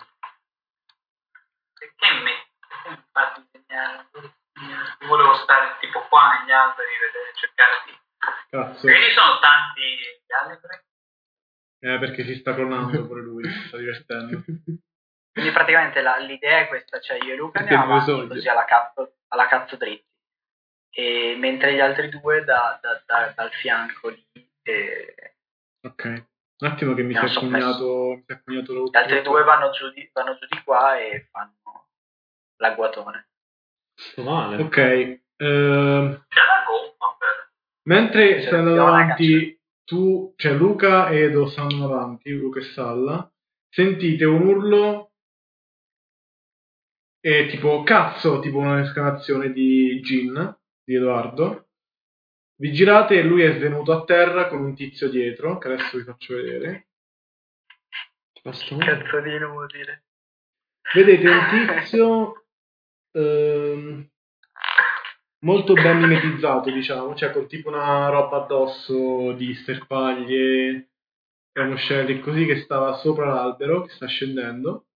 Perché me? Perché mi fate disegnare? Io volevo stare tipo qua negli alberi, vedere, cercare di... Cazzo. Vedi, sono tanti gli alberi? Eh, perché si sta clonando pure lui, si sta divertendo. Quindi praticamente la- l'idea è questa, cioè io e Luca Perché andiamo due avanti sogni. così alla cazzo, alla cazzo dritti, e mentre gli altri due da, da- da- dal fianco lì, e Ok. Un attimo che mi si Mi è sono cognato... Mi si è cognato lo gli altri due vanno giù di, vanno giù di qua e fanno l'agguatone. Sto male. Ok. ehm, C'è la gomma per... mentre C'è stai andando Fiona, avanti tu, cioè Luca e Edo stanno avanti, Luca e Salla, sentite un urlo e tipo cazzo, tipo un'esclamazione di Gin, di Edoardo. Vi girate e lui è svenuto a terra con un tizio dietro, che adesso vi faccio vedere. Ma sto male. Cazzolino vuol dire. Vedete un tizio ehm, molto ben mimetizzato, diciamo, cioè con tipo una roba addosso di sterpaglie e moscelli e così, che stava sopra l'albero, che sta scendendo.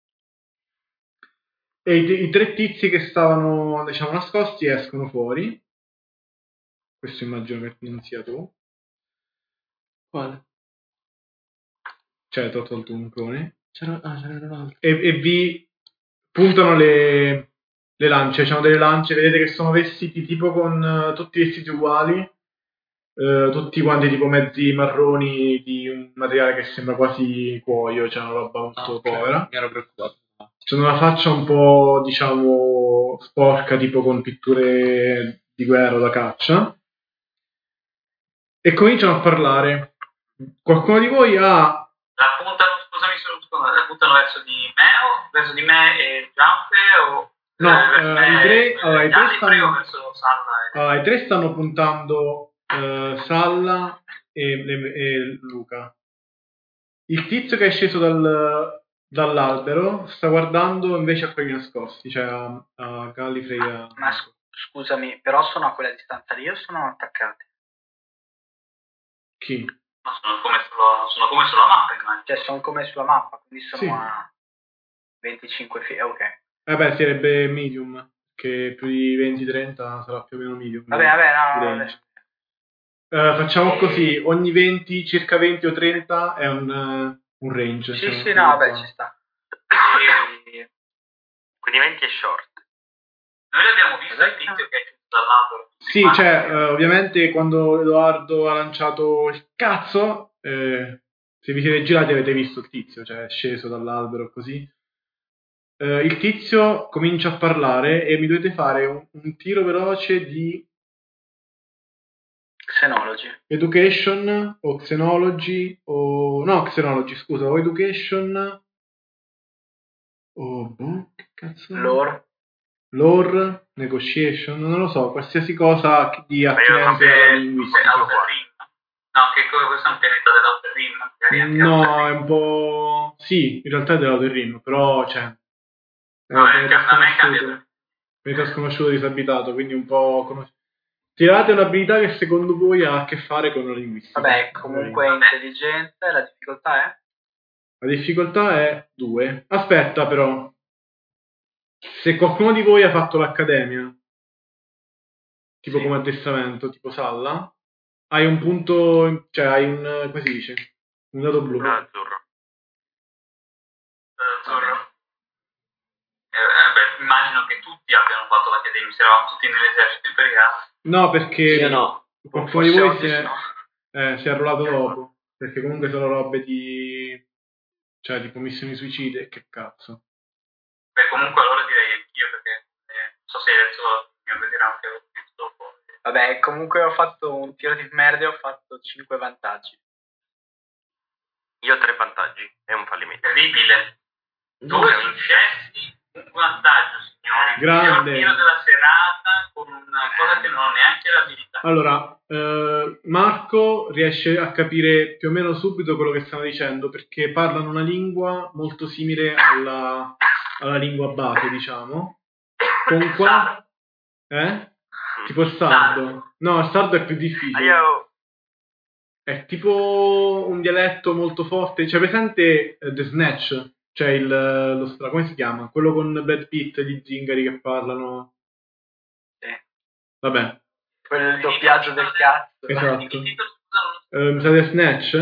E i, i tre tizi che stavano, diciamo, nascosti escono fuori. Questo immagino che non sia tu. Quale? Cioè, ti ho tolto un clone. C'era... Ah, c'era un altro. E, e vi puntano le, le lance. C'hanno delle lance, vedete che sono vestiti tipo con uh, tutti vestiti uguali, uh, tutti quanti tipo mezzi marroni di un materiale che sembra quasi cuoio, cioè una roba molto Ah, ok. povera. Mi ero preoccupato. C'è una faccia un po', diciamo, sporca, tipo con pitture di guerra da caccia. E cominciano a parlare. Qualcuno di voi ha... La puntano, scusami, scusami, la puntano verso di me o verso di me e Giampe o... No, verso eh, me i tre- e- allora, i gli tre altri stanno- tre o verso Salla e... Allora, i tre stanno puntando eh, Salla e, e- e Luca. Il tizio che è sceso dal- dall'albero sta guardando invece a quelli nascosti, cioè a, a Gallifrey e a... Ma sc- scusami, però sono a quella distanza lì o sono attaccati? Chi? No, sono come sulla, sono come sulla mappa, immagino. Cioè sono come sulla mappa, quindi sono Sì. a venticinque feet, ok. Eh beh, sarebbe medium, che più di venti trenta sarà più o meno medium. Vabbè, vabbè, no, di no, range. vabbè. Eh, facciamo così, ogni venti, circa venti o trenta è un, eh, un range. Sì, cioè sì, una no, vabbè, zona. ci sta. E- Quindi venti è short. Noi l'abbiamo visto il tizio che è sceso dall'albero. Sì, cioè, eh, ovviamente quando Edoardo ha lanciato il cazzo, eh, se vi siete girati avete visto il tizio, cioè è sceso dall'albero così. eh, il tizio comincia a parlare e mi dovete fare un, un tiro veloce di Xenology. education o xenology o no, xenology, scusa, o education o boh, che cazzo? Lore. Lore, negotiation, non lo so, qualsiasi cosa di Ma io non so attinente se alla se linguistica. Outer Rim. No, che cosa questo è un pianeta dell'Outer Rim? Magari anche No, Outer è Rim. un po'... Sì, in realtà è dell'Outer Rim, però, cioè... È No, un è pianeta ca- a me cambia sconosciuto. tutto. Pianeta sconosciuto disabitato, quindi un po' conosciuto. Tirate un'abilità che secondo voi ha a che fare con la linguistica. Vabbè, comunque è intelligente, la difficoltà è? La difficoltà è due. Aspetta, però. Se qualcuno di voi ha fatto l'accademia, tipo Sì. come addestramento, tipo Salla, hai un punto, cioè hai un, come si dice? Un dato blu. Ah, azzurro. Azzurro. Eh, eh, beh, immagino che tutti abbiano fatto l'accademia, se eravamo tutti nell'esercito imperiale. No, perché Io no. qualcuno di Forse voi oggi si è, no. eh, si è arruolato dopo, perché comunque sono robe di, cioè tipo missioni suicide, che cazzo. Beh, comunque allora direi anch'io, perché eh, non so se hai detto il mio vedrà anche dopo. Vabbè, comunque ho fatto un tiro di merda e ho fatto cinque vantaggi. Io ho tre vantaggi e un fallimento. Incredibile. Due successi, un vantaggio, signori. Grande. Il miglior tiro della serata con una cosa che non ho neanche l'abilità. Allora, eh, Marco riesce a capire più o meno subito quello che stanno dicendo, perché parlano una lingua molto simile alla, alla lingua base, diciamo. Con qua... Eh? Tipo il sardo. No, il sardo è più difficile. Io... È tipo un dialetto molto forte. C'è presente eh, The Snatch? Cioè il, lo stra... come si chiama? Quello con Brad Pitt e gli zingari che parlano. Sì. Vabbè. Quel doppiaggio del cazzo. Esatto. Eh, mi sa The Snatch?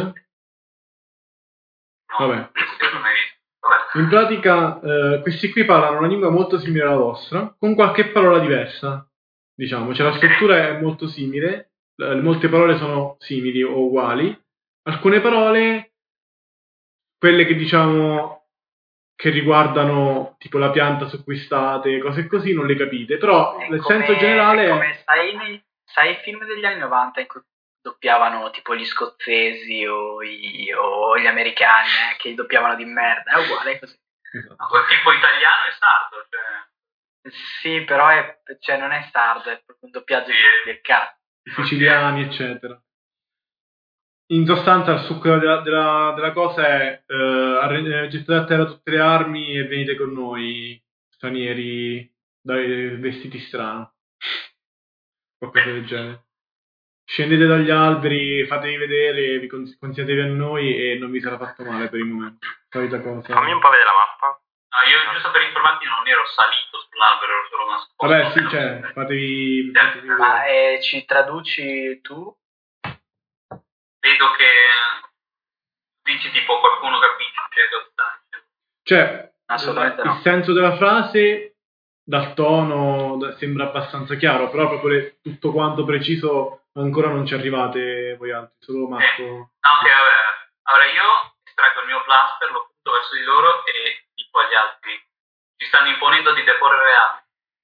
Vabbè. In pratica eh, questi qui parlano una lingua molto simile alla vostra, con qualche parola diversa. Diciamo, cioè la struttura è molto simile, eh, molte parole sono simili o uguali. Alcune parole, quelle che diciamo che riguardano tipo la pianta su cui state, cose così, non le capite, però È nel come- senso generale è è... come sai, nei- sai i film degli anni novanta in cui doppiavano tipo gli scozzesi o, i- o gli americani eh, che doppiavano di merda, è uguale così. Esatto. No, quel tipo italiano e sardo, cioè... Sì, però è, cioè, non è sardo, è proprio un doppiaggio Sì. di- del cazzo. I siciliani, eccetera. In sostanza il succo della, della, della cosa è eh, arre- eh, gettate a terra tutte le armi e venite con noi, stranieri dai vestiti strano. Qualcosa del genere. Scendete dagli alberi, fatevi vedere, vi con- consigliatevi a noi e non vi sarà fatto male per il momento. Solita cosa. Fammi un po' vedere la mappa. No, io giusto per informarti non ero salito sull'albero, ero solo nascosto. Vabbè, sì, cioè, fatevi, fatevi vedere. Ma eh, ci traduci tu? Vedo che dici tipo qualcuno capisce cosa sta dicendo. Cioè, Assolutamente il no. senso della frase dal tono da- sembra abbastanza chiaro, però proprio le- tutto quanto preciso ancora non ci arrivate voi altri, solo Marco. Eh, ok, vabbè. Allora io estraggo il mio blaster, lo punto verso di loro e dico agli altri: ci stanno imponendo di deporre le armi.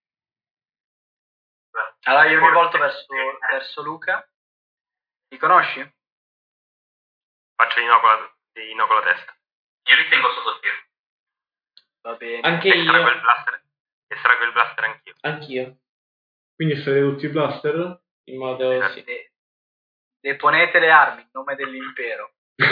Allora io mi volto verso, verso Luca. Li conosci? Faccio di no con la, di no con la testa. Io li tengo sotto tiro. Va bene. Anche Estraggo il io. blaster. Estraggo il blaster anch'io. Anch'io. Quindi sarete tutti blaster? In modo... Sì. De- deponete le armi in nome dell'impero.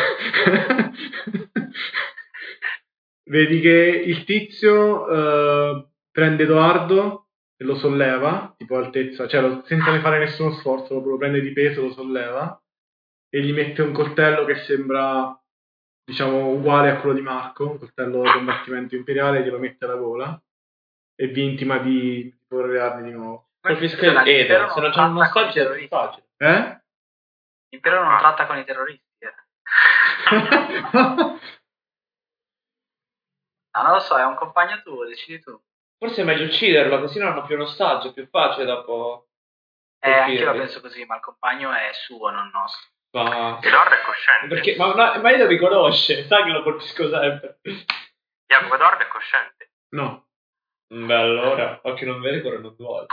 Vedi che il tizio eh, prende Edoardo e lo solleva, tipo altezza, cioè lo- senza ne fare nessuno sforzo, lo prende di peso, lo solleva e gli mette un coltello che sembra, diciamo, uguale a quello di Marco, un coltello da combattimento imperiale, glielo mette alla gola e vi intima di porre le armi di nuovo. Colpisco il Edo, se non c'è uno tratta con i ostaggio è più terroristi. facile. Eh? L'impero non tratta con i terroristi. eh. Ah, non lo so, è un compagno tuo, decidi tu. Forse è meglio ucciderlo, così non hanno più un ostaggio, è più facile dopo... Eh, anche io la colpirli. penso così, ma il compagno è suo, non nostro. Ma... Edoardo è cosciente. Perché? Ma, ma, ma io lo riconosce, sa che lo colpisco sempre. Jacopo, Edoardo è cosciente. No. Beh, allora, occhio non vede, cuore non duole.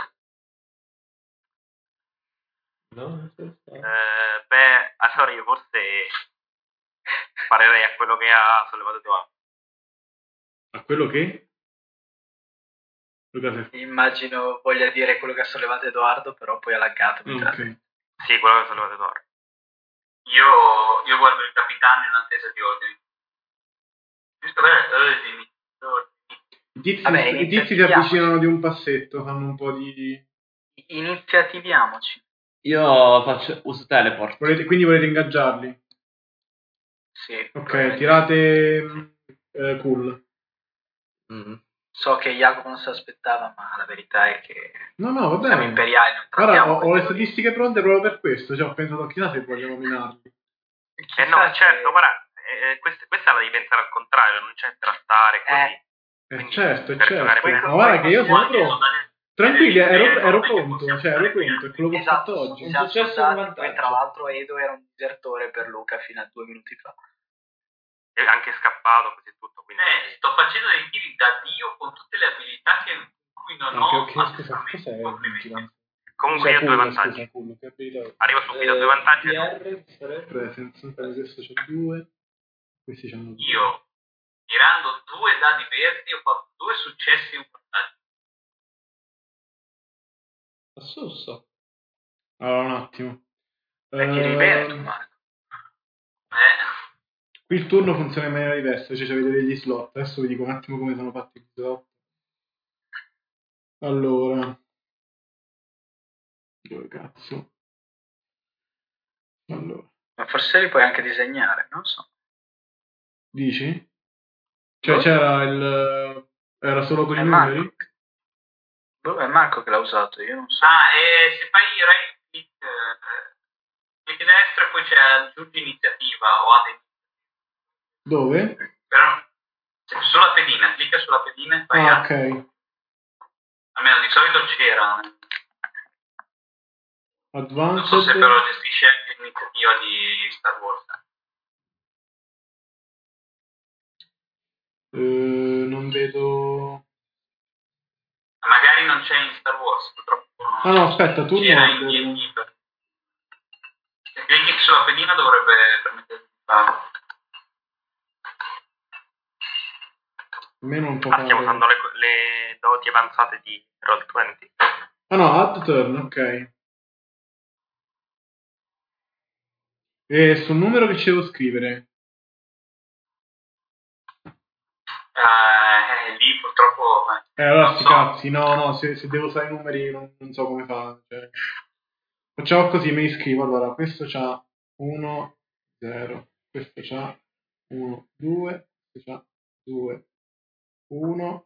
No? Eh, beh, allora io forse parerei a quello che ha sollevato Edoardo. A quello che? Luca, se... Immagino voglia dire quello che ha sollevato Edoardo, però poi ha laggato. Ok. Sì, quello che ha sollevato Edoardo. Io, io guardo il capitano in attesa di ordini. Giusto per ordini. I tizi, Vabbè, i tizi si iniziativiamoci. avvicinano di un passetto, fanno un po' di... Iniziativiamoci. Io faccio, uso teleport. Volete, quindi volete ingaggiarli? Sì. Ok, probabilmente. tirate mh, eh, cool. Mm. So che Jacopo non si aspettava, ma la verità è che No, no, va siamo bene. imperiali. Non Guarda, trattiamo ho, ho le queste statistiche pronte proprio per questo. Cioè, ho pensato chissà se voglio nominarli. Eh no, certo, guarda, eh, questa, questa la devi pensare al contrario, non c'è trattare così. Eh, Eh Quindi, certo, per giocare certo. bene. Ma guarda che io sono Quanti pronto. soldati- Tranquilli, ero, ero Noi che pronto. possiamo Cioè, ero fare pronto. È quello che ho esatto, fatto oggi. Un siamo successo e un soldati, vantaggio. poi tra l'altro Edo era un disertore per Luca fino a due minuti fa. È anche scappato, così tutto. Quindi... Eh, sto facendo dei tiri da Dio con tutte le abilità che, cui non Ok, ho. ok, scusa, assolutamente cos'è il complimenti. vigilante? Comunque Cioè, io ho due cool, vantaggi. scusa, cool, che abilità? Arrivo subito, Eh, due vantaggi. P R sarebbe? Presence, ok, questo c'è due. Questi c'hanno due. Io, tirando due dadi verdi, ho fatto due successi e un vantaggio. Assusso. Allora, un attimo. Beh, tiri bene tu, Ehm, Marco. Eh, Qui il turno funziona in maniera diversa, cioè avete degli slot. Adesso vi dico un attimo come sono fatti gli slot. Allora, dove cazzo? Allora, Ma forse li puoi anche disegnare, non so. dici? Cioè Boh. c'era il... era solo con È i Marco. numeri? Boh, è Marco che l'ha usato, io non so. ah, e se fai right click, eh, clic destro e poi c'è aggiungi iniziativa o ad Dove? però cioè, sulla pedina, clicca sulla pedina e fai Ah, add. ok. Almeno di solito c'era. Non so se Advanced. però gestisce anche l'iniziativa di Star Wars. Eh, non vedo... Magari non c'è in Star Wars, purtroppo. Ah no, aspetta, turno c'era in order. D and D. Se clicchi sulla pedina dovrebbe permettere di farlo. A me non può Ah, stiamo fare... usando le, le doti avanzate di Roll venti. Ah no, add turn, ok. E sul numero che ci devo scrivere? Eh, lì purtroppo... Eh, allora non sti so. cazzi, no, no, se, se devo usare i numeri non, non so come fare. Cioè. Facciamo così, me li scrivo. Allora, questo c'ha uno, zero, questo c'ha uno, due, questo c'ha due, uno,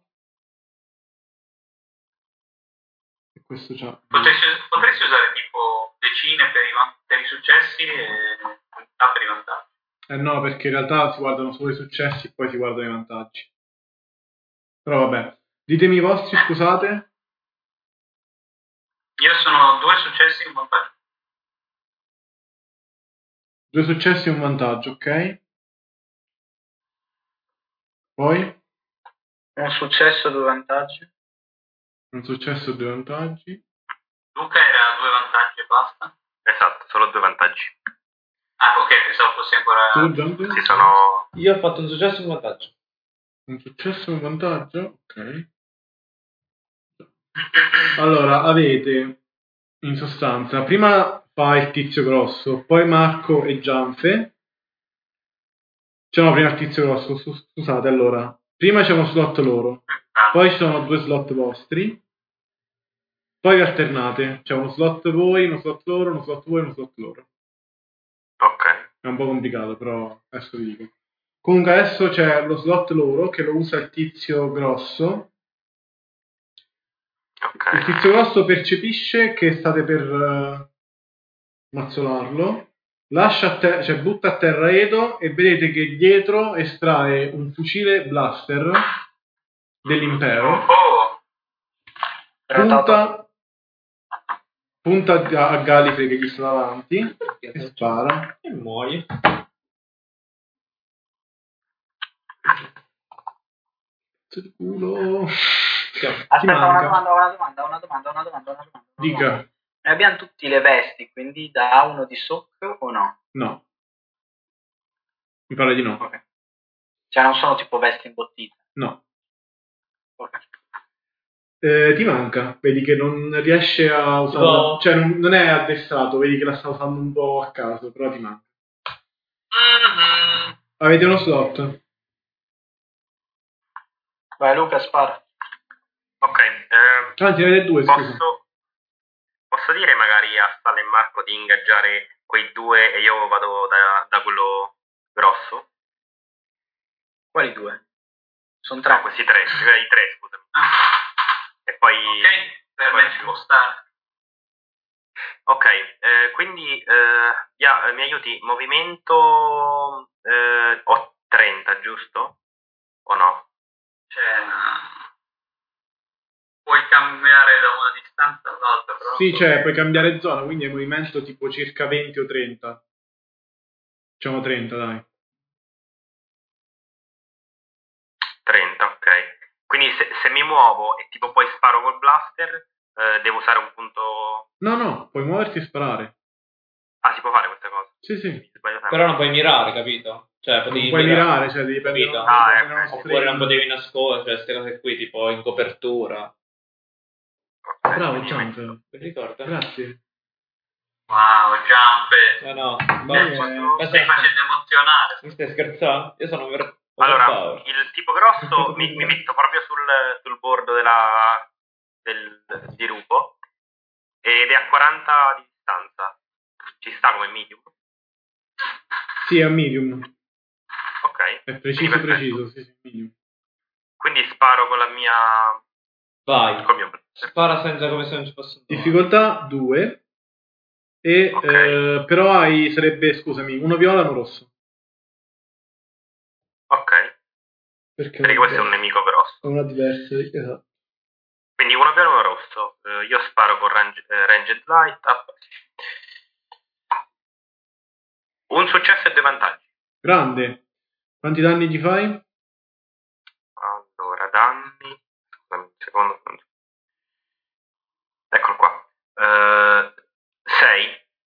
e questo c'ha due. Potresti, potresti usare tipo decine per i, van- per i successi e unità per i vantaggi. Eh no, perché in realtà si guardano solo i successi e poi si guardano i vantaggi. Però vabbè, ditemi i vostri, scusate. Io sono due successi e un vantaggio. Due successi e un vantaggio, ok? Poi? Un successo, due vantaggi. Un successo e due vantaggi. Luca era due vantaggi e basta. Esatto, solo due vantaggi. Ah, ok, pensavo fosse ancora... Tu, Gianpi? Sì, sono... Io ho fatto un successo e un vantaggio. Un successo e un vantaggio? Ok. Allora, avete in sostanza, prima fa il tizio grosso, poi Marco e Gianfe. Cioè no, prima il tizio grosso, scusate, allora. Prima c'è uno slot loro, poi ci sono due slot vostri, poi vi alternate. C'è uno slot voi, uno slot loro, uno slot voi, uno slot loro. Ok. È un po' complicato, però adesso vi dico. Comunque adesso c'è lo slot loro che lo usa il tizio grosso. Okay. Il tizio grosso percepisce che state per uh, mazzolarlo, lascia a te- cioè butta a terra Edo e vedete che dietro estrae un fucile blaster dell'impero, Oh, punta, punta a, a Gallifrey che gli sta davanti e spara. E muoio. Il culo. Aspetta, una domanda, una domanda, una domanda, una domanda, una domanda. Dica. Noi abbiamo tutti le vesti, quindi da uno di socco o no? No. Mi pare di no. Ok. Cioè non sono tipo vesti imbottite? No. Ok. Eh, ti manca, vedi che non riesce a usarla, No. cioè non, non è addestrato, vedi che la sta usando un po' a caso, però ti manca. Mm-hmm. Avete uno slot? Vai Luca, spara. Ok, eh, Anzi, avete due, scusa. posso, posso dire magari a Sale e Marco di ingaggiare quei due e io vado da, da quello grosso? Quali due? Sono tre. No, questi tre, eh, i tre, scusami. Ah. E poi... Ok, per poi me ci può stare. Ok, eh, quindi eh, yeah, mi aiuti, movimento eh, ho trenta, giusto? O no? Cioè, puoi cambiare da una distanza all'altra, però... Sì, cioè, puoi cambiare zona, quindi è movimento tipo circa venti o trenta. Diciamo trenta, dai. trenta, ok. Quindi se, se mi muovo e tipo poi sparo col blaster, eh, devo usare un punto... No, no, puoi muoverti e sparare. Ah, si può fare questa cosa? Sì, sì. Sbaglio sempre. Però non puoi mirare, capito? Cioè, Non potevi puoi mirare, cioè devi capito? prendere Ah, devi eh, prendere uno Oppure non frame. potevi nascondere, cioè queste cose qui, tipo in copertura. Ok, Bravo, quindi Jump. metto- Mi ricorda? Grazie. Wow, Jump. No, no, Eh, basta. Tu stai facendo emozionare. Mi stai scherzando? Io sono ver- Allora, overpower. il tipo grosso mi, mi metto proprio sul, sul bordo della, del dirupo ed è a quaranta di distanza. Ci sta come medium? Sì, è medium. Ok. È preciso, Quindi perfetto. preciso, sì, sì, medium. Quindi sparo con la mia... Vai. col mio blaster. Spara senza come se non ci fosse un domani. Difficoltà due. E, Ok. eh, però hai, sarebbe, scusami, uno viola e uno rosso. Ok. Perché Perché questo è un nemico grosso. È una diversa, esatto. Quindi uno viola e uno rosso. Eh, io sparo con range, eh, Ranged Light. Up. Un successo e due vantaggi. Grande. Quanti danni gli fai? Allora, danni... Scusami un secondo. Eccolo qua. Uh, sei.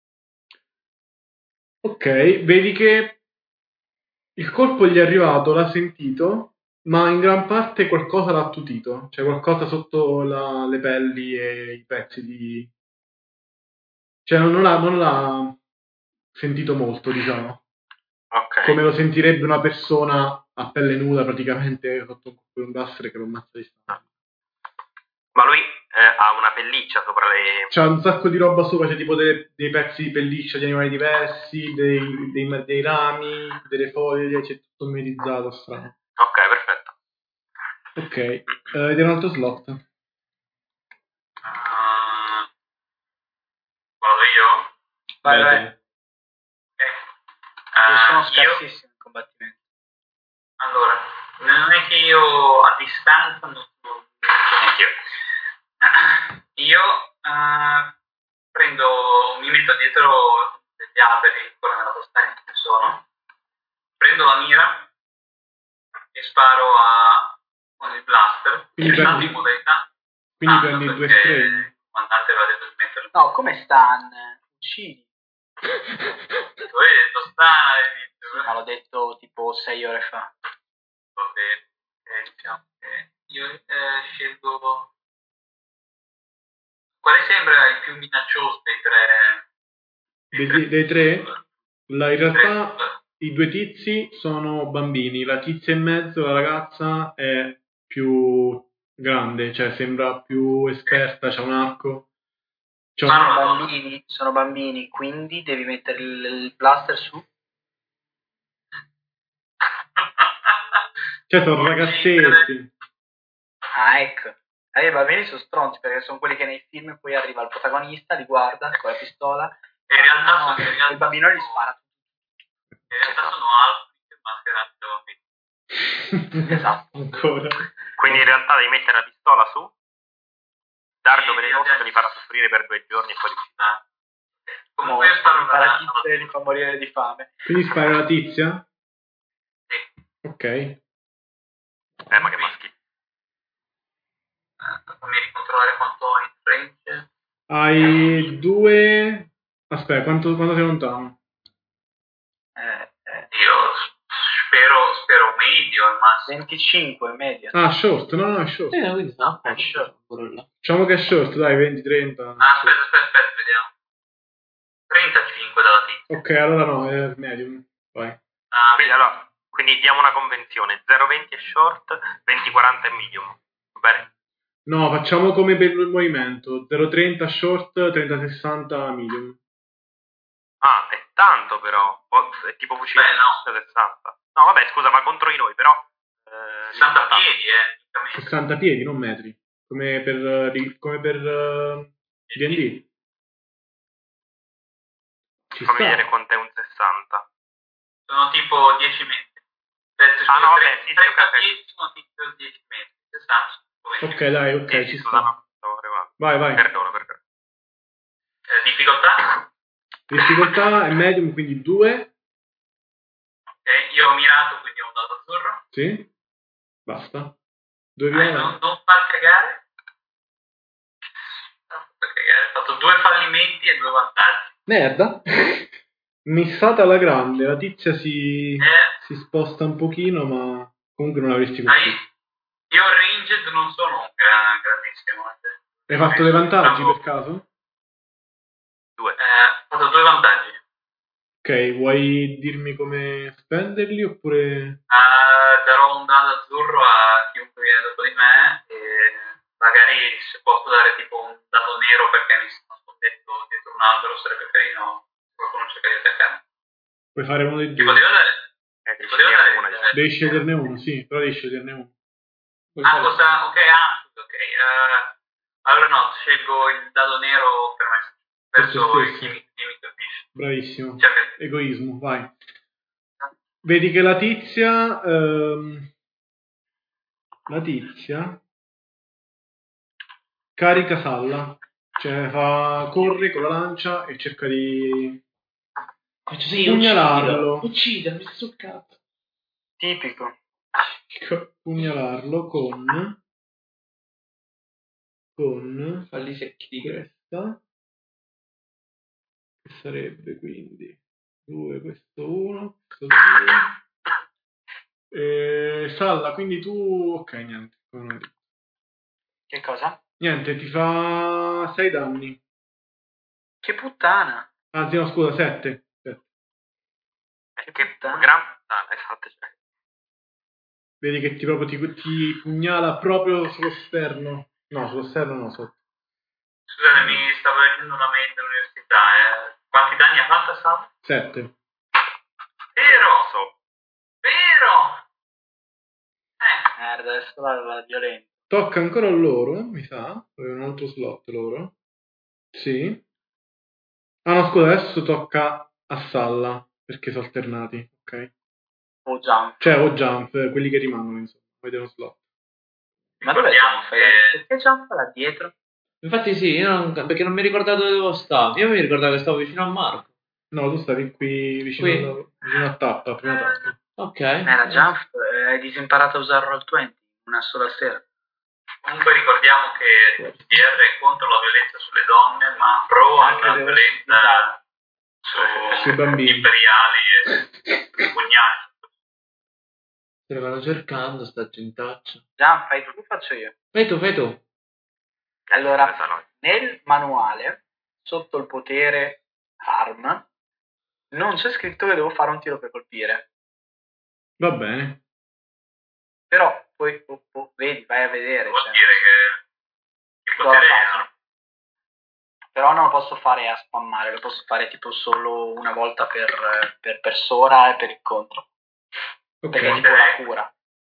Ok, vedi che il colpo gli è arrivato, l'ha sentito, ma in gran parte qualcosa l'ha attutito. C'è qualcosa sotto la- le pelli e i pezzi di... Cioè non, non l'ha, non l'ha sentito molto, diciamo. Ok. Come lo sentirebbe una persona a pelle nuda praticamente sotto un colpo di un blaster che lo ammazza di stanza. Ma lui eh, ha una pelliccia sopra le... C'ha un sacco di roba sopra, c'è tipo delle- dei pezzi di pelliccia di animali diversi, dei, dei- dei rami, delle foglie, c'è tutto mimetizzato, strano. Ok, perfetto. Ok, eh, ed è un altro slot. Uh, vado io? Vai, vai. Ok. Io sono Uh, io, scarsissimo in combattimento. allora, non è che io a distanza non non- non so neanche io. Io uh, prendo, mi metto dietro degli alberi, ancora nella postagna che sono, prendo la mira e sparo a, con il blaster. Quindi È stato prendi- in modalità Quindi stun, prendi due perché spray. il comandante aveva detto di metterlo. No, come Stan? Uccidi. Tu hai detto stun all'inizio, Sì, ma l'ho detto tipo sei ore fa. va bene. Eh, diciamo che io eh, scelgo quale sembra il più minaccioso dei tre. Dei, dei tre? La, in realtà Tre. i due tizi sono bambini, la tizia in mezzo, la ragazza, è più grande, cioè sembra più esperta, c'ha un arco. C'ha Sono un... bambini, sono bambini, quindi devi mettere il, il blaster su. Cioè sono ragazzetti. Ah, ecco. Allora, i bambini sono stronzi perché sono quelli che nei film poi arriva il protagonista, li guarda con la pistola. E in realtà, no, sono, in realtà il bambino gli sono- spara. In realtà sono altri che mascherati da bambini. Esatto. Ancora. Quindi in realtà devi mettere la pistola su, dardo Sì, velenoso sì. che li farà soffrire per due giorni e poi li ucciderà. Ah. Comunque io sparo No, una la lanza. tizia li fa morire di fame. Quindi spara la tizia? Sì. Ok. Eh, ma che maschio. fammi ricontrollare quanto ho in range. Hai due... Aspetta, quanto, quanto sei lontano? Eh, eh. Io spero, spero medio al massimo. venticinque media. Ah, short, no, no, è short. Eh, quindi No, no, è short. Diciamo che è short, dai, venti trenta. Ah, aspetta, aspetta, aspetta, vediamo. trentacinque dalla tizia. Ok, allora no, è medium. Vai. Ah, Quindi, allora, quindi diamo una convenzione, zero venti è short, venti quaranta è medium, va bene? No, facciamo come per il movimento. zero trenta short, trenta sessanta medium. Ah, è tanto però, oh, è tipo fucile Beh, no. sessanta. No, vabbè, scusa, ma contro di noi, però... Eh, sessanta piedi, eh. sessanta piedi, non metri. Come per uh, come per uh, D and D. Ci Fammi sta. vedere quanto è un sessanta. Sono tipo dieci metri. Eh, Ah, no, vabbè, trenta, sì, sì, trenta ok. piedi sono tipo dieci metri. sessanta sono Ok, dai, ok, Sì, ci sì, sta. scusa, no, stavo regolando. Vai, vai. Perdono, perdono. Eh, difficoltà? Difficoltà è medium, quindi due. Ok, io ho mirato, quindi ho un dato azzurro. Sì. Basta. Due Eh, viola. non, non far cagare. Non far cagare. Ho fatto due fallimenti e due vantaggi. Merda. Missata alla grande. La tizia si, Eh. si sposta un pochino, ma comunque non avresti Ah, colpito. io, io ranged non sono un gran, grandissimo. eh. Hai fatto dei vantaggi Diciamo, per caso? Due. Eh, ho fatto due vantaggi. Ok, vuoi dirmi come spenderli oppure... Uh, darò un dado azzurro a chiunque viene dopo di me e magari se posso dare tipo un dado nero perché mi sono nascondendo dietro un albero sarebbe carino se qualcuno cerca di attaccare. Puoi fare uno dei Ti due. potevo dare? Eh, Ti potevo dare? una, eh, Devi sceglierne uno, sì, però devi sceglierne uno. Puoi Ah, fare- cosa? Ok, ah, scusa, ok. Uh, allora no, scelgo il dado nero per me Per te verso stesso. chi mi, chi mi colpisce. Bravissimo. Cioè, per- Egoismo, vai. Vedi che la tizia... ehm, la tizia... carica Salla. Cioè fa... corre con la lancia e cerca di... Faccio sì, pugnalarlo. Uccidermi sul cazzo. Tipico. Pugnalarlo con... con... Falli secchi di questo. questa... che sarebbe quindi... due, questo uno, questo due... E Salla, quindi tu... ok, niente. non ho detto. Che cosa? Niente, ti fa sei danni. Che puttana. Anzi, no, scusa, sette. Eh, Che che puttana. gran puttana, esatto. Cioè. Vedi che ti proprio ti, ti pugnala proprio sullo sterno. No, sullo sterno no, sotto. Scusatemi, stavo leggendo una mail dell'università. Eh. Quanti danni ha fatto Sam? sette. Vero! So. Vero! Eh. Merda, adesso la, la violenta. Tocca ancora a loro, mi sa. Aveva un altro slot loro. Sì. Ah no, scusa, adesso tocca a Salla, perché sono alternati, ok? O jump. Cioè, o jump, quelli che rimangono, insomma. Avete uno slot. Ma dov'è Ricordiamo jump? che- Perché jump là dietro? Infatti sì, io non, perché non mi ricordavo dove dovevo stare. Io mi ricordavo che stavo vicino a Marco. No, tu stavi qui vicino, Qui? alla- vicino a tappa, prima tappa. Ok. Era jump, eh, hai disimparato a usare Roll venti una sola sera. Comunque ricordiamo che il P R è contro la violenza sulle donne, ma pro anche la Anche deve- violenza Sui sui bambini. imperiali e pugnali. Se lo vanno cercando, sta gentaccia. Jump, fai tu, faccio io. Fai tu, fai tu. Allora, Questa no. nel manuale, sotto il potere Arm, non c'è scritto che devo fare un tiro per colpire. Va bene. Però poi oh, oh, vedi, vai a vedere. Vuol cioè, dire che il do potere la è pagina. Però non lo posso fare a spammare, lo posso fare tipo solo una volta per, per persona e per incontro. Perché è Ok. tipo la cura.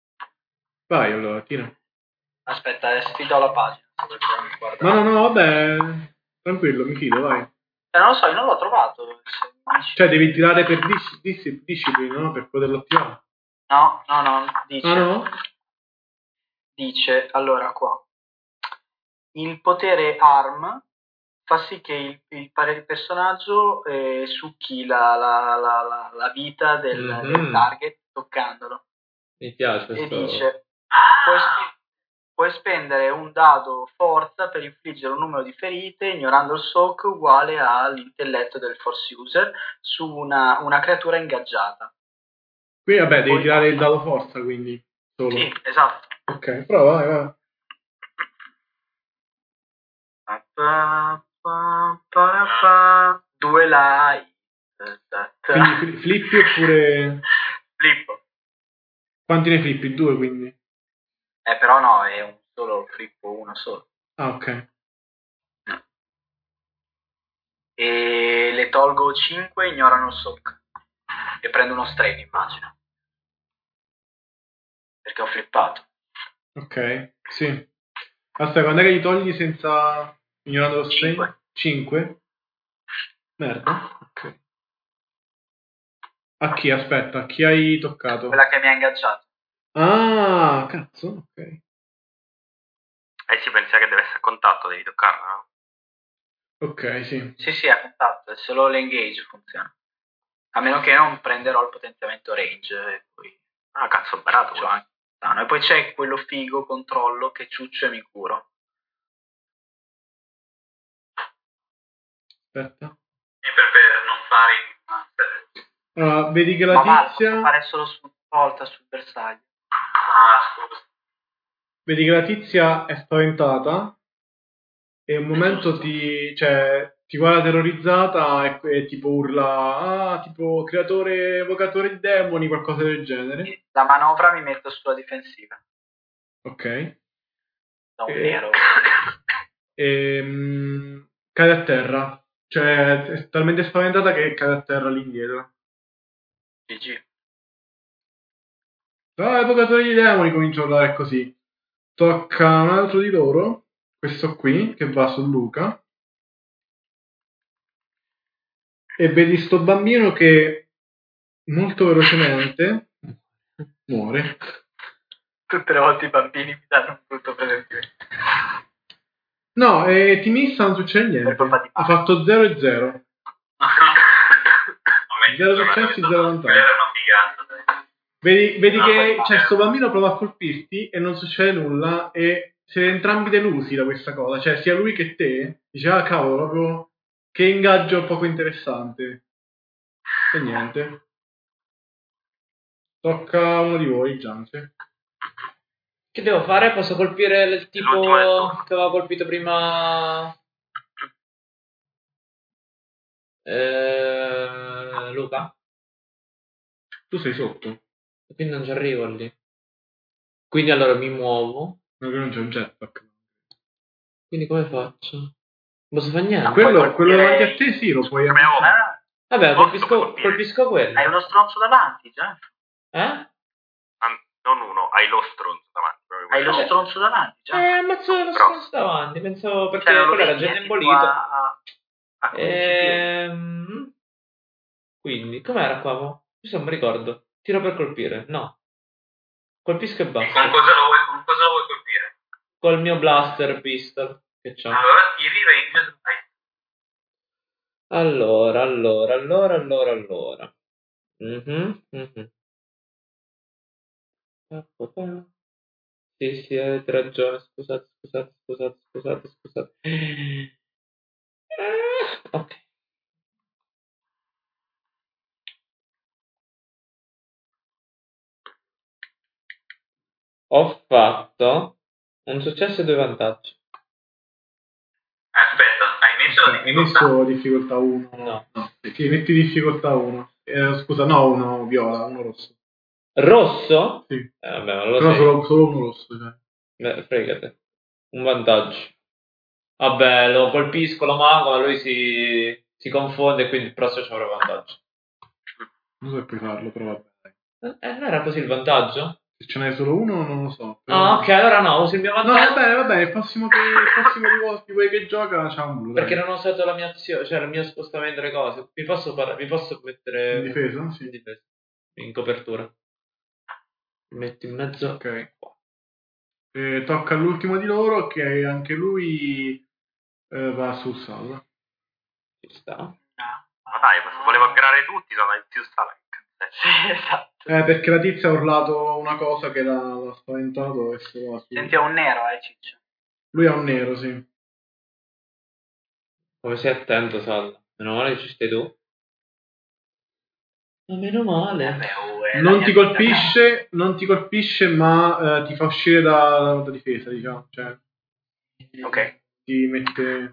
Vai allora, tira. Aspetta, adesso ti do la pagina. se vuoi provare a guardare. No, no, no, vabbè. Tranquillo, mi fido, vai. Eh, non lo so, io non l'ho trovato. se mi dici- Cioè, devi tirare per dis- dis- discipline, no? Per poterlo attivare. No, no, no, dice, Ah, no? dice, allora qua, il potere Arm fa sì che il, il, pare- il personaggio eh, succhi la, la, la, la, la vita del, Mhm. del target toccandolo. Mi piace E questo. dice, Ah! puoi, spi- puoi puoi spendere un dado forza per infliggere un numero di ferite ignorando il soak uguale all'intelletto del force user su una, una creatura ingaggiata. Qui vabbè, devi Poi tirare no. il dado forza, quindi solo. Sì, esatto. Ok, prova, vai, vai. Pa, pa, pa, pa. Due like. Quindi fli- flippi oppure... Flippo. Quanti ne flippi? Due, quindi. Eh, però no, è un solo flippo, uno solo. Ah, ok. E le tolgo cinque, ignorano il soak. E prendo uno strain, immagino. Perché ho flippato. Ok, sì. Aspetta, quando è che li togli senza... ignorando lo strain? cinque. Merda, ok. A chi? Aspetta, a chi hai toccato? Quella che mi ha ingaggiato. Ah, cazzo, ok. Eh sì, pensa che deve essere a contatto, devi toccarla, no? Ok, sì. Sì, sì, a contatto, è solo l'engage funziona. A meno che non prenderò il potenziamento range. E poi... Ah, cazzo, barato. C'ho anche... ah, e poi c'è quello figo, controllo, che ciuccio e mi curo. Aspetta. E per, per non fare i master. Allora, vedi che la Ma va, lo tizia... posso fare solo su volta sul bersaglio. Ah, scusa. Vedi che la tizia è spaventata e un momento ti, cioè, ti guarda terrorizzata e, e tipo urla, ah, tipo creatore, evocatore di demoni, qualcosa del genere. La manovra mi metto sulla difensiva. Ok. Da un E- nero. E, mm, cade a terra. Cioè, è talmente spaventata che cade a terra lì indietro. G G. Ah, evocatore di demoni, comincia a urlare così. Tocca un altro di loro, questo qui, che va su Luca. E vedi sto bambino che molto velocemente muore. Tutte le volte i bambini mi danno un brutto presente. No, e Timissa non succede Per niente. colpa di Ha Mario. fatto zero e zero. Zero successi, zero vantaggi. Era una figata, dai. Vedi, vedi No, che no, cioè, no. sto bambino prova a colpirti e non succede nulla e siete entrambi delusi da questa cosa. Cioè, sia lui che te. Dice, ah, cavolo, proprio che ingaggio poco interessante. E niente. Tocca a uno di voi, Gianse. Che devo fare? Posso colpire il L'ultimo del tipo turno. che aveva colpito prima eh, Luca? Tu sei sotto. Quindi non ci arrivo lì. Quindi allora mi muovo. No, che non c'è un jetpack. Quindi come faccio? Non posso fare niente. Quello, quello colpire davanti a te sì, lo puoi Prima ammazzare. Ah, Vabbè, Posso colpisco, colpire? colpisco quello. hai uno stronzo davanti, già. Eh? Ah, non uno, hai lo stronzo davanti. proprio Hai lo quello. stronzo davanti, già. Eh, ammazzo lo Però- stronzo davanti. Pensavo perché Cioè, non lo quello era vedi, già eh, indebolito. tipo a, a, a quindici piedi. Ehm... Quindi, com'era qua? mo? Io non mi ricordo. Tiro per colpire. No. Colpisco e E basta. con cosa lo vuoi, con cosa lo vuoi colpire? Col mio blaster pistol che c'ho. Allora tiri range dai. Allora, allora, allora, allora, allora. Mhm, mhm. Pa, pa, pa. Sì, sì, avete ragione. Scusate, scusate, scusate, scusate, scusate. Ah, ok. Ho fatto un successo e due vantaggi. Aspetta, hai messo la Hai difficoltà? messo difficoltà uno? No. No. Sì, metti difficoltà uno. Eh, scusa, no, uno viola, uno rosso. Rosso? Sì. Eh, vabbè, non lo Però sai. solo, solo uno rosso. Cioè. Beh, fregate. Un vantaggio. Vabbè, lo colpisco, lo manco, ma lui si, si confonde e quindi il prossimo ci avrà vantaggio. Non so se puoi farlo, però vabbè. Dai. Eh, non era così il vantaggio? Se ce n'è solo uno non lo so. Però... Ah, ok, allora no, uso il mio No, vantaggio. va bene, va bene, il prossimo, che, il prossimo di voi, di voi che gioca c'ha un blu. Perché dai. non ho usato la mia azione, cioè il mio spostamento delle cose. Vi posso, par- vi posso mettere In difesa? Sì. in difesa, in copertura. Mi metto in mezzo. Ok. E tocca all'ultimo di loro che anche lui eh, va su Salla. Ci sta. Ma dai, se volevo aggregare tutti, sono il più stala. Sì, esatto. Eh, perché la tizia ha urlato una una cosa che l'ha, l'ha spaventato e se lo ha su. Senti, è un nero, eh, Ciccio. Lui è un nero, sì. Come sei attento, Sal. Meno male che ci stai tu. Ma meno male. Vabbè, oh, è la Non mia ti vita, colpisce, non ti colpisce, ma eh, ti fa uscire da, da difesa, diciamo. Cioè, no. Ok. ti mette...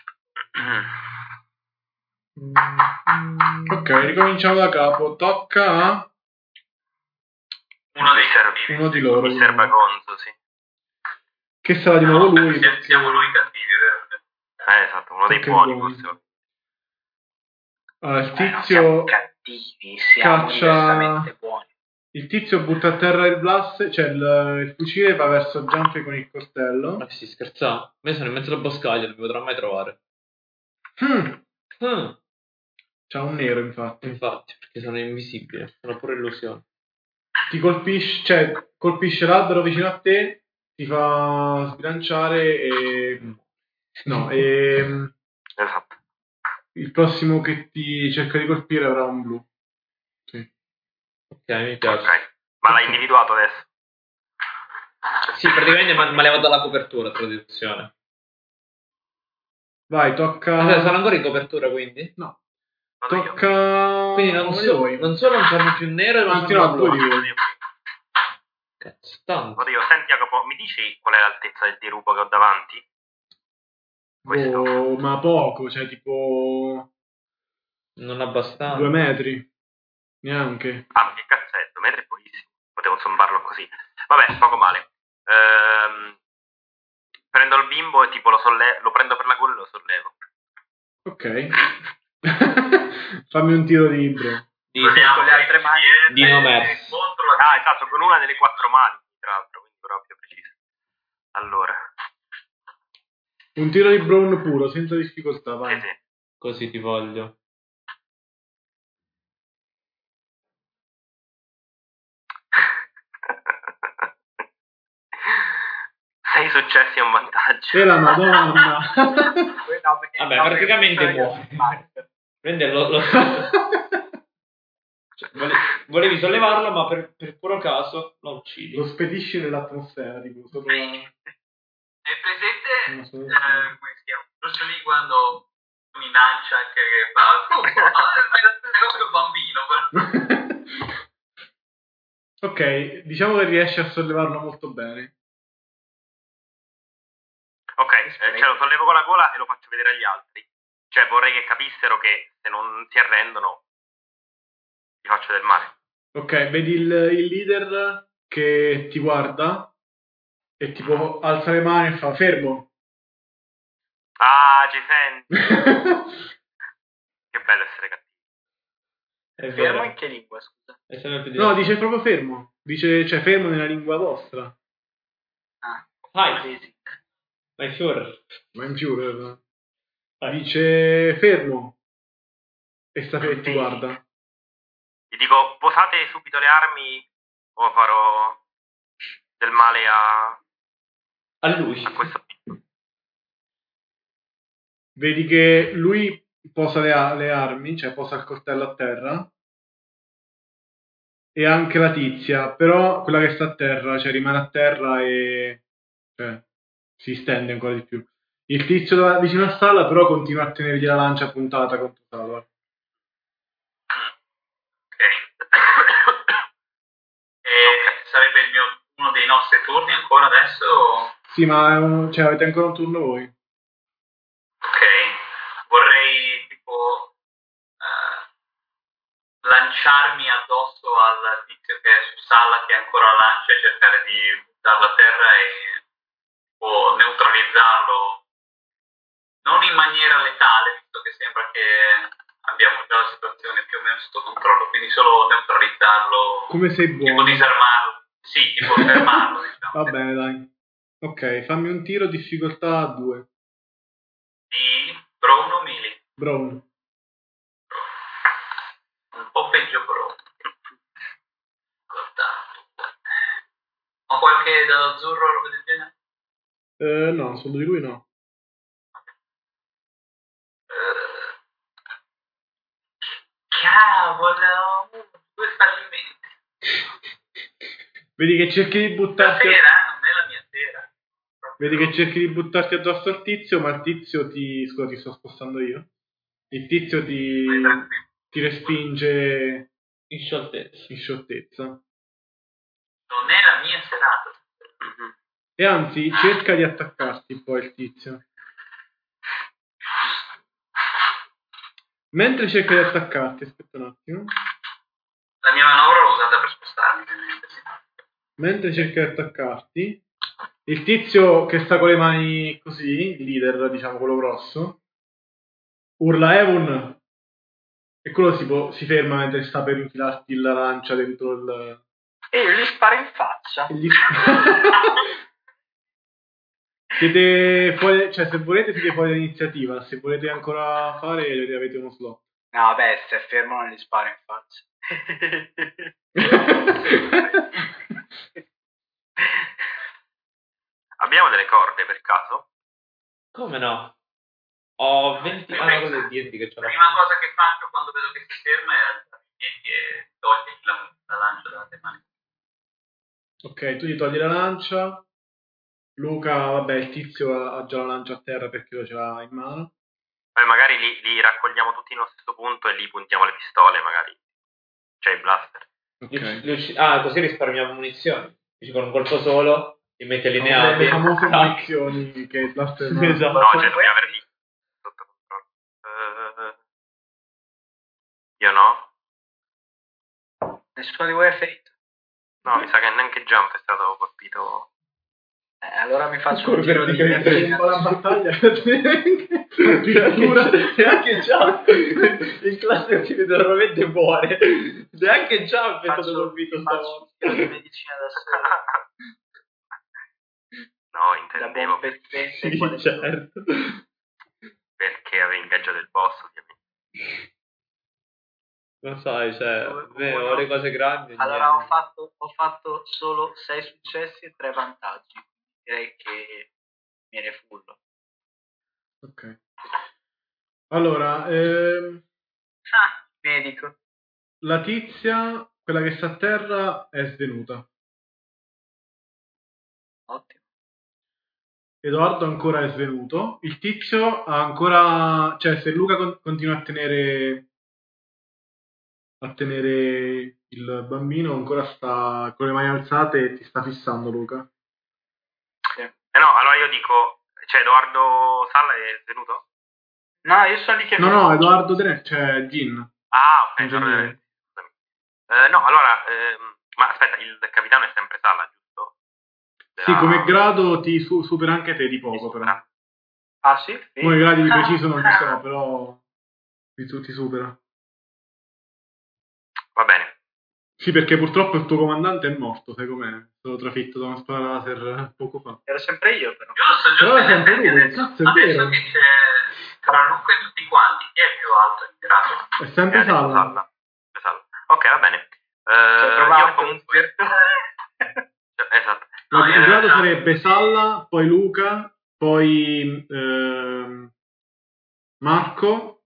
Ok, ricominciamo da capo. Tocca a Uno dei cattivi. uno di loro. Mi serve Gonzo, sì. Che sarà di nuovo lui. Siamo perché- noi cattivi, vero? Eh, esatto, uno dei Perché buoni, buoni. forse. Allora, il Eh, non siamo tizio... cattivi, siamo caccia- diversamente buoni. Il tizio butta a terra il blast, cioè il, il fucile, va verso Gianfe con il coltello. Ma si scherza? Me sono in mezzo alla boscaglia, non mi potrà mai trovare. Hmm. Ah, C'ha un nero, infatti. infatti, perché sono invisibile. Sono pure illusione. Ti colpisce, cioè, colpisce l'albero vicino a te, ti fa sbilanciare e... No, e... Esatto. Il prossimo che ti cerca di colpire avrà un blu. Sì. Ok, mi piace. Ok. Ma l'hai individuato adesso? Sì, praticamente mi ha levato dalla copertura, traduzione. Vai, tocca... Ah, sono ancora in copertura, quindi? No. Vado io. Tocca... Quindi non, uno di so, voi. non solo non c'hanno più nero, ma Anzi, c'hanno no, blu. due di Vado voi. io. Cazzo, tanto. Vado io. Senti, Jacopo, mi dici qual è l'altezza del dirupo che ho davanti? Questo. Oh, ma poco, cioè tipo... Non abbastanza. Due metri. Neanche. Ah, ma che cazzetto, metro è pochissimo. Potevo zombarlo così. Vabbè, poco male. Ehm, prendo il bimbo e tipo lo sollevo, lo prendo per la gola e lo sollevo. Ok. Fammi un tiro di libro. Di, Con le altre mani. di no mercy. Ah, esatto, con una delle quattro mani, tra l'altro, quindi proprio preciso. Allora, Un tiro di Brown puro, senza difficoltà, vai. sì, sì. Così ti voglio. Sei successi e un vantaggio. E la madonna. Vabbè, praticamente muore. Prende lo, lo... Cioè, vole- volevi sollevarlo, ma per, per puro caso lo uccidi. Lo spedisci nell'atmosfera, tipo, sopra... È presente, Non so. eh, come si chiama? Bruce Lee quando mi lancia che fa oh, fai la stessa cosa che un bambino però. Ok, diciamo che riesci a sollevarlo molto bene. Ok, eh, ce lo sollevo con la gola e lo faccio vedere agli altri. Cioè, vorrei che capissero che se non si arrendono, gli faccio del male. Ok, vedi il, il leader che ti guarda e tipo alza le mani e fa fermo. Ah, ci senti? Che bello essere cattivi. È Fermo vero. in che lingua, scusa? È sempre più No, divertente. dice proprio fermo. Dice, cioè, fermo nella lingua vostra. Ah, Hi, basic. my Führer. Ma in Führer. Vai. Dice fermo. E sta e ti guarda. Gli dico, posate subito le armi o farò del male a, A lui. a questo piccolo. Vedi che lui posa le, a- le armi, cioè posa il coltello a terra. E anche la tizia, però quella che sta a terra, cioè rimane a terra e cioè, si stende ancora di più. Il tizio da- vicino a Sala però continua a tenergli la lancia puntata contro Sala. Ok. E sarebbe il mio, uno dei nostri turni ancora adesso? Sì, ma è un- cioè, avete ancora un turno voi. Ok. Vorrei tipo eh, lanciarmi addosso al tizio che è su Sala che ancora lancia e cercare di buttarlo a terra e tipo, neutralizzarlo. Non in maniera letale, visto che sembra che abbiamo già la situazione più o meno sotto controllo, quindi solo neutralizzarlo, Come sei tipo buono. disarmarlo. Sì, tipo fermarlo, diciamo. Va bene, dai. Ok, fammi un tiro, difficoltà due. Di Bruno Mili. Brown. Un po' peggio Bruno. Ho qualche dado azzurro o roba del genere? Eh, no, solo di lui no. Uh, cavolo, due fallimenti. Vedi che cerchi di buttarti... La sera a... non è la mia sera. Vedi che cerchi di buttarti addosso al tizio, ma il tizio ti... Scusa, ti sto spostando io. Il tizio ti... ti respinge... In scioltezza. In scioltezza. Non è la mia serata. E anzi, cerca di attaccarti poi il tizio. Mentre cerca di attaccarti, aspetta un attimo. La mia manovra l'ho usata per spostarmi, ovviamente, sì. Mentre cerca di attaccarti, il tizio che sta con le mani così, il leader, diciamo, quello grosso, urla Evon e quello si, può, si ferma mentre sta per infilarti la lancia dentro il... E io gli sparo in faccia. E gli... siete fuori, cioè se volete siete fuori l'iniziativa, se volete ancora fare avete uno slot. No, vabbè, se è fermo non gli sparo in faccia. Abbiamo delle corde per caso? Come no? Ho venti... Ah, no, quello è dieci che c'ho La la prima cosa che faccio quando vedo che si ferma è alzare i piedi e togliergli la, la lancia dalle mani. Ok, tu gli togli la lancia. Luca, vabbè, il tizio ha già la lancia a terra perché lo ce l'ha in mano. Beh, magari li, li raccogliamo tutti nello stesso punto e li puntiamo le pistole, magari. Cioè il blaster. Ok. Li ucc- Ah, così risparmiamo munizioni. Dici con un colpo solo, li metti No, allineati. le famose munizioni che il blaster non Esatto. No, certo di averli sotto controllo. Uh, io no. Nessuno di voi è ferito. No, mi sa che neanche Jump è stato colpito. Eh, allora mi faccio Come un giro di praticamente la battaglia addirittura Neanche Jump in classe si vede normalmente muore. Neanche Jump è stato faccio, colpito faccio stavolta. un giro di medicina da solo. No, Da intendevo buon pezzente Sì, quale certo. perché avevo ingaggiato il boss, ovviamente. Non sai, cioè, Due, beh, uno. ho le cose grandi. Allora ho niente. fatto, ho fatto solo sei successi e tre vantaggi. Direi che mi refullo. Ok. Allora, ehm, Ah, medico. la tizia, quella che sta a terra, è svenuta. Ottimo. Edoardo ancora è svenuto. Il tizio ha ancora... Cioè, se Luca con- continua a tenere... a tenere il bambino, ancora sta con le mani alzate e ti sta fissando, Luca. Sì. Eh no, allora io dico, cioè Edoardo Salla è svenuto? No, io sono lì che No, mi no, Edoardo Dre, cioè Gin. Ah, ok, Ingegnere. allora, scusami. Eh, no, allora, ehm, ma aspetta, il capitano è sempre Salla, giusto? Sì, Della- come grado ti su- supera anche te di ti poco, però. supera. Ah sì? Sì. Come gradi di preciso non ci so, però ti, su- ti supera. Va bene. Sì, perché purtroppo il tuo comandante è morto, sai com'è? È stato trafitto da una spada laser poco fa. Ero sempre io però. Giusto, giusto. Però è sempre perché lui, adesso, cazzo, è adesso vero. che c'è tra Luca e tutti quanti, chi è più alto in grado? È Eh, sempre adesso Salla. Salla. Salla. Ok, va bene. Eh, Cioè, provate io comunque... Esatto. No, No, il in grado realtà- sarebbe Salla, poi Luca, poi ehm, Marco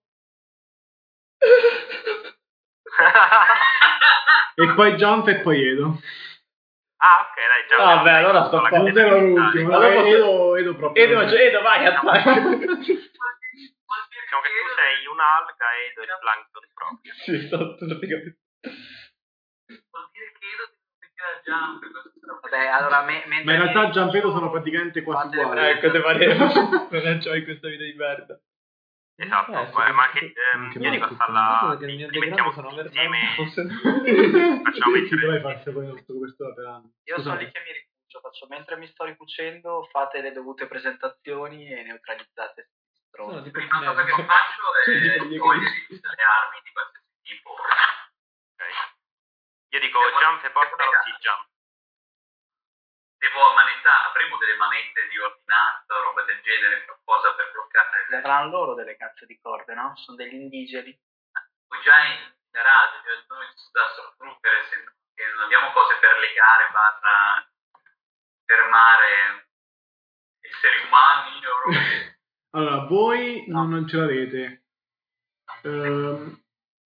e poi Jump e poi Edo. Ah, ok, dai, già. Vabbè, allora sto la qua. Non cadenza sei militare. l'ultimo, Allora no, posso- Edo, Edo proprio. Edo, cioè, Edo, vai, attacca. Diciamo che tu sei un'alga e Edo è il plankton proprio. Sì, sto praticamente. Vuol dire che io devo mettere a jump. Vabbè, allora me, mentre Ma in realtà mi- Jump e Edo sono praticamente quasi fate le uguali. Ecco, te pare. Non c'ho in questa vita di merda. Esatto, Eh, sì, ma, ma che sì. ehm, Anche io dico Marco, Salla, che il li, mio li mettiamo diagramma sono tutti veramente insieme. Facciamo Sì, mettere- dovrai farsi poi sotto copertura per anni. Io sono Scusate. lì che mi rifugio, faccio mentre mi sto ricucendo, fate le dovute presentazioni e neutralizzate questi Sono stronzi. tipo La prima cosa che cinese. faccio Sì, è tipo gli togliere eclipsi. le armi di qualsiasi tipo. Ok. Io dico jump e portalo, sì, jump. Devo ammanettare, avremo delle manette di ordinanza o roba del genere, qualcosa per bloccare. Avranno loro delle cazzo di corde, no? Sono degli indigeni. O già in garage, cioè noi da Stormtrooper, essendo che non abbiamo cose per legare, barra fermare esseri umani o roba del- Allora, voi No. non ce l'avete. Ehm,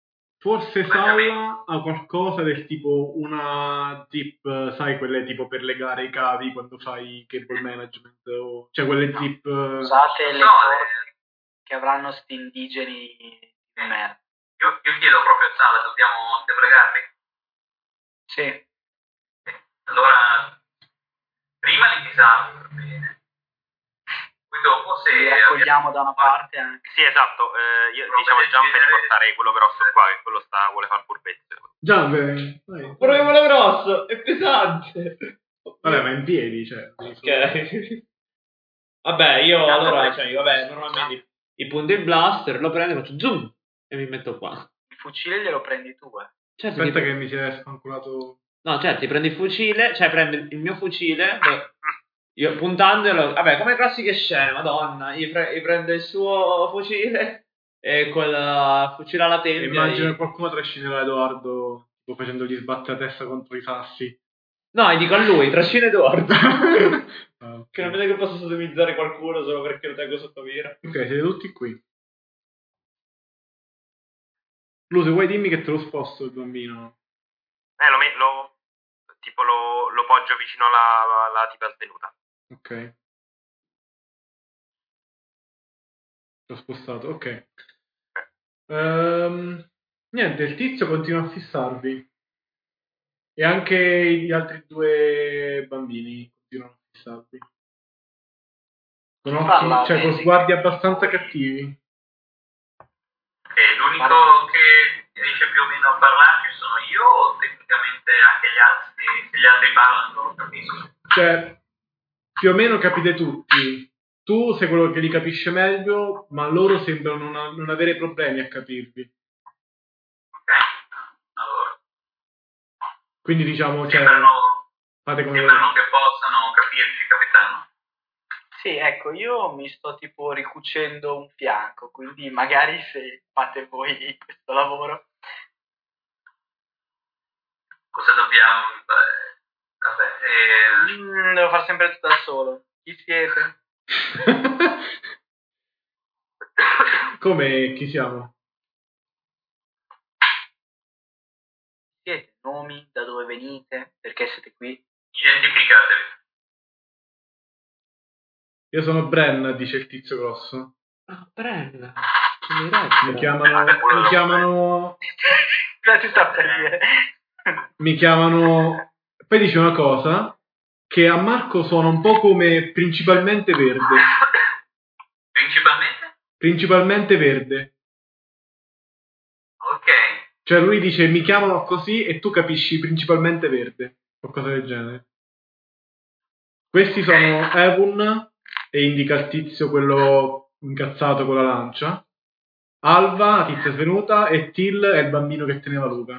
Forse Salla ha qualcosa del tipo una zip, sai, quelle tipo per legare i cavi quando fai cable management, o... cioè quelle No. zip... Usate le corde che avranno sti indigeni di merda. Io, io chiedo proprio a Sala, dobbiamo deplegarli? Sì. Allora, prima li disarmo, va bene. Poi dopo se... Li raccogliamo da una parte anche. Sì, esatto, eh, io diciamo a Giampe di portare quello grosso qua, che quello sta, vuole fare furbetto. Giampe, vai. Pure quello grosso, è pesante. Vabbè, ma in piedi, cioè. Ok. Vabbè, io allora, cioè, io, vabbè, normalmente il punto il blaster, lo prendo, faccio zoom e mi metto qua. Il fucile glielo prendi tu, eh. Certo, Aspetta ti... che mi si è spanculato... No, certo, ti prendi il fucile, cioè prendi il mio fucile, lo- io puntandolo, vabbè, come classiche scene, madonna, io, pre- io prendo il suo fucile e quel fucile alla tempia. Immagino e- che qualcuno trascinerà Edoardo tipo facendogli sbattere la testa contro i sassi. No, e dico a lui, trascina Edoardo. Ah, ok. Che non vedo che posso sodomizzare qualcuno solo perché lo tengo sotto mira. Ok, siete tutti qui. Lu, se vuoi dimmi che te lo sposto il bambino. Eh, lo, me- lo- tipo lo, lo poggio vicino alla, alla tipa svenuta. Ok. L'ho spostato, ok. Ehm, niente, il tizio continua a fissarvi. E anche gli altri due bambini continuano a fissarvi. Con occhi, Parla, cioè con vedi. sguardi abbastanza cattivi. Ok, l'unico che riesce più o meno a parlarci sono io o tecnicamente anche gli altri, se gli altri parlano non lo capisco? Cioè, più o meno capite tutti. Tu sei quello che li capisce meglio, ma loro sembrano non, non avere problemi a capirvi. Ok, allora. Quindi diciamo, cioè, Sembrano, fate come sembrano che possano capirci, capitano. Sì, ecco, io mi sto tipo ricucendo un fianco, quindi magari se fate voi questo lavoro. Cosa dobbiamo... Beh, vabbè, eh, Mm, devo fare sempre tutto da solo. Chi siete? Come chi siamo? Chi siete? Nomi? Da dove venite? Perché siete qui? identificatevi. Io sono Bren, dice il tizio grosso. Ah, prenda. Mi chiamano... Mi chiamano... Cosa ti sta per dire? Mi chiamano... Poi dice una cosa che a Marco suona un po' come principalmente verde. Principalmente? Principalmente verde. Ok. Cioè lui dice mi chiamano così e tu capisci principalmente verde. O cosa del genere. Questi sono Evun e indica il tizio quello incazzato con la lancia. Alva, la tizia svenuta, e Till è il bambino che teneva Luca.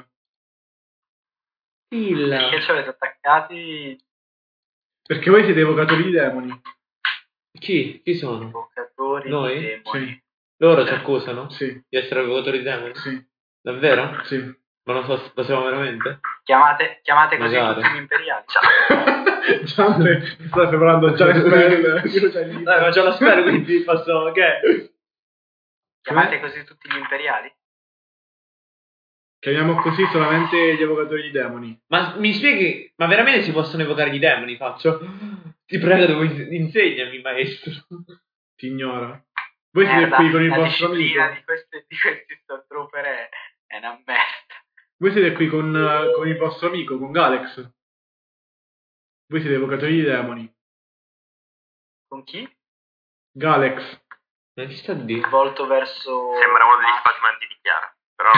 Till. Perché ci avete attaccati? Perché voi siete evocatori di demoni. Chi? Chi sono? Evocatori Noi? di demoni. Sì. Loro ci accusano? Sì. Di essere evocatori di demoni? Sì. Davvero? Sì. Ma lo, so, lo siamo veramente? Chiamate, chiamate così Magari. tutti gli imperiali. Ciao. Giampe sta preparando già le spell. Dai, ma già la spero, quindi posso... Che? Chiamate così tutti gli imperiali? Chiamiamo così solamente gli evocatori di demoni. Ma mi spieghi, ma veramente si possono evocare gli demoni? Faccio, ti prego, devo ins- insegnami, maestro. Ti ignora. Voi siete Merda, qui con il la vostro disciplina amico. di questi, di questi Stormtrooper è, è una merda. Voi siete qui con, uh, con il vostro amico, con Galex. Voi siete evocatori di demoni. Con chi? Galex. Ma che sta a dire? Volto verso... Sembra uno degli spasimanti di Chiara. Però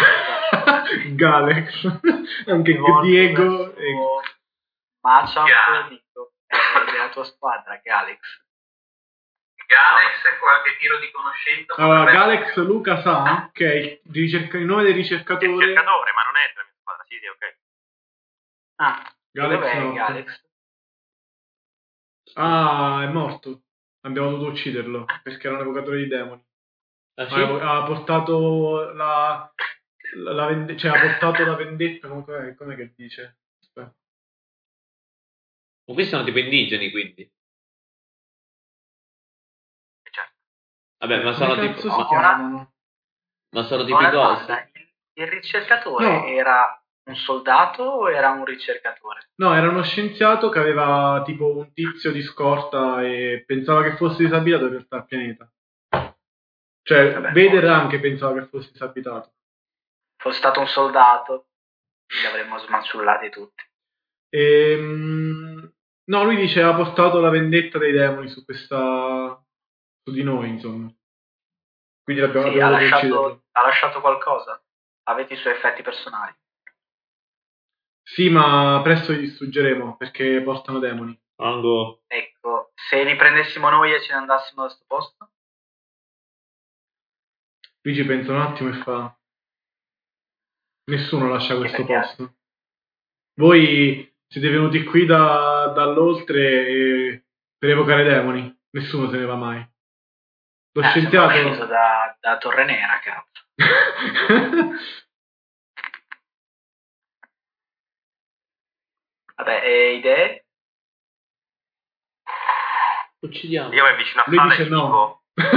Galex. Anche volto Diego. E... verso Machamp, Yeah. dico, è della tua squadra, Galex. Galex, qualche tiro di conoscenza. Allora, potrebbe- Galex Luca sa che è il, ricerca- il nome del è il ricercatore. cercatore, ma non è della mia squadra. Sì, sì, ok. Ah, Galex dov'è notte. Galex? Ah, è morto. Abbiamo dovuto ucciderlo perché era un evocatore di demoni. Ah, sì? Ha, ha portato la, la, la vende- cioè ha portato la vendetta. Comunque, com'è che dice? Aspetta. Ma questi sono tipo indigeni, quindi. E certo. Vabbè, ma Come sono cazzo tipo... si Ma, chiamano? ma sono tipo Una i ghost? domanda, il, il ricercatore No. era un soldato o era un ricercatore? No, era uno scienziato che aveva tipo un tizio di scorta e pensava che fosse disabitato, in realtà il pianeta. Cioè, Vabbè, Vader forse. anche pensava che fosse disabitato. Fosse stato un soldato, li avremmo smanciullati tutti. Ehm, no, lui dice ha portato la vendetta dei demoni su questa... su di noi, insomma. Quindi l'abbiamo, Sì, ha abbiamo dovuto ucciderlo. lasciato, ha lasciato qualcosa? Avete i suoi effetti personali? Sì, ma presto li distruggeremo perché portano demoni. Ango. Ecco, se li prendessimo noi e ce ne andassimo da sto posto? Lui ci pensa un attimo e fa... Nessuno lascia questo perché- posto. Voi siete venuti qui da, dall'oltre e- per evocare demoni. Nessuno se ne va mai. Lo Eh, sembra uscito scienziato... da, da Torre Nera, cazzo. Vabbè, e idee? Uccidiamo. Io mi avvicino a Lui Sala e dice gli no. dico,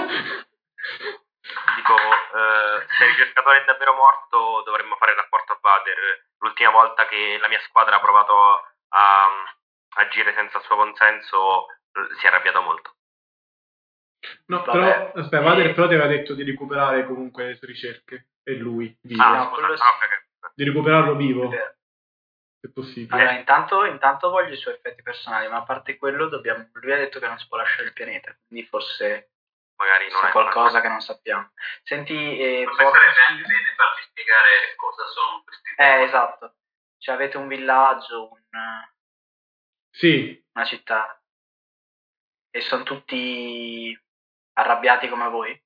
dico eh, se il ricercatore è davvero morto dovremmo fare il rapporto a Vader. L'ultima volta che la mia squadra ha provato a, a agire senza il suo consenso eh, si è arrabbiato molto. No, Vabbè, però, aspetta, eh, Vader però ti aveva detto di recuperare comunque le sue ricerche. E lui, vivo. Ah, no, scusa, quello no, sì. ok. Di recuperarlo vivo, Vero. se possibile. Allora, intanto, intanto voglio i suoi effetti personali, ma a parte quello, dobbiamo... lui ha detto che non si può lasciare il pianeta, quindi forse Magari non c'è è qualcosa che non sappiamo. Senti, eh, Forse portaci- sarebbe anche bene farci spiegare cosa sono questi Eh, esatto. Cioè, avete un villaggio, un- Sì, una città, e sono tutti arrabbiati come voi?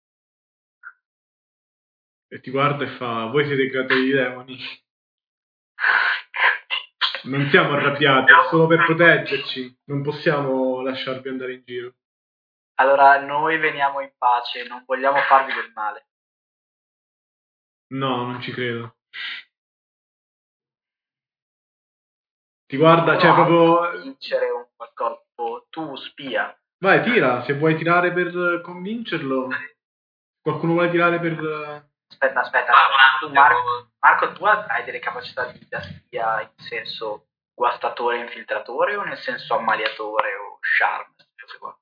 e ti guarda e fa, voi siete creatori di demoni. Non siamo arrabbiati, è solo per proteggerci. Non possiamo lasciarvi andare in giro. Allora, noi veniamo in pace, non vogliamo farvi del male. No, non ci credo. Ti guarda, cioè proprio... Vincere un qualcosa. Tu, spia. Vai, tira, se vuoi tirare per convincerlo. Qualcuno vuole tirare per... Aspetta, aspetta. Ah, Tu, devo- Marco, Marco, tu hai delle capacità di da spia in senso guastatore infiltratore o nel senso ammaliatore o charm? Queste qua.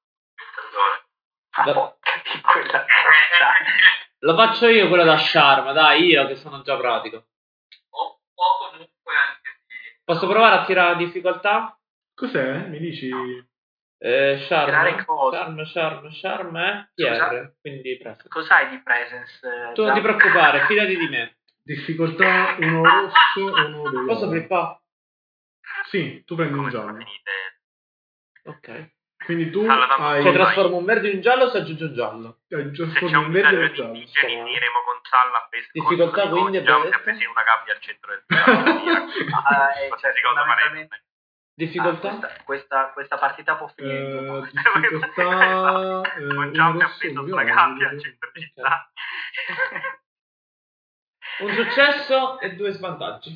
Ah, Beh. porca di quella cosa. Lo faccio io quello da Sharma, dai, io che sono già pratico. O, o comunque anche di... Posso provare a tirare la difficoltà? Cos'è? Mi dici... Eh, Tirare Charm, cosa? Charm, Charm, Charm, eh? Scusa? P R, quindi presence. Cos'hai di presence? eh, Tu non ti Gian? preoccupare, fidati di me. Difficoltà uno rosso e uno viola. Posso flippare? Sì, tu prendi un come sono giallo. finite. Ok. Quindi tu Allora, tanto hai... Se trasformo un verde in un giallo, si aggiunge un giallo. hai Se trasformi c'è un un verde villaggio e un di giallo. indigeni finiremo con Salla appesa Difficoltà, con- quindi, con Jump abbiamo appesi detto? in una gabbia al centro del villaggio. Ah, eh, cioè, Qualsiasi cosa fondamentalmente- faremo. Difficoltà? Ah, questa, questa, questa partita può finire in due Eh, modi. difficoltà... eh, Con uno Jump rosso e appeso uno sulla viola. gabbia al centro di città. Un successo e due svantaggi.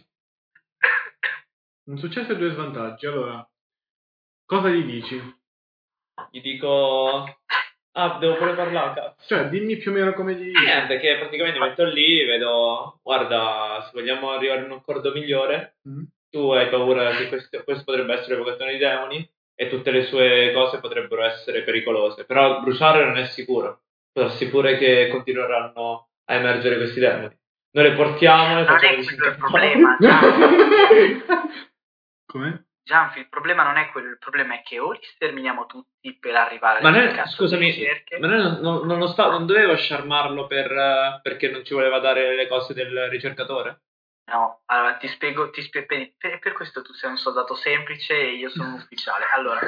Un successo e due svantaggi. Allora, cosa gli dici? Gli dico... Ah, devo pure parlare, cazzo. Cioè, dimmi più o meno come gli dici. Niente, che praticamente metto lì, vedo... Guarda, se vogliamo arrivare in un accordo migliore, Mm? tu hai paura che questo, questo potrebbe essere evocazione di demoni e tutte le sue cose potrebbero essere pericolose. Però bruciare non è sicuro. Può darsi pure che continueranno a emergere questi demoni. Noi le portiamo e Non facciamo è quello il disincappare. problema, Gianfi. Come? Gianfi, il problema non è quello, il problema è che o li sterminiamo tutti per arrivare Ma alle noi, cazzo scusami, di ricerche. ma noi non, non, non, lo sta- non dovevo sciarmarlo per, eh, perché non ci voleva dare le cose del ricercatore? No, allora ti spiego, ti spiego per, per- per questo tu sei un soldato semplice e io sono un ufficiale. Allora,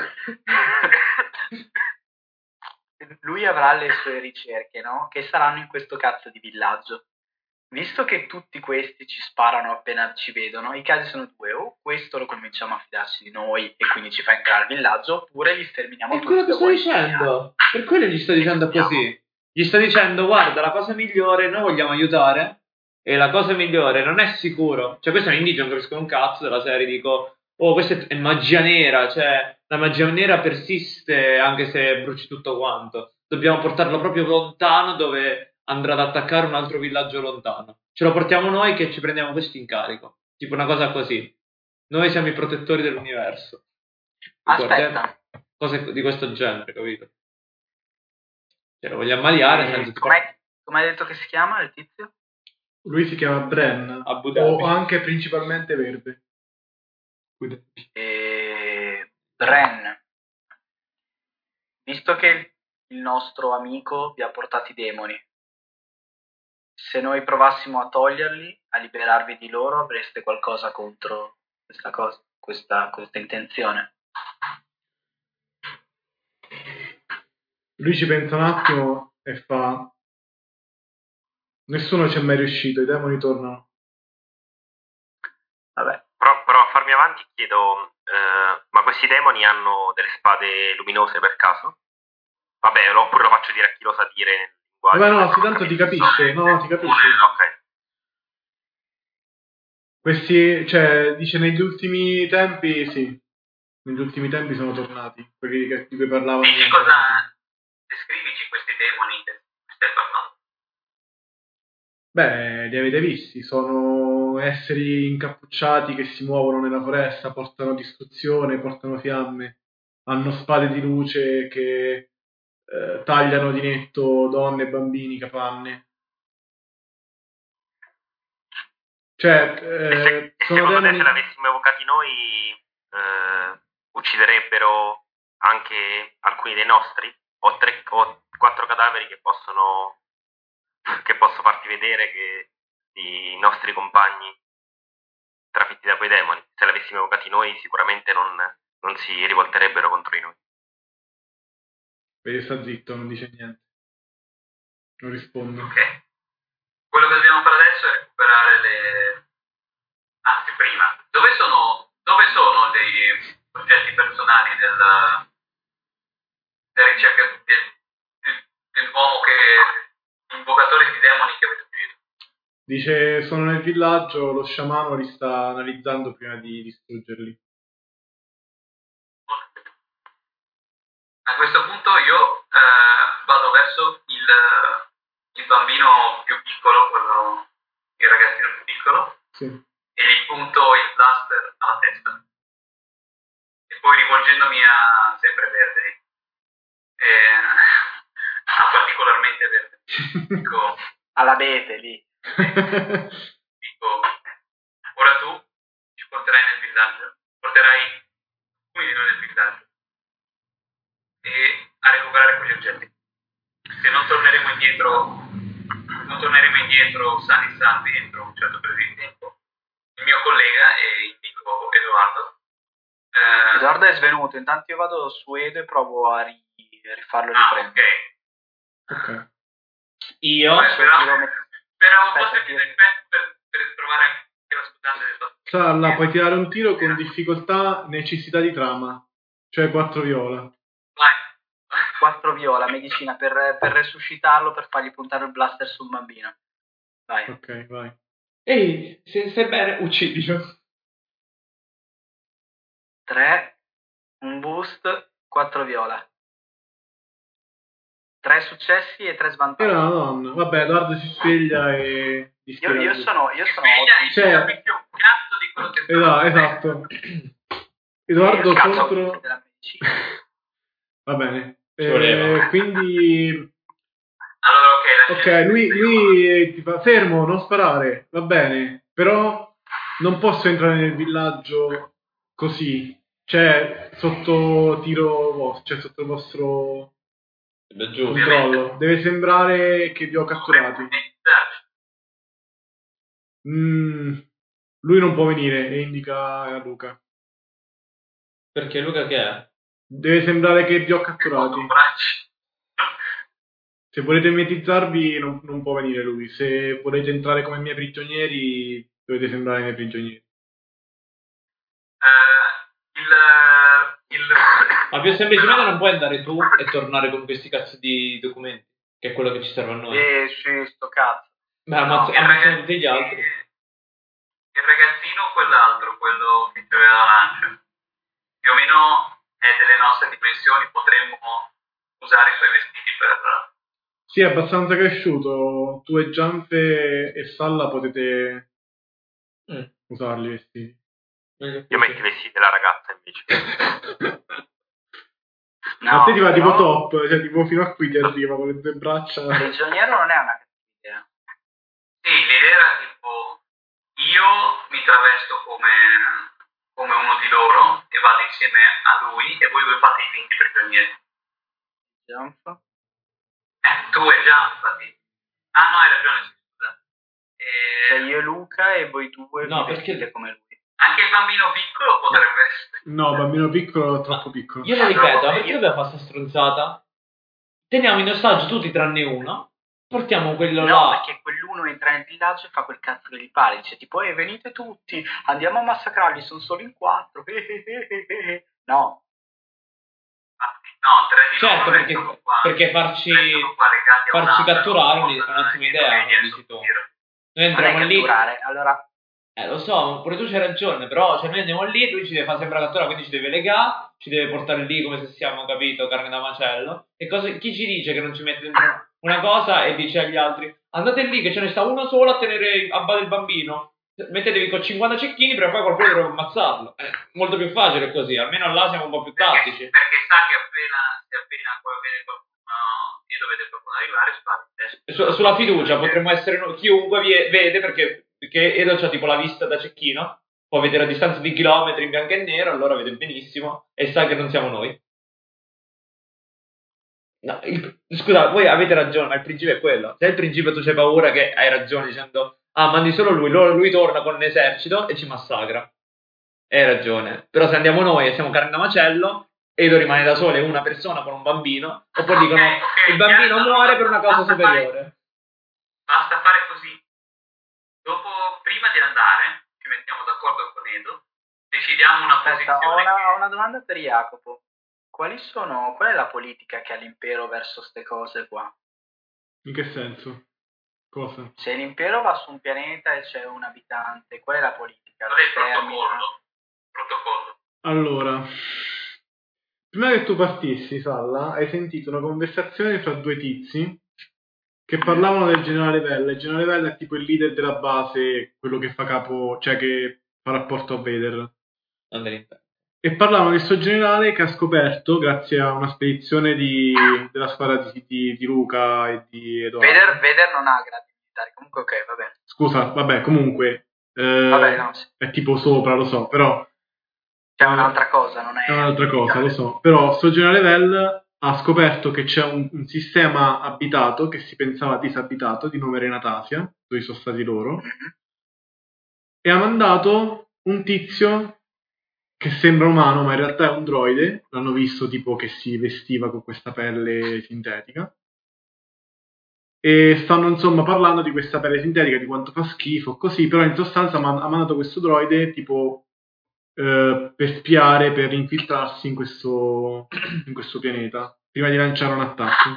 lui avrà le sue ricerche, no? Che saranno in questo cazzo di villaggio. Visto che tutti questi ci sparano appena ci vedono, i casi sono due: o questo lo convinciamo a fidarsi di noi e quindi ci fa entrare al villaggio, oppure li sterminiamo È tutti. quello che da sto buoni dicendo. Per quello gli sto dicendo Vediamo. così. Gli sto dicendo, guarda, la cosa migliore, noi vogliamo aiutare, e la cosa migliore non è sicuro. Cioè, questo è un indigeno, non capisco un cazzo della serie, dico, oh, questa è, è magia nera, cioè, la magia nera persiste anche se bruci tutto quanto. Dobbiamo portarlo proprio lontano dove andrà ad attaccare un altro villaggio lontano. ce lo portiamo noi che ci prendiamo questo incarico. Tipo una cosa così. Noi siamo i protettori dell'universo. Aspetta. Cose di questo genere, capito? Cioè, lo vogliamo maliare E senza... com'è, come hai detto che si chiama il tizio? Lui si chiama Bren, Abu Dhabi. o anche principalmente Verde. E... Bren. Visto che il nostro amico vi ha portato i demoni, se noi provassimo a toglierli, a liberarvi di loro, avreste qualcosa contro questa cosa, questa, questa intenzione? Lui ci pensa un attimo e fa: nessuno ci è mai riuscito, i demoni tornano. Vabbè. Però, però a farmi avanti chiedo, eh, ma questi demoni hanno delle spade luminose per caso? Vabbè, oppure lo faccio dire a chi lo sa dire. Vabbè, no, sì, tanto ti capisce, no, ti capisce. Ok. Questi, cioè, dice negli ultimi tempi, sì, negli ultimi tempi sono tornati, quelli che, di cui parlavano. Dici cosa, descrivici questi demoni che stai parlando. Beh, li avete visti, sono esseri incappucciati che si muovono nella foresta, portano distruzione, portano fiamme, hanno spade di luce che eh, tagliano di netto donne, bambini, capanne. Cioè, eh, e sono secondo demoni... te se l'avessimo evocati noi eh, ucciderebbero anche alcuni dei nostri? Ho, tre, ho quattro cadaveri che possono che posso farti vedere che i nostri compagni trafitti da quei demoni. Se l'avessimo evocati noi sicuramente non, non si rivolterebbero contro di noi. Vedi, sta zitto, non dice niente. Non risponde. Ok. Quello che dobbiamo fare adesso è recuperare le... Anzi, prima. Dove sono, dove sono dei oggetti personali del, del ricerca del, del, dell'uomo che... invocatore di demoni che avete ucciso? Dice, sono nel villaggio, lo sciamano li sta analizzando prima di distruggerli. A questo punto io eh, vado verso il, il bambino più piccolo, quello, il ragazzino più piccolo, sì. E gli punto il blaster alla testa. E poi rivolgendomi a sempre Verde, eh, a particolarmente Verde, dico, all'abete lì. dico, ora tu ci porterai nel villaggio, porterai alcuni di noi nel villaggio e a recuperare quegli oggetti. Se non torneremo indietro, non torneremo indietro sani e salvi entro un certo periodo di tempo. Il mio collega, e indico Edoardo. Eh, Edoardo è svenuto, intanto io vado su Edo e provo a ri- rifarlo ah, riprendere. Ok. Ok. Io Vabbè, speravo, speravo Aspetta, fosse più io- del tempo per, per trovare anche la scusante del fatto. Salla, puoi tirare un tiro con difficoltà, necessità di trama, cioè quattro viola. Vai. quattro viola, medicina, per, per resuscitarlo, per fargli puntare il blaster sul bambino. Vai. Ok, vai. Ehi, se sei bene, uccidilo. tre, un boost, quattro viola. tre successi e tre svantaggi. Era una donna. Vabbè, Edoardo si sveglia e... Io, io sono... Io sono Sveglia e Cioè- non capisce un cazzo di quello che sta Esatto, esatto. Edoardo io cazzo contro... della medicina. Va bene. Ci voleva. Eh, quindi... Allora, ok, la Ok, scena- lui, lui ti fa fermo, non sparare, va bene, però non posso entrare nel villaggio così, cioè sotto tiro vostro, cioè sotto il vostro È giusto. controllo. Deve sembrare che vi ho catturati. Mm, lui non può venire e indica a Luca. Perché Luca che è? Deve sembrare che vi ho catturati. Se volete mimetizzarvi non, non può venire lui. Se volete entrare come miei prigionieri dovete sembrare i miei prigionieri. Eh, il, il... Ma più semplicemente non puoi andare tu e tornare con questi cazzo di documenti, che è quello che ci serve a noi. Eh, sì, sto cazzo. Beh, ammazz- No, ammazzano tutti gli altri. Il ragazzino o quell'altro, quello che aveva la lancia, più o meno è delle nostre dimensioni, potremmo usare i suoi vestiti per Sì, è abbastanza cresciuto. Tu e Gianfe e Salla potete mm. usarli i vestiti. Io metto i vestiti della ragazza invece. No, a te ti va però... tipo top, cioè tipo fino a qui ti arriva con le due braccia. Prigioniero non è una cattiva idea. Sì, l'idea era tipo, io mi travesto come, come uno di loro e vado insieme a lui e voi due fate i finti prigionieri. Jump. Eh, tu e Jump, sì. Ah no, hai ragione, scusa. E... Cioè io e Luca e voi due no, vi perché... come lui. Anche il bambino piccolo potrebbe essere. No, bambino piccolo è troppo piccolo. Io lo ripeto, ma perché dobbiamo fare questa stronzata? Teniamo in ostaggio tutti tranne uno, portiamo quello no, là. No, perché quell'uno entra nel villaggio e fa quel cazzo che gli pare, dice tipo, eh, venite tutti, andiamo a massacrarli, sono solo in quattro. No. No, tre di certo, loro perché, qua, perché farci, farci catturare è un'ottima idea, come dici tu. Noi entriamo lì. Allora... Eh, lo so, pure tu c'hai ragione, però cioè, noi andiamo lì, lui ci deve fare sempre la cattura, quindi ci deve legare, ci deve portare lì come se siamo, capito, carne da macello. E cosa, chi ci dice che non ci mette dentro una cosa e dice agli altri, andate lì che ce ne sta uno solo a tenere a bada il bambino, mettetevi con cinquanta cecchini, però poi qualcuno deve ammazzarlo. È molto più facile così, almeno là siamo un po' più tattici. Perché, perché sa che appena, se appena vede qualcuno e dovete qualcuno arrivare, spara. Su, sulla fiducia potremmo essere noi, chiunque vi vede, perché... Perché Edo c'ha tipo la vista da cecchino, può vedere a distanza di chilometri in bianco e nero, allora vede benissimo e sa che non siamo noi. No, il, scusa, voi avete ragione, ma il principio è quello. Se il principio tu c'hai paura che hai ragione dicendo ah, mandi solo lui, lui, lui torna con l'esercito e ci massacra. Hai ragione. Però se andiamo noi e siamo carne da macello, Edo rimane da solo e una persona con un bambino, oppure dicono okay, okay, il bambino yeah, muore per una causa superiore. Fare, basta fare così. Dopo, prima di andare, ci mettiamo d'accordo con Edo, decidiamo una Aspetta, posizione. Ho una, che... ho una domanda per Jacopo. Quali sono, qual è la politica che ha l'impero verso ste cose qua? In che senso? Cosa? Se l'impero va su un pianeta e c'è un abitante, qual è la politica? Qual è il protocollo? protocollo? Allora, prima che tu partissi, Salla, hai sentito una conversazione fra due tizi che parlavano del generale Vella. Il generale Vella è tipo il leader della base, quello che fa capo, cioè che fa rapporto a Vader. E parlavano di sto generale che ha scoperto, grazie a una spedizione di, della squadra di, di, di Luca e di Edoardo. Vader, Vader non ha gradi militari, comunque ok, va bene. Scusa, vabbè, comunque eh, vabbè, no, sì. È tipo sopra, lo so, però... C'è un'altra cosa, non è... È un'altra cosa, lo so. Però sto generale Vell ha scoperto che c'è un, un sistema abitato che si pensava disabitato di nome Renatasia, dove sono stati loro, mm-hmm. e ha mandato un tizio che sembra umano ma in realtà è un droide, l'hanno visto tipo che si vestiva con questa pelle sintetica, e stanno insomma parlando di questa pelle sintetica, di quanto fa schifo, così, però in sostanza man- ha mandato questo droide tipo eh, per spiare, per infiltrarsi in questo, in questo pianeta, prima di lanciare un attacco.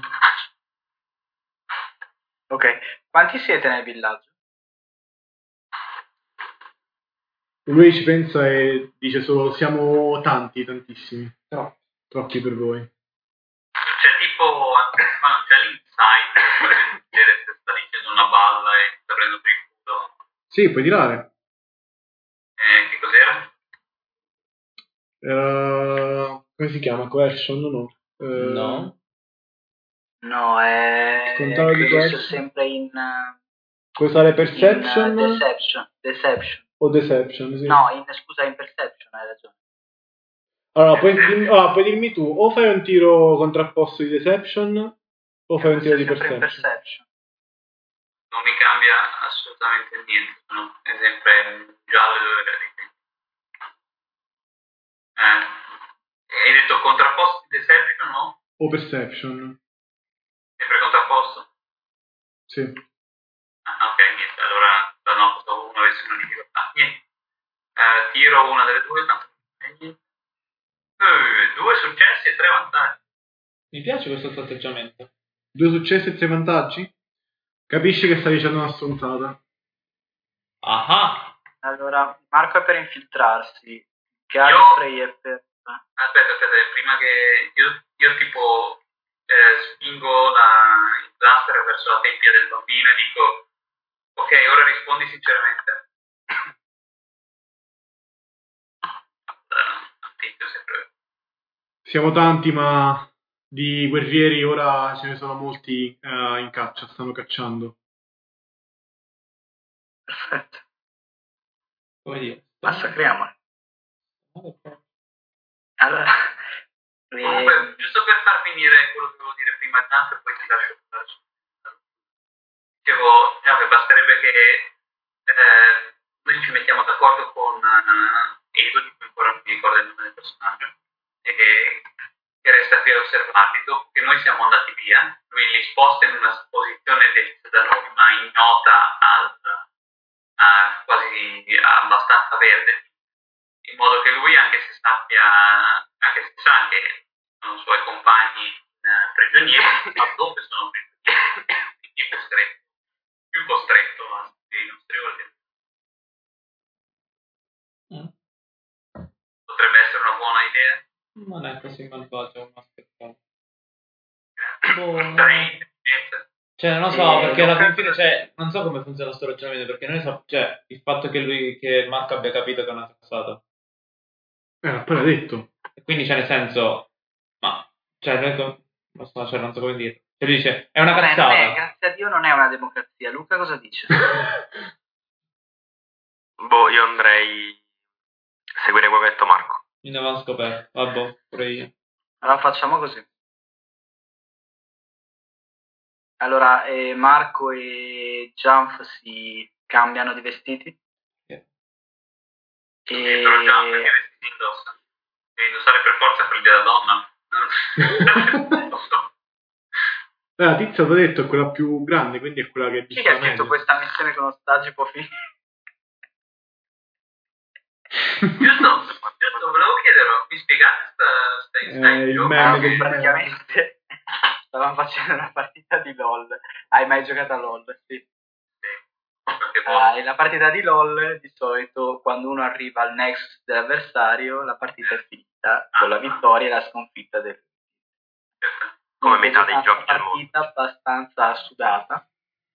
Ok, quanti siete nel villaggio? Lui ci pensa e dice solo siamo tanti, tantissimi, no. Troppi per voi. C'è tipo c'è l'insight per vedere se sta dicendo una balla e sta prendendo per il culo. Sì, puoi tirare. Eh, che cos'era? Uh, come si chiama? Coercion? No. Uh, no. No, è... Scontato di coercion. sempre in... Puoi usare Perception? In, uh, deception. Deception. O Deception, sì. No, in, scusa, in Perception hai ragione. Allora, puoi dirmi, oh, puoi dirmi tu, o fai un tiro contrapposto di Deception, o fai un tiro di Perception. perception. Non mi cambia assolutamente niente, no? È sempre giallo e dove eh. Hai detto contrapposto di Deception, no? O Perception. Sempre contrapposto? Sì. Ah, ok, niente, allora no, stavo una versione di difficoltà. Niente. Eh, tiro una delle due, tanto niente. Uh, due successi e tre vantaggi. Mi piace questo tuo atteggiamento. Due successi e tre vantaggi? Capisci che stai dicendo una stronzata. Ah. Allora, Marco è per infiltrarsi. Gallifrey è per... Aspetta, aspetta, prima che... Io, io tipo eh, spingo la, il blaster verso la tempia del bambino e dico: ok, ora rispondi sinceramente. Uh, sempre... Siamo tanti, ma di guerrieri ora ce ne sono molti uh, in caccia, stanno cacciando. Perfetto. Come dire? Massacriamo. Allora, comunque, eh... giusto per far finire quello che volevo dire prima, tanto e poi ti lascio parlare. Dicevo, no, basterebbe che eh, noi ci mettiamo d'accordo con uh, Edo, di cui ancora non mi ricordo il nome del personaggio, e che, che resta qui a osservarli. Dopo che noi siamo andati via, lui li sposta in una posizione decisa da noi, ma ignota al, a, quasi abbastanza verde, in modo che lui, anche se sappia, anche se sa che sono suoi compagni eh, prigionieri, ma dove sono prigionieri, quindi è costretto, più costretto a seguire i nostri ordini. Mm. Potrebbe essere una buona idea. Non è così malvagio, ma aspettare. Boh. Cioè, non lo so, Eh, perché alla non fine, cioè, non so come funziona sto ragionamento, perché noi sappiamo, cioè, il fatto che lui, che Marco abbia capito che è una cazzata. Eh, l'ha appena detto. E quindi, cioè, nel senso, ma, cioè, noi, com- non so, cioè, non so come dire. Cioè, lui dice, è una Vabbè, cazzata. non è, grazie a Dio non è una democrazia. Luca cosa dice? Boh, io andrei a seguire quello che ha detto Marco. Io ne avevo scoperto, vabbè, pure io. Allora facciamo così. Allora, eh, Marco e Jump si cambiano di vestiti. Yeah. E... Però Jump che vestiti indossa? Devi indossare per forza quelli della donna. Non so. Eh, la tizia t'ho detto è quella più grande, quindi è quella che Chi che ha scritto questa missione con ostaggi può finire? Giusto, giusto, volevo chiederlo, mi spiegate sta, sta, sta eh, il meme Ah, del praticamente stavamo facendo una partita di LOL. Hai mai giocato a LOL? Sì. Sì. Ah, e la partita di LOL di solito quando uno arriva al next dell'avversario la partita è finita con la vittoria e la sconfitta del come metà dei giochi del mondo. Una partita abbastanza sudata,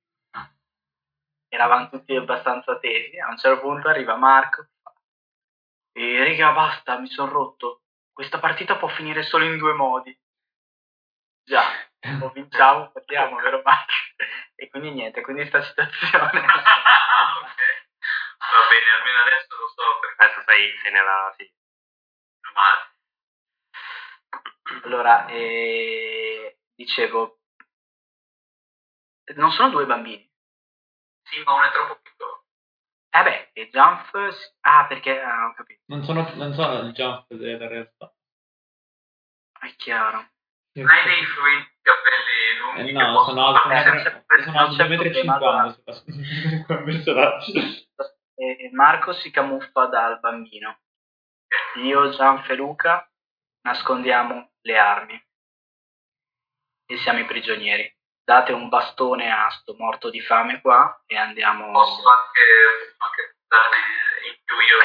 eravamo tutti abbastanza tesi. A un certo punto arriva Marco e riga basta, mi sono rotto, questa partita può finire solo in due modi, già o vinciamo o perdiamo, vero Marco? E quindi niente, quindi sta situazione. Okay. Va bene, almeno adesso lo so, perché adesso sei, sei nella sì. Allora, eh, dicevo, non sono due bambini? Sì, ma uno è troppo piccolo. Eh beh, e Jump... Ah, perché... Ah, ho capito. Non sono, non sono il Jump della realtà. È chiaro. Hai dei fluenti capelli lunghi? Eh no, sono alto due metri e cinquanta. Marco si camuffa dal bambino. Io, Jump e Luca nascondiamo le armi e siamo i prigionieri. Date un bastone a sto morto di fame qua e andiamo... Posso anche, anche darne in più io?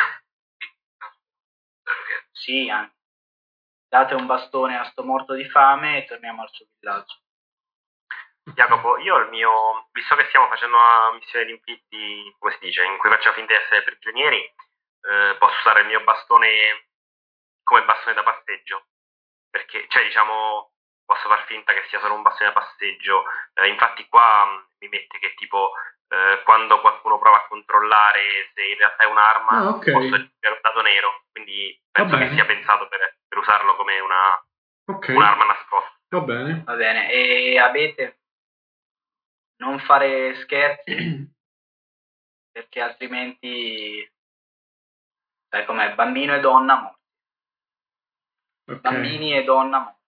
Sì, anche. Date un bastone a sto morto di fame e torniamo al suo villaggio. Jacopo, io il mio, visto che stiamo facendo una missione di inflitti, come si dice, in cui facciamo finta di essere prigionieri, eh, posso usare il mio bastone come bastone da passeggio, perché, cioè, diciamo, posso far finta che sia solo un bastone da passeggio. Eh, infatti qua mh, mi mette che tipo eh, quando qualcuno prova a controllare se in realtà è un'arma, ah, okay. posso ricevere un dato nero, quindi penso che sia pensato per, per usarlo come una, okay. un'arma nascosta. Va bene. Va bene, e Abete, non fare scherzi, perché altrimenti, sai com'è, bambino e donna morti. Okay. Bambini e donna morti.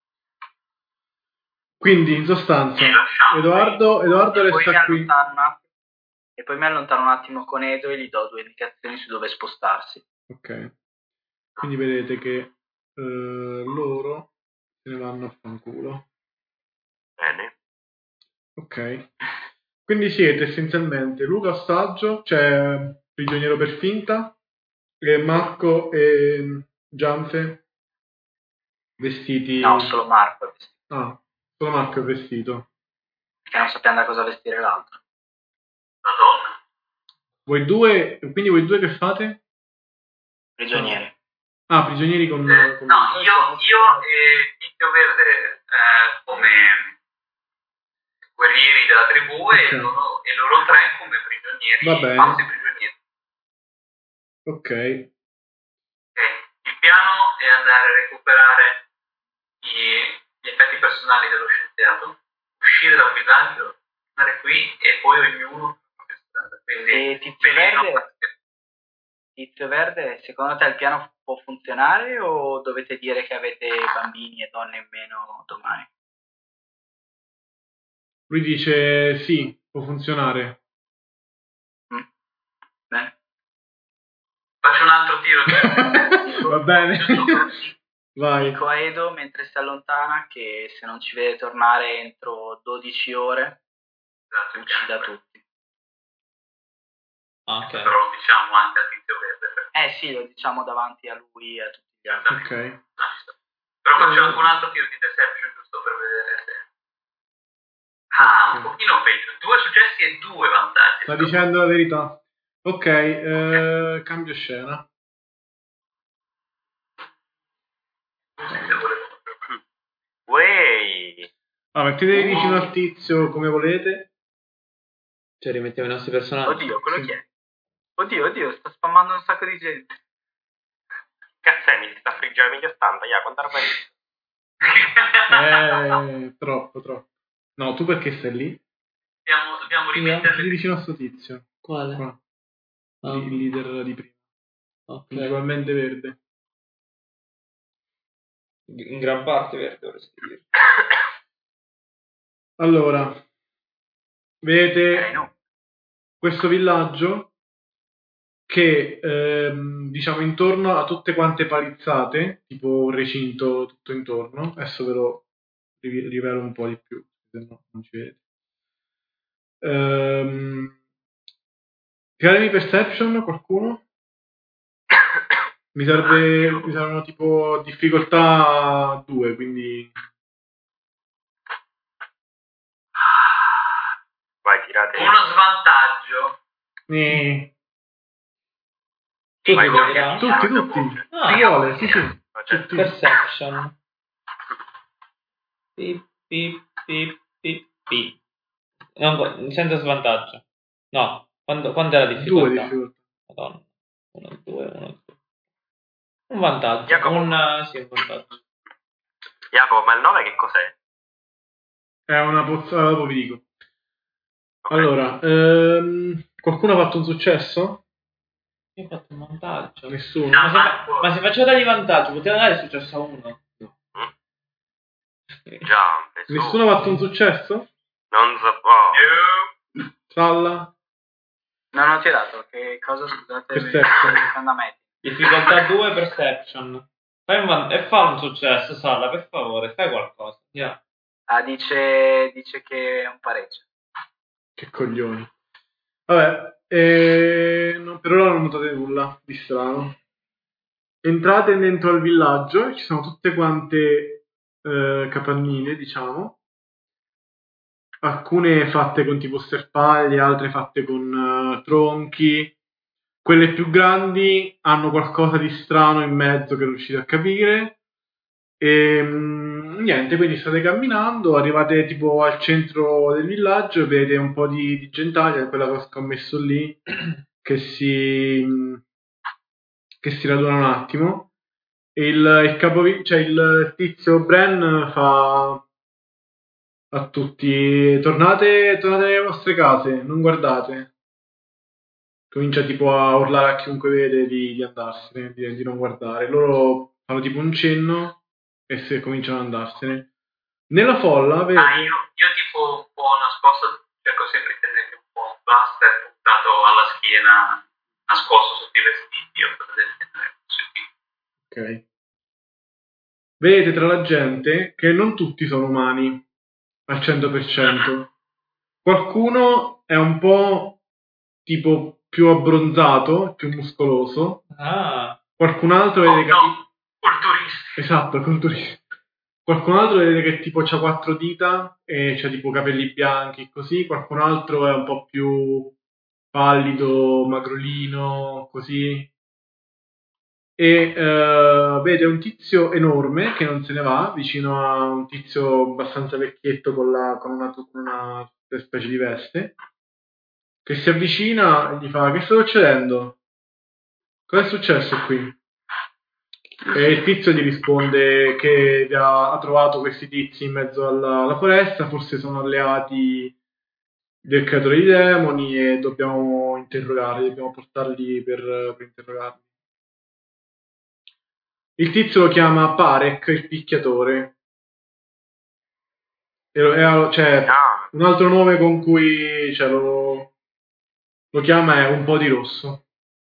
Quindi, in sostanza, Edoardo, Edoardo resta qui. E poi mi allontano un attimo con Edo e gli do due indicazioni su dove spostarsi. Ok. Quindi vedete che eh, loro se ne vanno a fanculo. Bene. Ok. Quindi siete essenzialmente Luca ostaggio, cioè prigioniero per finta, e Marco e Gianfe vestiti... No, solo Marco è vestito. Ah, solo Marco è vestito. Perché non sappiamo da cosa vestire l'altro. Madonna. Voi due, quindi voi due che fate? Prigionieri. Ah, prigionieri con... Eh, con... no, io, io e Tizio Verde eh, come guerrieri della tribù Ok. e, loro, e loro tre come prigionieri. Va bene. Falsi prigionieri. Ok. Ok. Il piano è andare a recuperare i- gli effetti personali dello scienziato, uscire da un villaggio, andare qui e poi ognuno per la propria strada. Quindi E Tizio Verde, Tizio Verde, secondo te il piano può funzionare o dovete dire che avete bambini e donne in meno domani? Lui dice sì, può funzionare. Mm. Bene. Faccio un altro tiro. Va bene. Vai. Dico a Edo mentre si allontana che se non ci vede tornare entro dodici ore Esatto, uccida tutti. Ah, ok. Però lo diciamo anche a Tizio Verde. perché- Eh sì, lo diciamo davanti a lui e a tutti gli altri. Ok. No, ci sta. Però faccio anche un altro tiro di deception giusto per vedere se... Ah, un pochino peggio. Due successi e due vantaggi. Sta dicendo la verità. Ok, eh, cambio scena. Così se volevo. Wey! Ah, mettetevi vicino al tizio come volete. Cioè, rimettiamo i nostri personaggi. Oddio, quello Sì. chi è? Oddio, oddio, sta spammando un sacco di gente. Cazzo è, mi si sta friggendo meglio ottanta, ya, quanta roba è? Eh, troppo, troppo. No, tu perché stai lì? Dobbiamo, dobbiamo Mettiti rimettere... vicino a sto tizio. Quale? Qua. Ah, Il leader di prima. ok. Principalmente verde. In gran parte verde, vorresti dire. Allora, Eh, vedete no. questo villaggio che ehm, diciamo intorno a tutte quante palizzate, tipo un recinto tutto intorno. Adesso ve lo rive- rivelo un po' di più, se no non ci vedete. Ehm, Tiratemi perception qualcuno? Mi serve, mi servono tipo difficoltà due, quindi Vai, tirate. Uno svantaggio. eh, Tutti Vai, dove vai, va? tutti, tutti. Ah. Chi vuole? Sì, sì. Cioè, Tutti. Perception. Pip, pip, pip, pip, pip. Non pu- senza svantaggio. No, quando, quando è la Due difficoltà? difficoltà. Madonna. Uno, due, uno, due. Un vantaggio. Jacopo. Un, uh, sì, un vantaggio. Jacopo, ma il nove che cos'è? È una pozza, dopo vi dico. Ok. Allora, ehm, qualcuno ha fatto un successo? Io ho fatto un vantaggio. Nessuno? Ma se, fa- ma se faccio dargli vantaggio, poteva dare successo a uno. Mm? Già, su. Nessuno ha fatto un successo? Non so. Oh. Salla? Non ho tirato, che cosa scusate? Perception. Seconda me. Difficoltà due, perception. Fai un van- e fa un successo, Salla, per favore, fai qualcosa. Yeah. Ah, dice, dice che è un pareggio. Che coglioni. Vabbè, eh, no, per ora non notate nulla di strano. Entrate dentro al villaggio, ci sono tutte quante eh, capannine, diciamo. Alcune fatte con tipo sterpaglie, altre fatte con eh, tronchi. Quelle più grandi hanno qualcosa di strano in mezzo che non riuscite a capire. E mm, niente, quindi state camminando, arrivate tipo al centro del villaggio, vedete un po' di, di gentaglia, quella cosa che ho messo lì, che si, che si raduna un attimo. E il, il capovi- cioè il tizio Bren fa a tutti: tornate, tornate nelle vostre case, non guardate. Comincia tipo a urlare a chiunque vede di, di andarsene, di, di non guardare. Loro fanno tipo un cenno e se cominciano ad andarsene. Nella folla vedete... Ah, io, io tipo un po' nascosto, cerco sempre di tenere un po' un blaster puntato alla schiena, nascosto sotto i vestiti o cose del genere. Ok. Vedete tra la gente che non tutti sono umani al cento per cento. Qualcuno è un po' tipo più abbronzato, più muscoloso. Ah, Qualcun altro Oh, vede capito. no, culturisti. Esatto, culturista. Qualcun altro vedete che tipo c'ha quattro dita e c'ha tipo capelli bianchi così, qualcun altro è un po' più pallido, magrolino, così. E uh, vede un tizio enorme che non se ne va, vicino a un tizio abbastanza vecchietto con, la, con, una, con una specie di veste, che si avvicina e gli fa: che sta succedendo? Cosa è successo qui? E il tizio gli risponde che ha, ha trovato questi tizi in mezzo alla, alla foresta, forse sono alleati del creatore di demoni e dobbiamo interrogarli, dobbiamo portarli per, per interrogarli. Il tizio lo chiama Parek, il picchiatore. E lo, è, cioè, Ah. un altro nome con cui cioè, lo, lo chiama è un po' di rosso.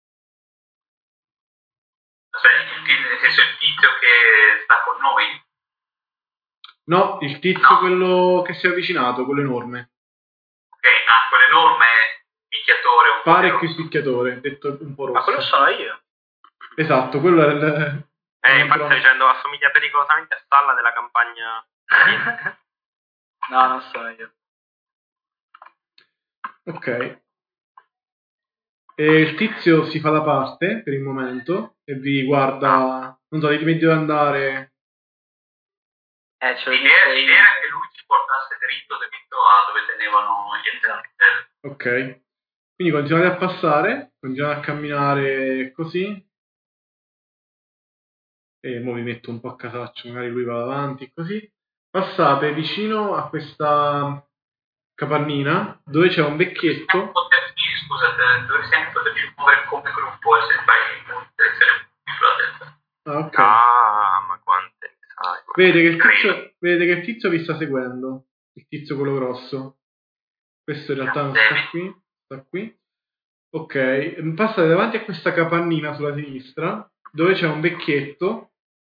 Aspetta, nel senso il tizio che sta con noi? No, il tizio No. quello che si è avvicinato, quello enorme. Ok, ah, quell'enorme picchiatore. Un Parek po' il picchiatore, detto un po' rosso. Ma quello sono io. Esatto, quello è il... Eh, infatti sto dicendo, assomiglia pericolosamente a Stalla della campagna. No, non sono io. Ok. E il tizio si fa da parte per il momento e vi guarda. Non so, di dove andare. Eh, ce l'idea, l'idea era che lui ci portasse dritto dritto a dove tenevano gli eserciti. Ok. Quindi continuate a passare, continuate a camminare così. E mo vi metto un po' a casaccio, magari lui va avanti così. Passate vicino a questa capannina dove c'è un vecchietto. Scusate, dovresti poterci muovere come gruppo e se fai in direzione sulla testa. Ah, ok. Ah, ma quante ne sai? Vede che, il tizio, vede che il tizio vi sta seguendo. Il tizio quello grosso. Questo in realtà non sta qui. Sta qui. Ok. Passate davanti a questa capannina sulla sinistra dove c'è un vecchietto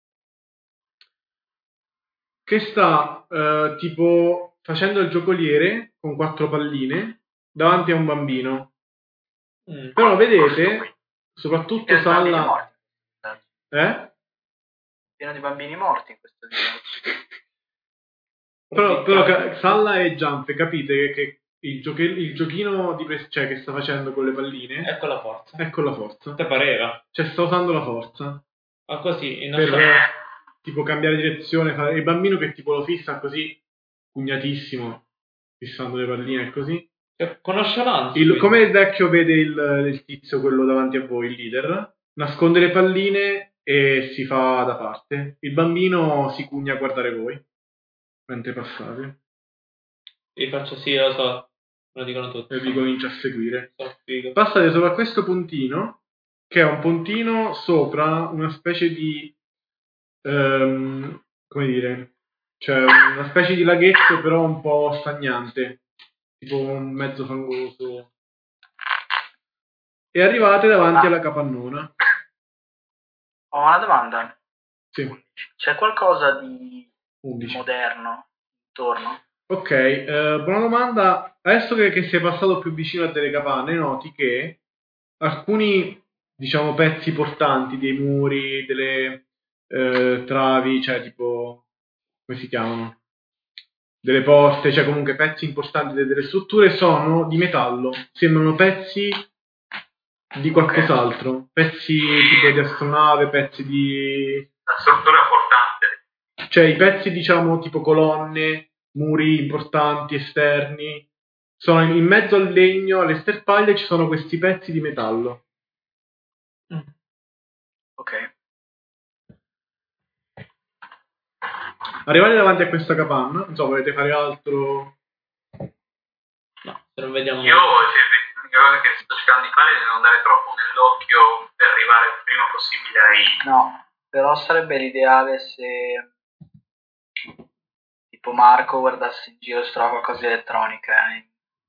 che sta eh, tipo facendo il giocoliere con quattro palline davanti a un bambino. Mm. Però vedete, soprattutto Salla... Eh? Pieno di bambini morti in questo video. Però, però Salla e Giampe, capite che, che il, giochi, il giochino di pres- cioè, che sta facendo con le palline è con la forza. È con la forza. Te pareva? Cioè sta usando la forza. Ma così, in per nostro... tipo cambiare direzione, fare... il bambino che tipo lo fissa così, pugnatissimo, fissando le palline così. Conosce Lance. Il, come il vecchio vede il, il tizio, quello davanti a voi, il leader, nasconde le palline e si fa da parte. Il bambino si cugna a guardare voi mentre passate. E faccio sì, lo so, lo dicono tutti. E vi comincia a seguire. So, Passate sopra questo puntino, che è un puntino sopra una specie di um, come dire, cioè una specie di laghetto però un po' stagnante, tipo un mezzo fangoso. E arrivate davanti ah. alla capannona. Ho una domanda. Sì. C'è qualcosa di undici moderno intorno? Ok, eh, buona domanda. Adesso che, che sei passato più vicino a delle capanne, noti che alcuni, diciamo, pezzi portanti dei muri, delle eh, travi, cioè tipo, come si chiamano? Delle porte, cioè comunque pezzi importanti delle strutture sono di metallo, sembrano pezzi di qualcos'altro, okay. Pezzi tipo di astronave, pezzi di... La struttura portante. Cioè i pezzi, diciamo, tipo colonne, muri importanti, esterni, sono in mezzo al legno, alle sterpaglie ci sono questi pezzi di metallo. Mm. Ok. Arrivate davanti a questa capanna, non so, volete fare altro? No, se non vediamo... Io, l'unica cosa che sto cercando di fare è non dare troppo nell'occhio per arrivare il prima possibile ai... No, però sarebbe l'ideale se tipo Marco guardasse in giro se trova qualcosa di elettronica. Eh.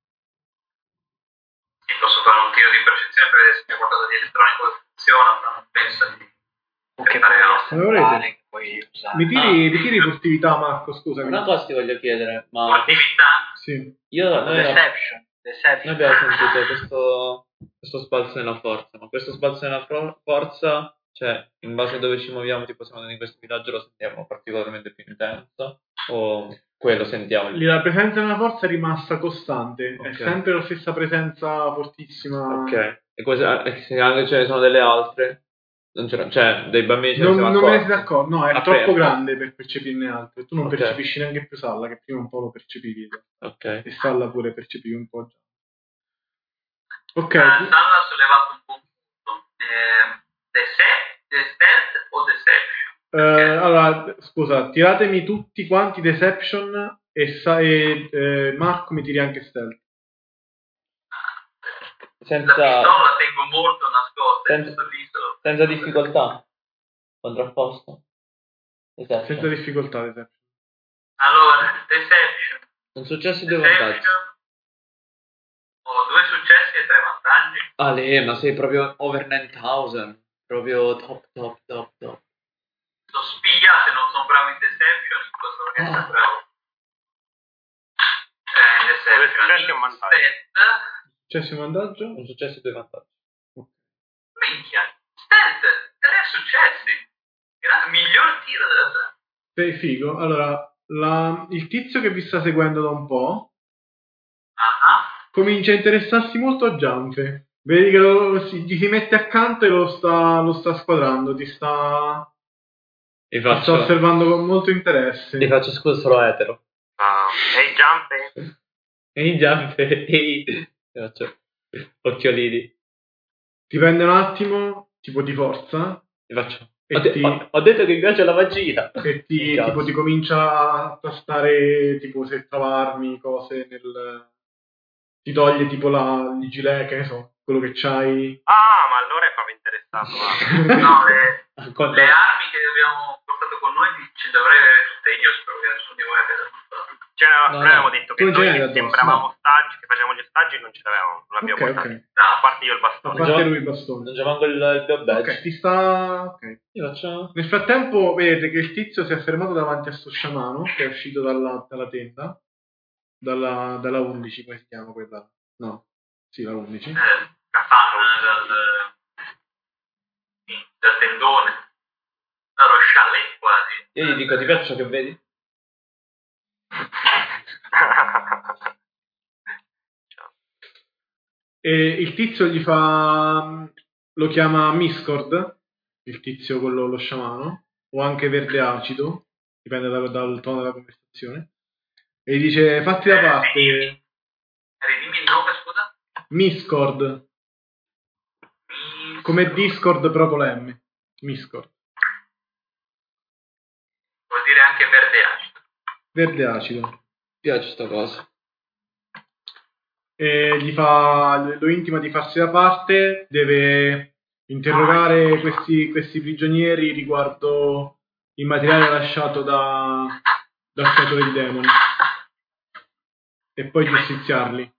Sì, posso fare un tiro di percezione per vedere se c'è qualcosa di elettronico che funziona, però non penso di... Che puoi assemblare, che puoi usare. Mi tiri, ah. mi tiri furtività, Marco, scusami. Una cosa ti voglio chiedere, ma... Furtività? Sì. Io, noi Deception. Deception. Noi abbiamo sentito questo, questo sbalzo nella forza, ma questo sbalzo nella for- forza Cioè, in base a dove ci muoviamo, tipo se andiamo in questo villaggio lo sentiamo particolarmente più intenso, o quello sentiamo? Lì la presenza della forza è rimasta costante, Ok. è sempre la stessa presenza fortissima. Ok. E cosa, e se anche ce ne sono delle altre? Non c'era, cioè, dei bambini ce ne Non, siamo non me ne accorti? siete accorti, no, è Ah, troppo pre- grande per percepirne altre. Tu non Ok. percepisci neanche più Salla, che prima un po' lo percepivi. Ok. E Salla pure percepivi un po' già. Ok. Eh, Salla ha sollevato un buon punto. Eh, dece- de stealth o deception? Eh, allora, scusa, tiratemi tutti quanti Deception e, sa- e eh, Marco mi tiri anche Stealth. Senza, La pistola la tengo molto nascosta in senza, questo viso. senza difficoltà. Contrapposto. Esatto. Senza difficoltà, Deception. Allora, deception. Un successo e due vantaggi. Deception. Ho due successi e tre vantaggi. Ale, ma sei proprio over novemila. Proprio top, top, top, top. Sto spia, se non sono bravo in deception, in questo non Ah. sono bravo. Eh, Due deception. successi e un vantaggio. Stealth. Successo e vantaggio? Un successo e due vantaggi. Minchia. Stealth. Tre successi. Gra- miglior tiro della serie. Sei figo. Allora, la- il tizio che vi sta seguendo da un po' Ah. comincia a interessarsi molto a Gianfe. Vedi che lo- si, gli si mette accanto e lo sta, lo sta squadrando, ti sta, Ti ti sta faccio, osservando con molto interesse. ti faccio scusa solo etero. Ah, Ehi, Giampe? Ehi, Giampe, ehi. Ti faccio occhiolini. Ti prende un attimo, tipo di forza, Ti faccio... E Ho, de- ti- ho- ho detto che mi piace la magia. e ti, Che cazzo. tipo, ti comincia a tastare tipo se trovarmi cose nel... ti toglie tipo la, il gilet, che ne so, quello che c'hai. Ah, ma allora è proprio interessato. va. No, le, Con- le armi che abbiamo portato con noi ci dovrei avere tutte. Io spero che nessuno di voi abbia da portare. Cioè, no, No, noi no. avevamo detto che Tu ce noi l'hai che addosso, sembravamo no. ostaggi, che facevamo gli ostaggi, non ce l'avevamo, non l'abbiamo Ok, portato. ok. A parte io il A bastone. Non parte gio- lui il bastone. Non c'è manco il, il mio badge. Ok, ti sta... ok. Io faccio... Nel frattempo vedete che il tizio si è fermato davanti a sto sciamano che è uscito dalla, dalla tenda, dalla, dalla undici, come si chiama quella? No, sì, la undici. Eh, capanna dal, sì, dal tendone, dallo chalet quasi. Io gli dico, ti piace ciò che vedi? E il tizio gli fa... lo chiama Miscord, il tizio quello, lo sciamano, o anche verde acido, dipende da- dal tono della conversazione, e gli dice, fatti da parte, Ridimmi il nome, scusa? Miscord, come Discord però con la M, Miscord, Vuol dire anche verde acido. verde acido. Mi piace sta cosa. E gli fa, lo intima di farsi da parte, deve interrogare questi, questi prigionieri riguardo il materiale lasciato da, dal creatore di demoni e poi giustiziarli.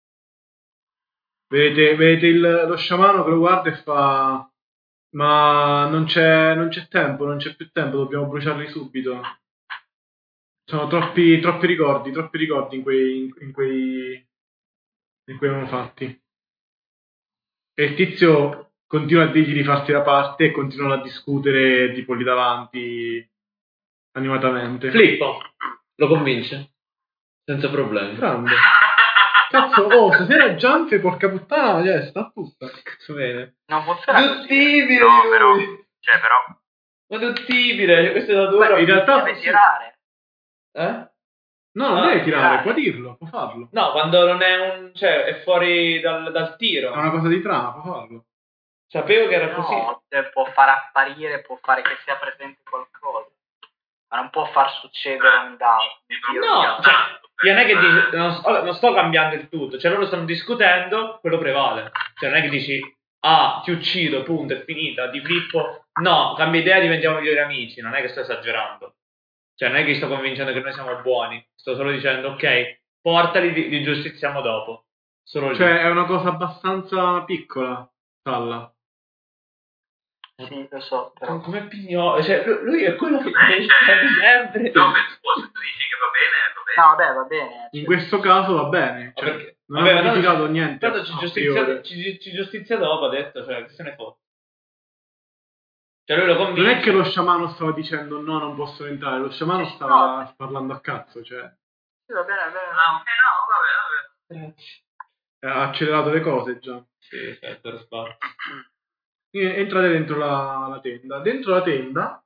Vedete, vedete il, lo sciamano che lo guarda e fa: ma non c'è, non c'è tempo, non c'è più tempo, dobbiamo bruciarli subito. Sono troppi, troppi ricordi, troppi ricordi in quei, in quei in quei manufatti. E il tizio continua a dirgli di farsi da parte e continuano a discutere tipo lì davanti animatamente. Flippo. Lo convince. Senza problemi. Grande. Cazzo, oh, stasera Gianfe, porca puttana, cioè, sta tutta. Cazzo bene. Non funziona così. Duttibile, No, però, lui. cioè, però, Ma duttibile, questa è la dura. Beh, in realtà Deve tirare. Eh? no, non Ah, deve tirare, tirare. può dirlo, può farlo. No, quando non è un... cioè, è fuori dal, dal tiro. È una cosa di trama, può farlo. Sapevo che era così. No, eh, può far apparire, può fare che sia presente qualcosa. Ma non può far succedere un dado. un tiro di No, dado. cioè, io non è che dici, non sto, non sto cambiando il tutto, cioè loro stanno discutendo, quello prevale. Cioè non è che dici, ah, ti uccido, punto, è finita, ti flippo. No, cambia idea, diventiamo migliori amici, non è che sto esagerando. Cioè non è che sto convincendo che noi siamo buoni, sto solo dicendo, ok, portali, li, li giustiziamo dopo. Solo lì. Cioè, è una cosa abbastanza piccola, Salla. Sì, lo so, però. Come pignolo, cioè lui, lui è quello che Eh, cioè, sempre. no, per sposo, tu dici che va bene, va bene. No, vabbè, va bene. In questo caso va bene, Ma cioè, perché- non vabbè, ha ma modificato tanto- niente. Tanto ci a giustizia, priori. ci, ci giustizia dopo, ha detto, cioè, che se ne fotte. Cioè lui lo convince. Non è che lo sciamano stava dicendo no, non possono entrare, lo sciamano stava no. parlando a cazzo, cioè. Sì, va bene, va bene. Ah, ok, no, vabbè, vabbè. Ha accelerato le cose già. Sì, certo, lo spazio. Entrate dentro la, la tenda. Dentro la tenda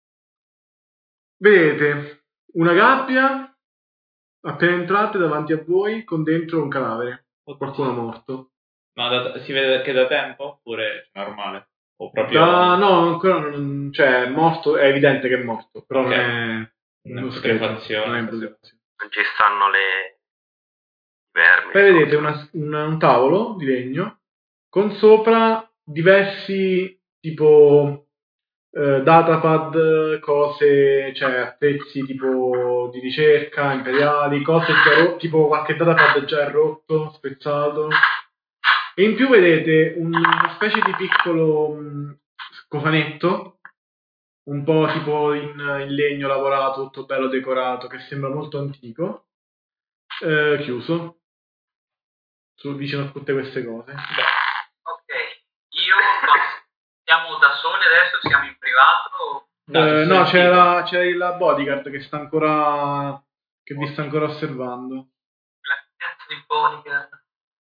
vedete una gabbia appena entrate davanti a voi con dentro un cadavere. Qualcuno morto. Ma da, si vede che da tempo? Oppure normale? O proprio... Da, no, ancora non... Cioè, morto, è evidente che è morto. Però okay. non è... Una putrefazione. Non è putrefazione. Non ci stanno le vermi. Poi vedete una, una, un tavolo di legno con sopra diversi tipo eh, datapad, cose, cioè attrezzi tipo di ricerca, imperiali, cose già rotte, tipo qualche datapad già rotto, spezzato. E in più vedete una specie di piccolo mh, cofanetto, un po' tipo in, in legno lavorato, tutto bello decorato, che sembra molto antico, eh, chiuso. Su, vicino a tutte queste cose. Ok, io siamo da soli adesso, siamo in privato? Eh, no, c'è la, c'è la bodyguard che sta ancora che vi sta ancora osservando. La cazzo di bodyguard.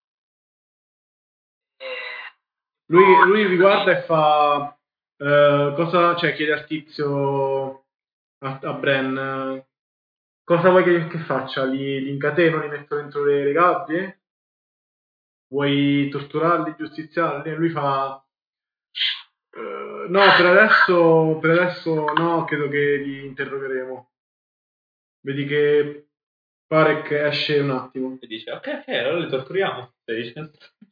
Eh, lui, lui vi guarda e fa eh, cosa, cioè chiede al tizio a, a Bren cosa vuoi che, che faccia? Li, li incateno, li metto dentro le, le gabbie? Vuoi torturarli, giustiziarli? E lui fa uh, no, per adesso per adesso no, credo che li interrogheremo. Vedi che pare che esce un attimo e dice ok, ok, allora li torturiamo. Stai dicendo?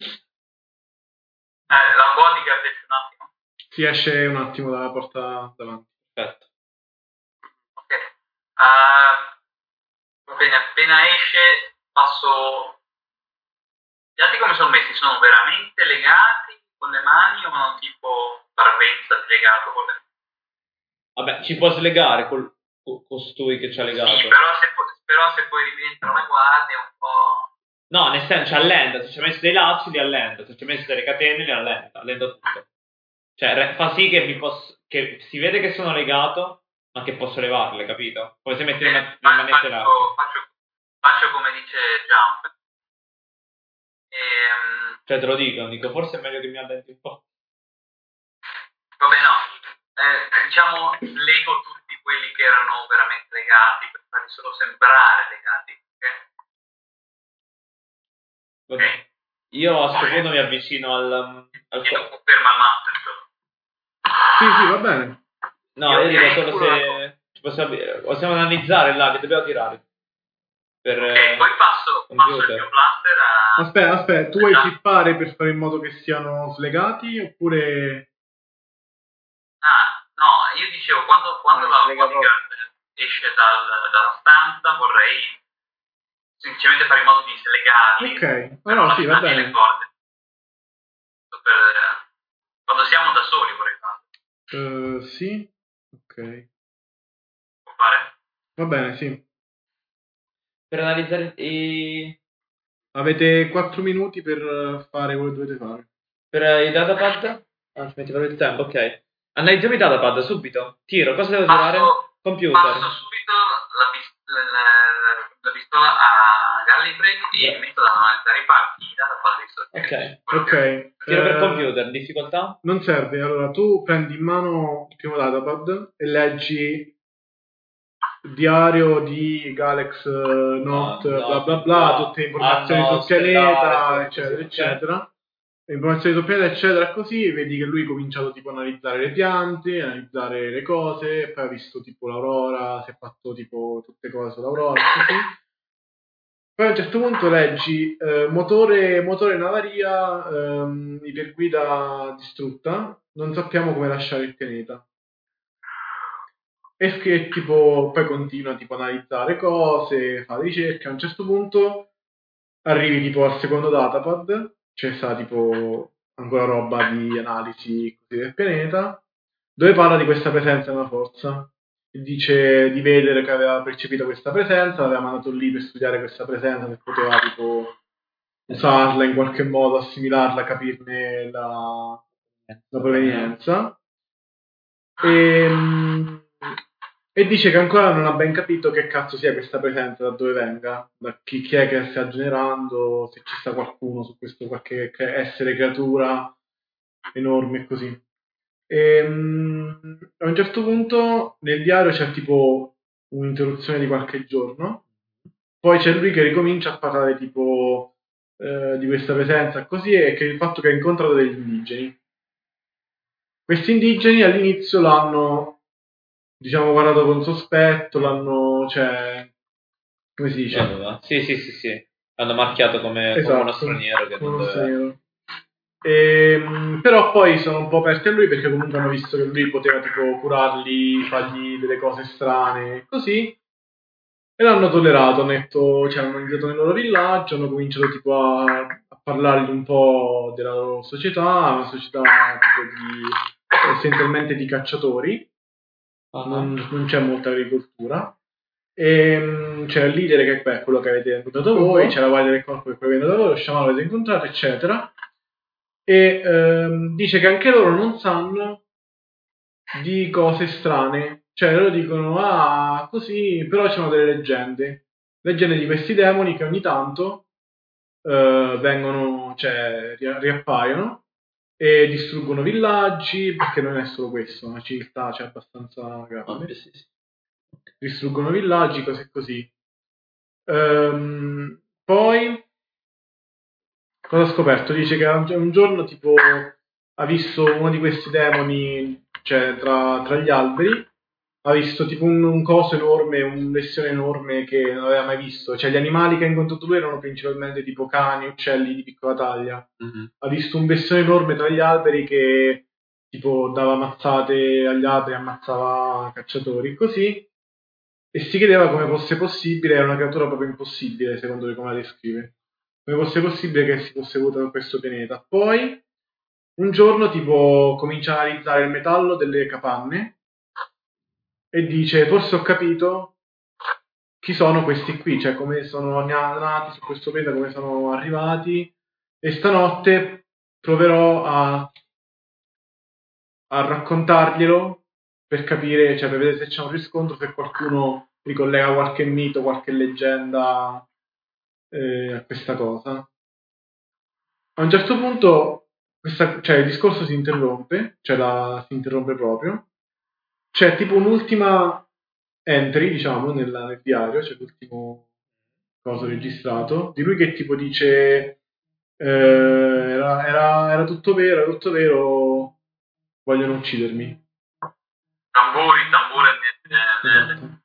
Eh, la bodyguard esce un attimo. Si esce un attimo dalla porta davanti. Perfetto. Ok. Uh, va bene, appena esce passo... Gli altri come sono messi? Sono veramente legati con le mani o sono tipo parvenza legato con le... Vabbè, ci può slegare col, con costui che ci ha legato. Sì, però se, però se poi rientra una guardia un po'... No, nel senso, ci allenta. Se ci ha messo dei lacci, li allenta. Se ci ha messo delle catene, li allenta. Allenta tutto. Cioè, fa sì che mi posso... che si vede che sono legato, ma che posso levarle, capito? Come se metti le, man- le manette là. Faccio, faccio come dice Jump. Ehm... Cioè, te lo dico, dico, forse è meglio che mi allenti un po'. Vabbè, no. Eh, diciamo, lego tutti quelli che erano veramente legati per farli solo sembrare legati. Ok? Okay. Io a questo punto mi avvicino al... al Chiedo conferma al master. Sì, sì, va bene. No, io, io dico solo se... Ci possiamo, possiamo analizzare là, che dobbiamo tirare. Per, ok, poi passo, passo il mio blaster a... Aspetta, aspetta, tu vuoi flippare per fare in modo che siano slegati oppure... Ah, no, io dicevo, quando, quando la bodyguard esce dal, dalla stanza vorrei semplicemente fare in modo di slegarli. Ok, allora no, sì, va bene. Le corde. Per, quando siamo da soli vorrei fare. Uh, sì, ok. Può fare? Va bene, sì. Per analizzare i... Avete quattro minuti per fare quello che dovete fare. Per i datapad? Ah, metti proprio il tempo, ok. Analizziamo i datapad subito. Tiro, cosa devo passo, tirare? Computer. Passo subito la, pist- la, la, la pistola a Gallifrey e metto da riparti i datapad. Ok, ok. Tiro eh, per computer, difficoltà? Non serve, allora tu prendi in mano il primo datapad e leggi diario di Galax uh, Not, no, bla bla bla, tutte le informazioni ah, no, sul pianeta, stellare, eccetera, così, eccetera. Okay. Le informazioni sul pianeta, eccetera, così, vedi che lui ha cominciato tipo a analizzare le piante, analizzare le cose, poi ha visto tipo l'aurora, si è fatto tipo tutte cose sull'aurora, così. Poi a un certo punto leggi eh, motore, motore in avaria, ehm, iperguida distrutta, non sappiamo come lasciare il pianeta. E che tipo poi continua tipo a analizzare cose, fa ricerche, a un certo punto arrivi tipo al secondo datapad, c'è sta tipo ancora roba di analisi così del pianeta, dove parla di questa presenza della forza. Dice di vedere che aveva percepito questa presenza, l'aveva mandato lì per studiare questa presenza, se poteva tipo usarla in qualche modo, assimilarla, capirne la, la provenienza. E, e dice che ancora non ha ben capito che cazzo sia questa presenza, da dove venga, da chi, chi è che sta generando, se ci sta qualcuno su questo, qualche essere, creatura enorme e così. E, a un certo punto nel diario c'è tipo un'interruzione di qualche giorno, poi c'è lui che ricomincia a parlare tipo eh, di questa presenza così, e che il fatto che ha incontrato degli indigeni. Questi indigeni all'inizio l'hanno, diciamo, guardato con sospetto, l'hanno, cioè, come si dice? Allora, sì, sì, sì, sì. Hanno marchiato come, esatto, come uno straniero che come non uno doveva. straniero. E, però poi sono un po' aperti a lui, perché comunque hanno visto che lui poteva tipo curarli, fargli delle cose strane, così, e l'hanno tollerato. Hanno detto, cioè, hanno invitato nel loro villaggio, hanno cominciato tipo a, a parlargli un po' della loro società, una società tipo di, essenzialmente di cacciatori. Uh-huh. non, non c'è molta agricoltura. E c'è il leader che è quello che avete incontrato uh-huh. voi, c'è la guardia del corpo che viene da voi, lo sciamano avete incontrato, eccetera. E ehm, dice che anche loro non sanno di cose strane, cioè loro dicono ah così, però ci sono delle leggende leggende di questi demoni che ogni tanto eh, vengono, cioè ri- riappaiono e distruggono villaggi, perché non è solo questo, una civiltà c'è, cioè, abbastanza grande. Oh, sì, sì. Distruggono villaggi, cose così. Ehm, poi cosa ha scoperto? Dice che un giorno tipo ha visto uno di questi demoni, cioè tra, tra gli alberi, ha visto tipo un, un coso enorme, un bestione enorme che non aveva mai visto. Cioè gli animali che ha incontrato lui erano principalmente tipo cani, uccelli di piccola taglia. Mm-hmm. Ha visto un bestione enorme tra gli alberi che tipo dava mazzate agli alberi, ammazzava cacciatori, così. E si chiedeva come fosse possibile, era una creatura proprio impossibile secondo lui, come la descrive. Come fosse possibile che si fosse avuto da questo pianeta. Poi un giorno tipo comincia a analizzare il metallo delle capanne e dice forse ho capito chi sono questi qui, cioè come sono nati su questo pianeta, come sono arrivati, e stanotte proverò a, a raccontarglielo per capire, cioè per vedere se c'è un riscontro, se qualcuno ricollega qualche mito, qualche leggenda eh, a questa cosa. A un certo punto questa, cioè, il discorso si interrompe, cioè la, si interrompe proprio. C'è tipo un'ultima entry, diciamo, nella, nel diario, c'è l'ultimo coso registrato, di lui che tipo dice eh, era, era, era tutto vero, era tutto vero, vogliono uccidermi. Tamburi, tamburi. Esatto.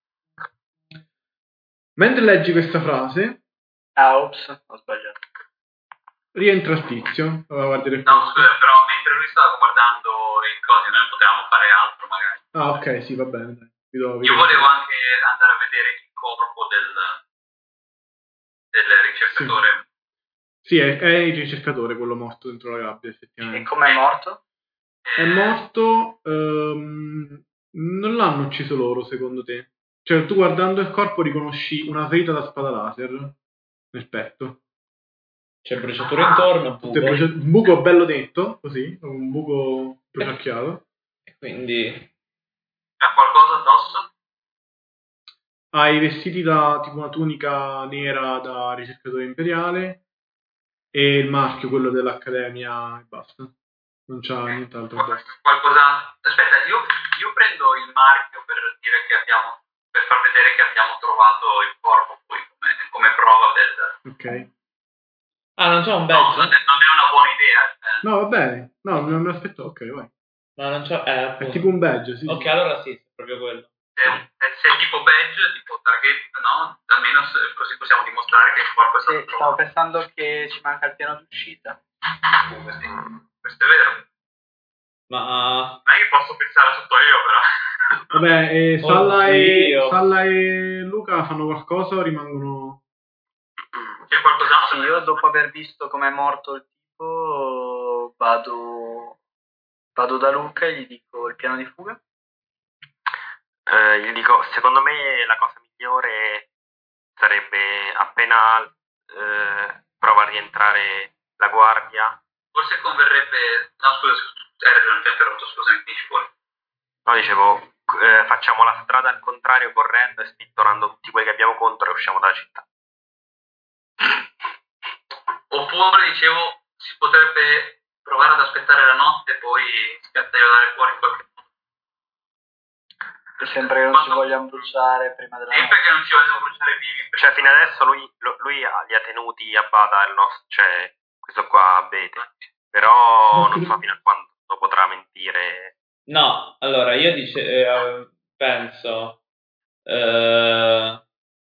Mentre leggi questa frase, ah, ops, ho sbagliato. Rientra il tizio. No, scusa, però mentre lui stava guardando i cosi, noi potevamo fare altro magari. Ah, ok, sì, va bene. Vi do, vi Io do volevo anche andare a vedere il corpo del, del ricercatore. Sì, sì è, è il ricercatore quello morto dentro la gabbia, effettivamente. E com'è morto? È morto... Um, non l'hanno ucciso loro, secondo te? Cioè, tu guardando il corpo riconosci una ferita da spada laser nel petto. C'è bruciatura intorno, buco. Brucia- un buco bello netto, così, un buco bruciacchiato. E quindi... Ha qualcosa addosso? Ha i vestiti da tipo una tunica nera da ricercatore imperiale e il marchio, quello dell'accademia, e basta. Non c'ha nient'altro addosso. Qualcosa... Aspetta, io, io prendo il marchio per dire che abbiamo... per far vedere che abbiamo trovato il corpo poi come, come prova del... Ok. Ah, non c'è un badge? No, non è, non è una buona idea. Eh. No, va bene. No, non me l'aspetto. Ok, vai. No, non c'è... Eh, è tipo un badge, sì. Ok, sì. allora sì, proprio quello. Se, se è tipo badge, tipo target, no? Almeno se, così possiamo dimostrare che il corpo è stato sì, stavo pensando che ci manca il piano d'uscita. Uh, questo, questo è vero. Ma... non è che posso pensare sotto io, però. Vabbè, e Salla, e, Salla e Luca fanno qualcosa o rimangono... C'è qualcos'altro? Sì, io dopo aver visto com'è morto il tipo vado, vado da Luca e gli dico il piano di fuga. Eh, gli dico, secondo me la cosa migliore sarebbe appena eh, prova a rientrare la guardia. Forse converrebbe... No, scusa, scusa, eh, non ti ho interrotto, scusami, finisci fuori. No, dicevo, eh, facciamo la strada al contrario correndo e spintonando tutti quelli che abbiamo contro e usciamo dalla città. Oppure, dicevo, si potrebbe provare ad aspettare la notte e poi scattaiolare fuori in qualche modo. E sempre che non Quando... ci vogliamo bruciare prima della sempre notte. Che non ci vogliamo bruciare vivi. Cioè, fino adesso lui, lui li ha tenuti a bada il nostro, cioè, questo qua Abete. Però non so fino a quando potrà mentire. No, allora, io dice, eh, penso... Eh...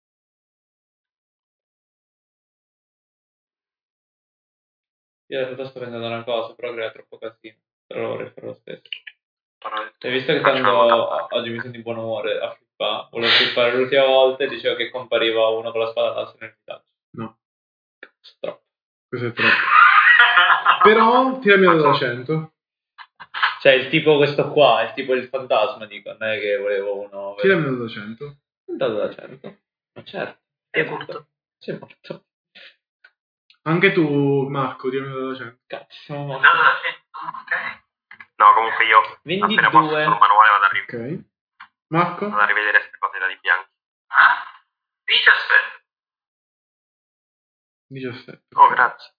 Io in realtà sto pensando una cosa, però crea troppo casino. Però lo vorrei fare lo stesso. Hai visto che tanto oggi mi sento in buon umore a flippare? Volevo flippare l'ultima volta e dicevo che compariva uno con la spada laser nel villaggio. No. Troppo. Questo è troppo. Però tirami da cento. Cioè il tipo questo qua, il tipo il fantasma, dico, non è che volevo uno... Tirami da cento. Dato da cento. Ma certo. È morto. Sei morto. Anche tu, Marco, tirami da cento. Cazzo, siamo morti. Dato da cento, ok. No, comunque io ventidue. Appena posso sul manuale vado a, ri- Ok. Marco? vado a rivedere queste cose da di bianchi. Ah? diciassette. diciassette. Oh, grazie.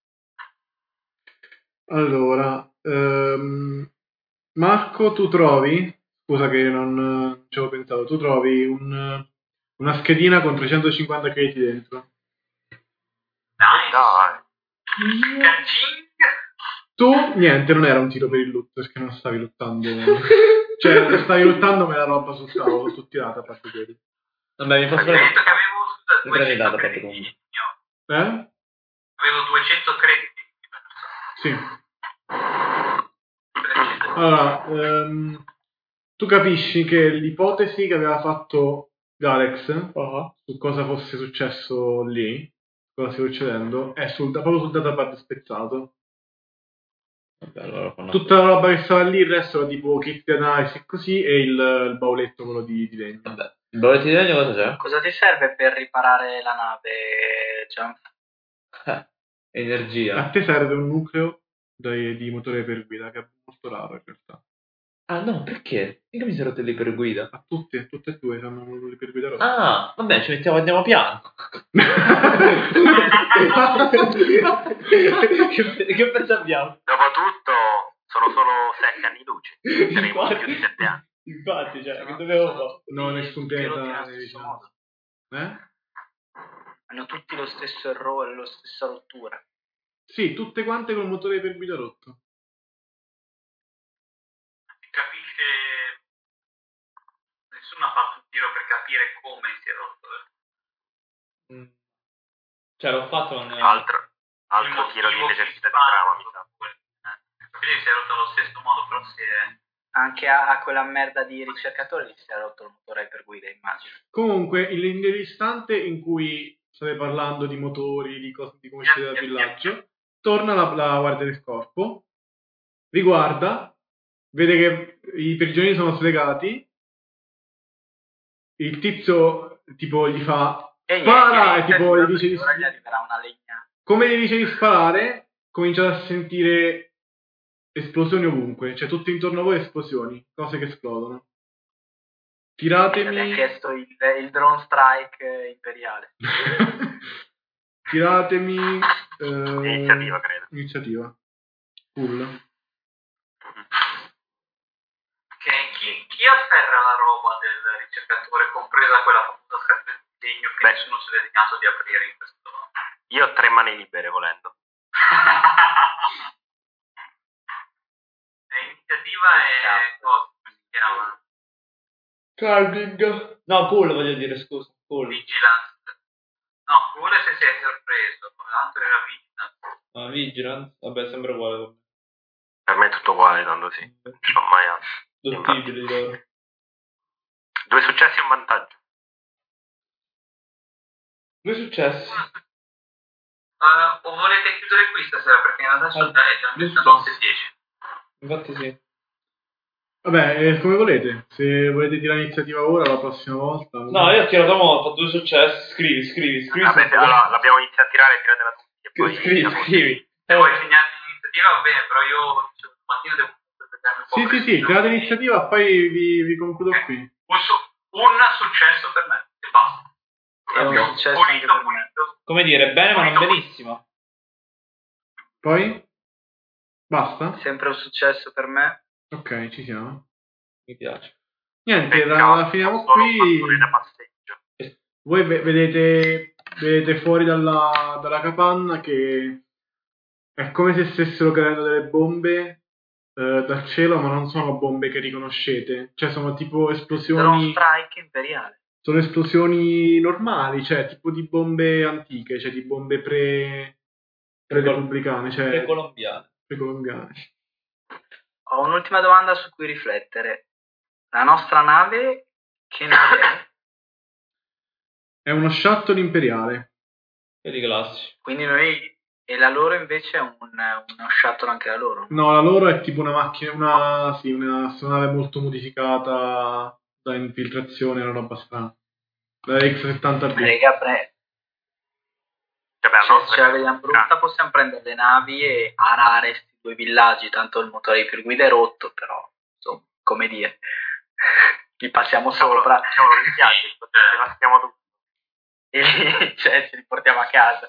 Allora, ehm, Marco, tu trovi, scusa che non ci avevo pensato, tu trovi un, una schedina con trecentocinquanta crediti dentro. Nice. Dai. Cacing. Tu, niente, non era un tiro per il loot, perché non stavi lottando. Cioè, stavi lottando ma la roba sul tavolo, tutto tirato a parte quelli. Vabbè, mi posso Ho detto che avevo scusa, duecento dato, crediti. Eh? Avevo duecento crediti. Sì. Allora, ehm, tu capisci che l'ipotesi che aveva fatto Galex uh-huh. su cosa fosse successo lì, cosa stia succedendo, è sul, proprio sul datapad spezzato. Vabbè, allora tutta la roba che stava lì, il resto era tipo kit di analisi e così, e il, il bauletto quello di, di legno. Vabbè. Il bauletto di legno cosa c'è? Cosa ti serve per riparare la nave, Jump? Eh, energia. A te serve un nucleo di, di motore per guida, che è molto raro in realtà. Ah no, perché? Mica mi sei rotto lì per guida. A tutti, a tutte e due hanno un per guida rotti. Ah, vabbè, ci mettiamo, andiamo piano. che, che pensa abbiamo? Dopotutto sono solo sette anni luce. Saremo più di sette anni. Infatti, cioè, che dovevo fare? No, nessun pianeta nello stesso modo. Eh? Hanno tutti lo stesso errore, la stessa rottura. Sì, tutte quante col motore per guida rotto. Si capisce. Nessuno ha fatto un tiro per capire come si è rotto. Eh? Mm. Cioè, l'ho fatto un altro, altro tiro di necessità di trama, mi sa. Quindi si è rotto allo stesso modo, però si è. Anche a, a quella merda di ricercatori gli si è rotto il motore per guida, immagino. Comunque, nell'istante in cui state parlando di motori, di, cose, di come siete dal villaggio, torna la, la guardia del corpo, riguarda, vede che i prigionieri sono slegati, il tizio tipo gli fa e spara niente, e tipo gli dice di ora gli arriverà una legna. Come gli dice di sparare, cominciate a sentire esplosioni ovunque, cioè tutto intorno a voi esplosioni, cose che esplodono. Tiratemi. Mi ha chiesto il, il drone strike imperiale. Tiratemi. Eh... Iniziativa, credo. Iniziativa. Cool. Okay, chi, chi afferra la roba del ricercatore, compresa quella famosa scatola di legno che Beh. nessuno si è degnato di aprire in questo modo? Io ho tre mani libere volendo. L'iniziativa è cosa? Come si chiama? Carving. No, cool, voglio dire, scusa. Cool. Vigilance. No, cool se si è sorpreso, l'altro era Vigilance. Ah, Vigilance? Vabbè, sembra uguale. Per me è tutto uguale, tanto sì. Non ce l'ho mai altro. Due tigri loro. Due successi e un vantaggio. Due successi. Uh, o volete chiudere qui stasera? Perché adesso ah, è già mezzanotte e dieci. Infatti sì. Vabbè, eh, come volete. Se volete tirare l'iniziativa ora, la prossima volta. No, io ho tirato mo', ho fatto due successi. Scrivi, scrivi, scrivi. Vabbè, se, allora, l'abbiamo iniziato a tirare, tiratela tutti. E poi scrivi, scrivi. Se vuoi segnare l'iniziativa va bene, però io stamattina devo Sì, sì, sì, tirate l'iniziativa, poi vi, vi concludo qui. Un, su- un successo per me, e basta. È un successo anche per me. Come dire, bene ma non benissimo. Poi? Basta? Sempre un successo per me. Ok, ci siamo. Mi piace. Niente, la, la finiamo qui. Da passeggio. Voi ve- vedete, vedete fuori dalla, dalla capanna che è come se stessero cadendo delle bombe eh, dal cielo, ma non sono bombe che riconoscete. Cioè sono tipo Drone esplosioni... strike imperiale. Sono esplosioni normali, cioè tipo di bombe antiche, cioè di bombe pre... pre-repubblicane, cioè... Pre-colombiane. pre-colombiane. Ho un'ultima domanda su cui riflettere. La nostra nave, che nave è? È uno shuttle imperiale. Quelli classici. Quindi noi... E la loro invece è un, uno shuttle anche la loro? No, la loro è tipo una macchina, una, sì, una astronave molto modificata da infiltrazione, una roba strana. La X settanta B. Rega, pre... Vabbè, cioè, no, se ce la vediamo brutta possiamo prendere le navi e arare questi due villaggi, tanto il motore di Pirguida è rotto, però, insomma, come dire, li passiamo sopra. Cavolo, mi piace, devastiamo tutto. E lì, cioè, ce li portiamo a casa.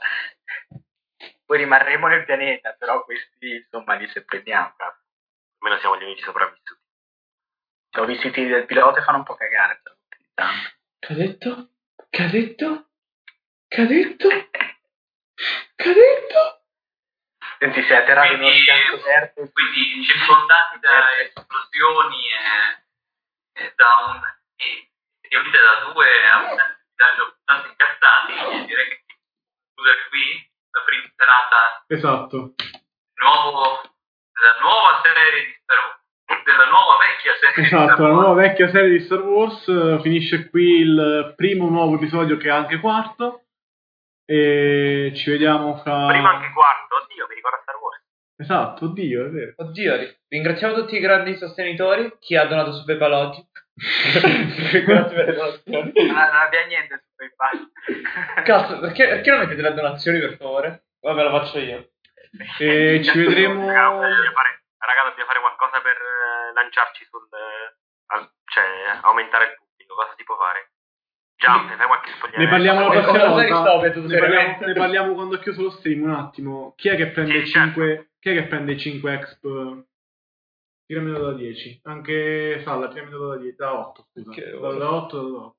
Poi rimarremo nel pianeta, però questi, insomma, li seppelliamo. Almeno siamo gli unici sopravvissuti. Cioè, ho visto i tiri del pilota e fanno un po' cagare. Che ha detto? Che ha detto? Che ha detto? Che ha detto? Senti, sei atterrato in uno Quindi, schianto deserto. quindi circondati da esplosioni e, e da un e, e da due da abbastanza incazzati, direi che chiudere qui la prima serata Esatto. nuovo della nuova serie di Star Wars, della nuova vecchia serie di Esatto, Star la Wars. nuova vecchia serie di Star Wars eh, finisce qui il primo nuovo episodio che è anche quarto e ci vediamo fra... Prima anche quarto, oddio, mi ricorda Star Wars. Esatto, oddio, è vero. Oddio, ri- ringraziamo tutti i grandi sostenitori, chi ha donato su PayPal oggi. Grazie per le donazioni. Non, non abbiamo niente su PayPal. Cazzo, perché, perché non mettete le donazioni per favore? Vabbè, lo faccio io. E ci vedremo... Raga, dobbiamo fare, raga, dobbiamo fare qualcosa per eh, lanciarci sul... eh, al- cioè, aumentare il pubblico. Cosa si può fare? Jump, fai qualche spogliamento. Ne parliamo la Ma prossima cosa volta. Cristoforo, tu Ne parliamo, seriamente? ne parliamo quando ho chiuso lo stream un attimo. Chi è che prende Sì, cinque Chi è che prende cinque exp? Tiramelo da dieci. Anche Salla, tiramelo da dieci, da otto, scusa. Che Da, ora. da otto, da otto.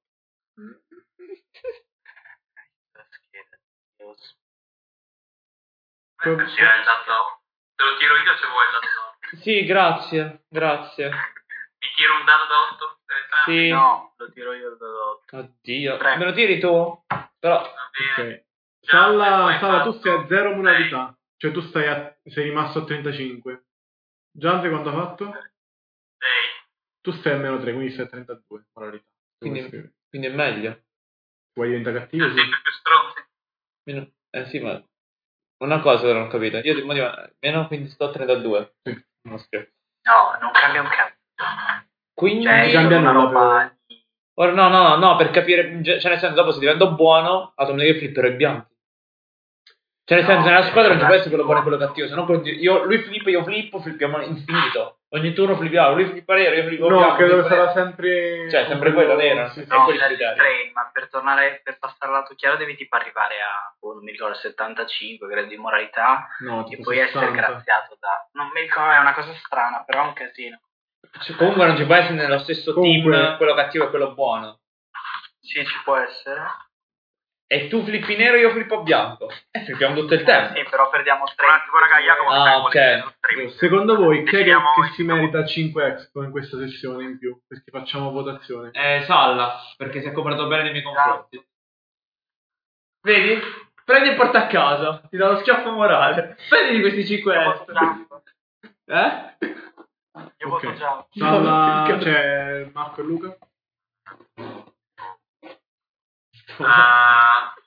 Eh, sì, è il dato. Te lo tiro io se vuoi il dato da otto. Sì, grazie, grazie. Mi tiro un dato da otto? Sì. No, lo tiro io da otto. Oddio. Tre. Me lo tiri tu? Però... Va bene. Ok. Salla, Poi Salla, tu fatto sei a zero moralità. sei. Cioè tu stai a, sei rimasto a trentacinque. Giante quanto ha fatto? sei. Tu stai a meno tre, quindi stai a trentadue moralità. Quindi, Vuoi quindi è meglio. diventare cattivo? Ah, Sì. sempre più stronzi. Meno... Eh sì, ma... Una cosa non ho capito. Io di meno, quindi sto a trentadue. Sì. Non scherzo. No, non cambia un cazzo. Quindi... Cioè, cambia una nulla, roba di... Ora no, no, no, no, per capire... Cioè nel senso, dopo se divento buono, automaticamente flipperò i bianchi. Cioè nel No, senso, nella squadra non ci può eh, essere quello buono e quello cattivo. Se no, continu- io, lui flippa, io flippo, flippiamo infinito. Ogni turno flippiamo. Lui flippa nero, io flippo No, bianco. credo flippa sarà nero. sempre... Cioè, sempre quello nero. Sì, sì. E No, quelli c'è il criteri. train, ma per tornare, per passare al lato chiaro devi tipo arrivare a, oh, non mi ricordo, settantacinque gradi di moralità No, e tipo poi essere sessanta. graziato da... Non mi ricordo, è una cosa strana, però è un casino. Cioè, comunque non ci può essere nello stesso Comunque- team quello cattivo e quello buono. Sì, ci può essere. E tu flippi nero, io flippo bianco. E flippiamo tutto il tempo. Sì, però perdiamo Un train. attimo, raga, Jacopo, Ah, stai ok. volendo lo stream. Giusto. Secondo voi chi è che, Decidiamo- che si merita cinque expo in questa sessione in più? Perché facciamo votazione. Eh, Salla, perché si è comportato bene nei miei confronti. Vedi? Prendi e porta a casa. Ti do lo schiaffo morale. Prendi questi cinque Io voto extra. Jump. Eh? Io Ok. voto Jump. Salla, No, c'è Marco e Luca? Ah,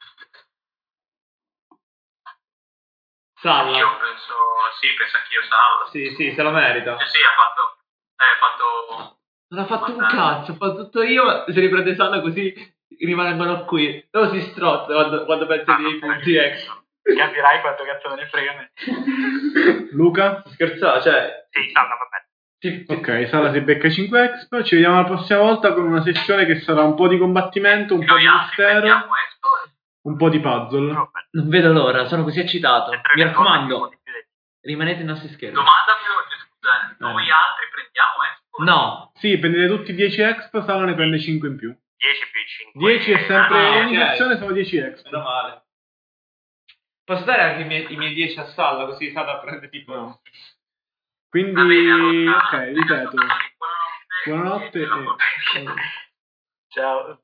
Salla. io penso, sì, penso anch'io Salla. Sì, sì, se lo merita. Sì, sì, ha fatto, eh, ha fatto, Non ha fatto un cazzo, ho fatto tutto io, se riprende Salla così rimangono qui. Dopo si strozza quando, quando pensa dei punti extra. Capirai quanto cazzo me ne frega me. Luca? Scherzavo, cioè... Sì, Salla, va bene. Sì, sì. Ok, Sala si becca cinque expo. Ci vediamo la prossima volta con una sessione che sarà un po' di combattimento, un po' di mistero, un po' di puzzle. Non vedo l'ora, sono così eccitato. Mi raccomando, rimanete ai nostri schermi. Domanda veloce, scusate. Noi altri prendiamo expo? No. Sì, prendete tutti dieci expo, Sala ne prende cinque in più. dieci più cinque. dieci è sempre, Ah, ogni ok. sessione sono dieci expo. Meno male. Posso dare anche i miei, i miei dieci a Salla, così Salla prende tipo... No. Quindi, Va bene, allora. ok, ripeto. Buonanotte e... Ciao.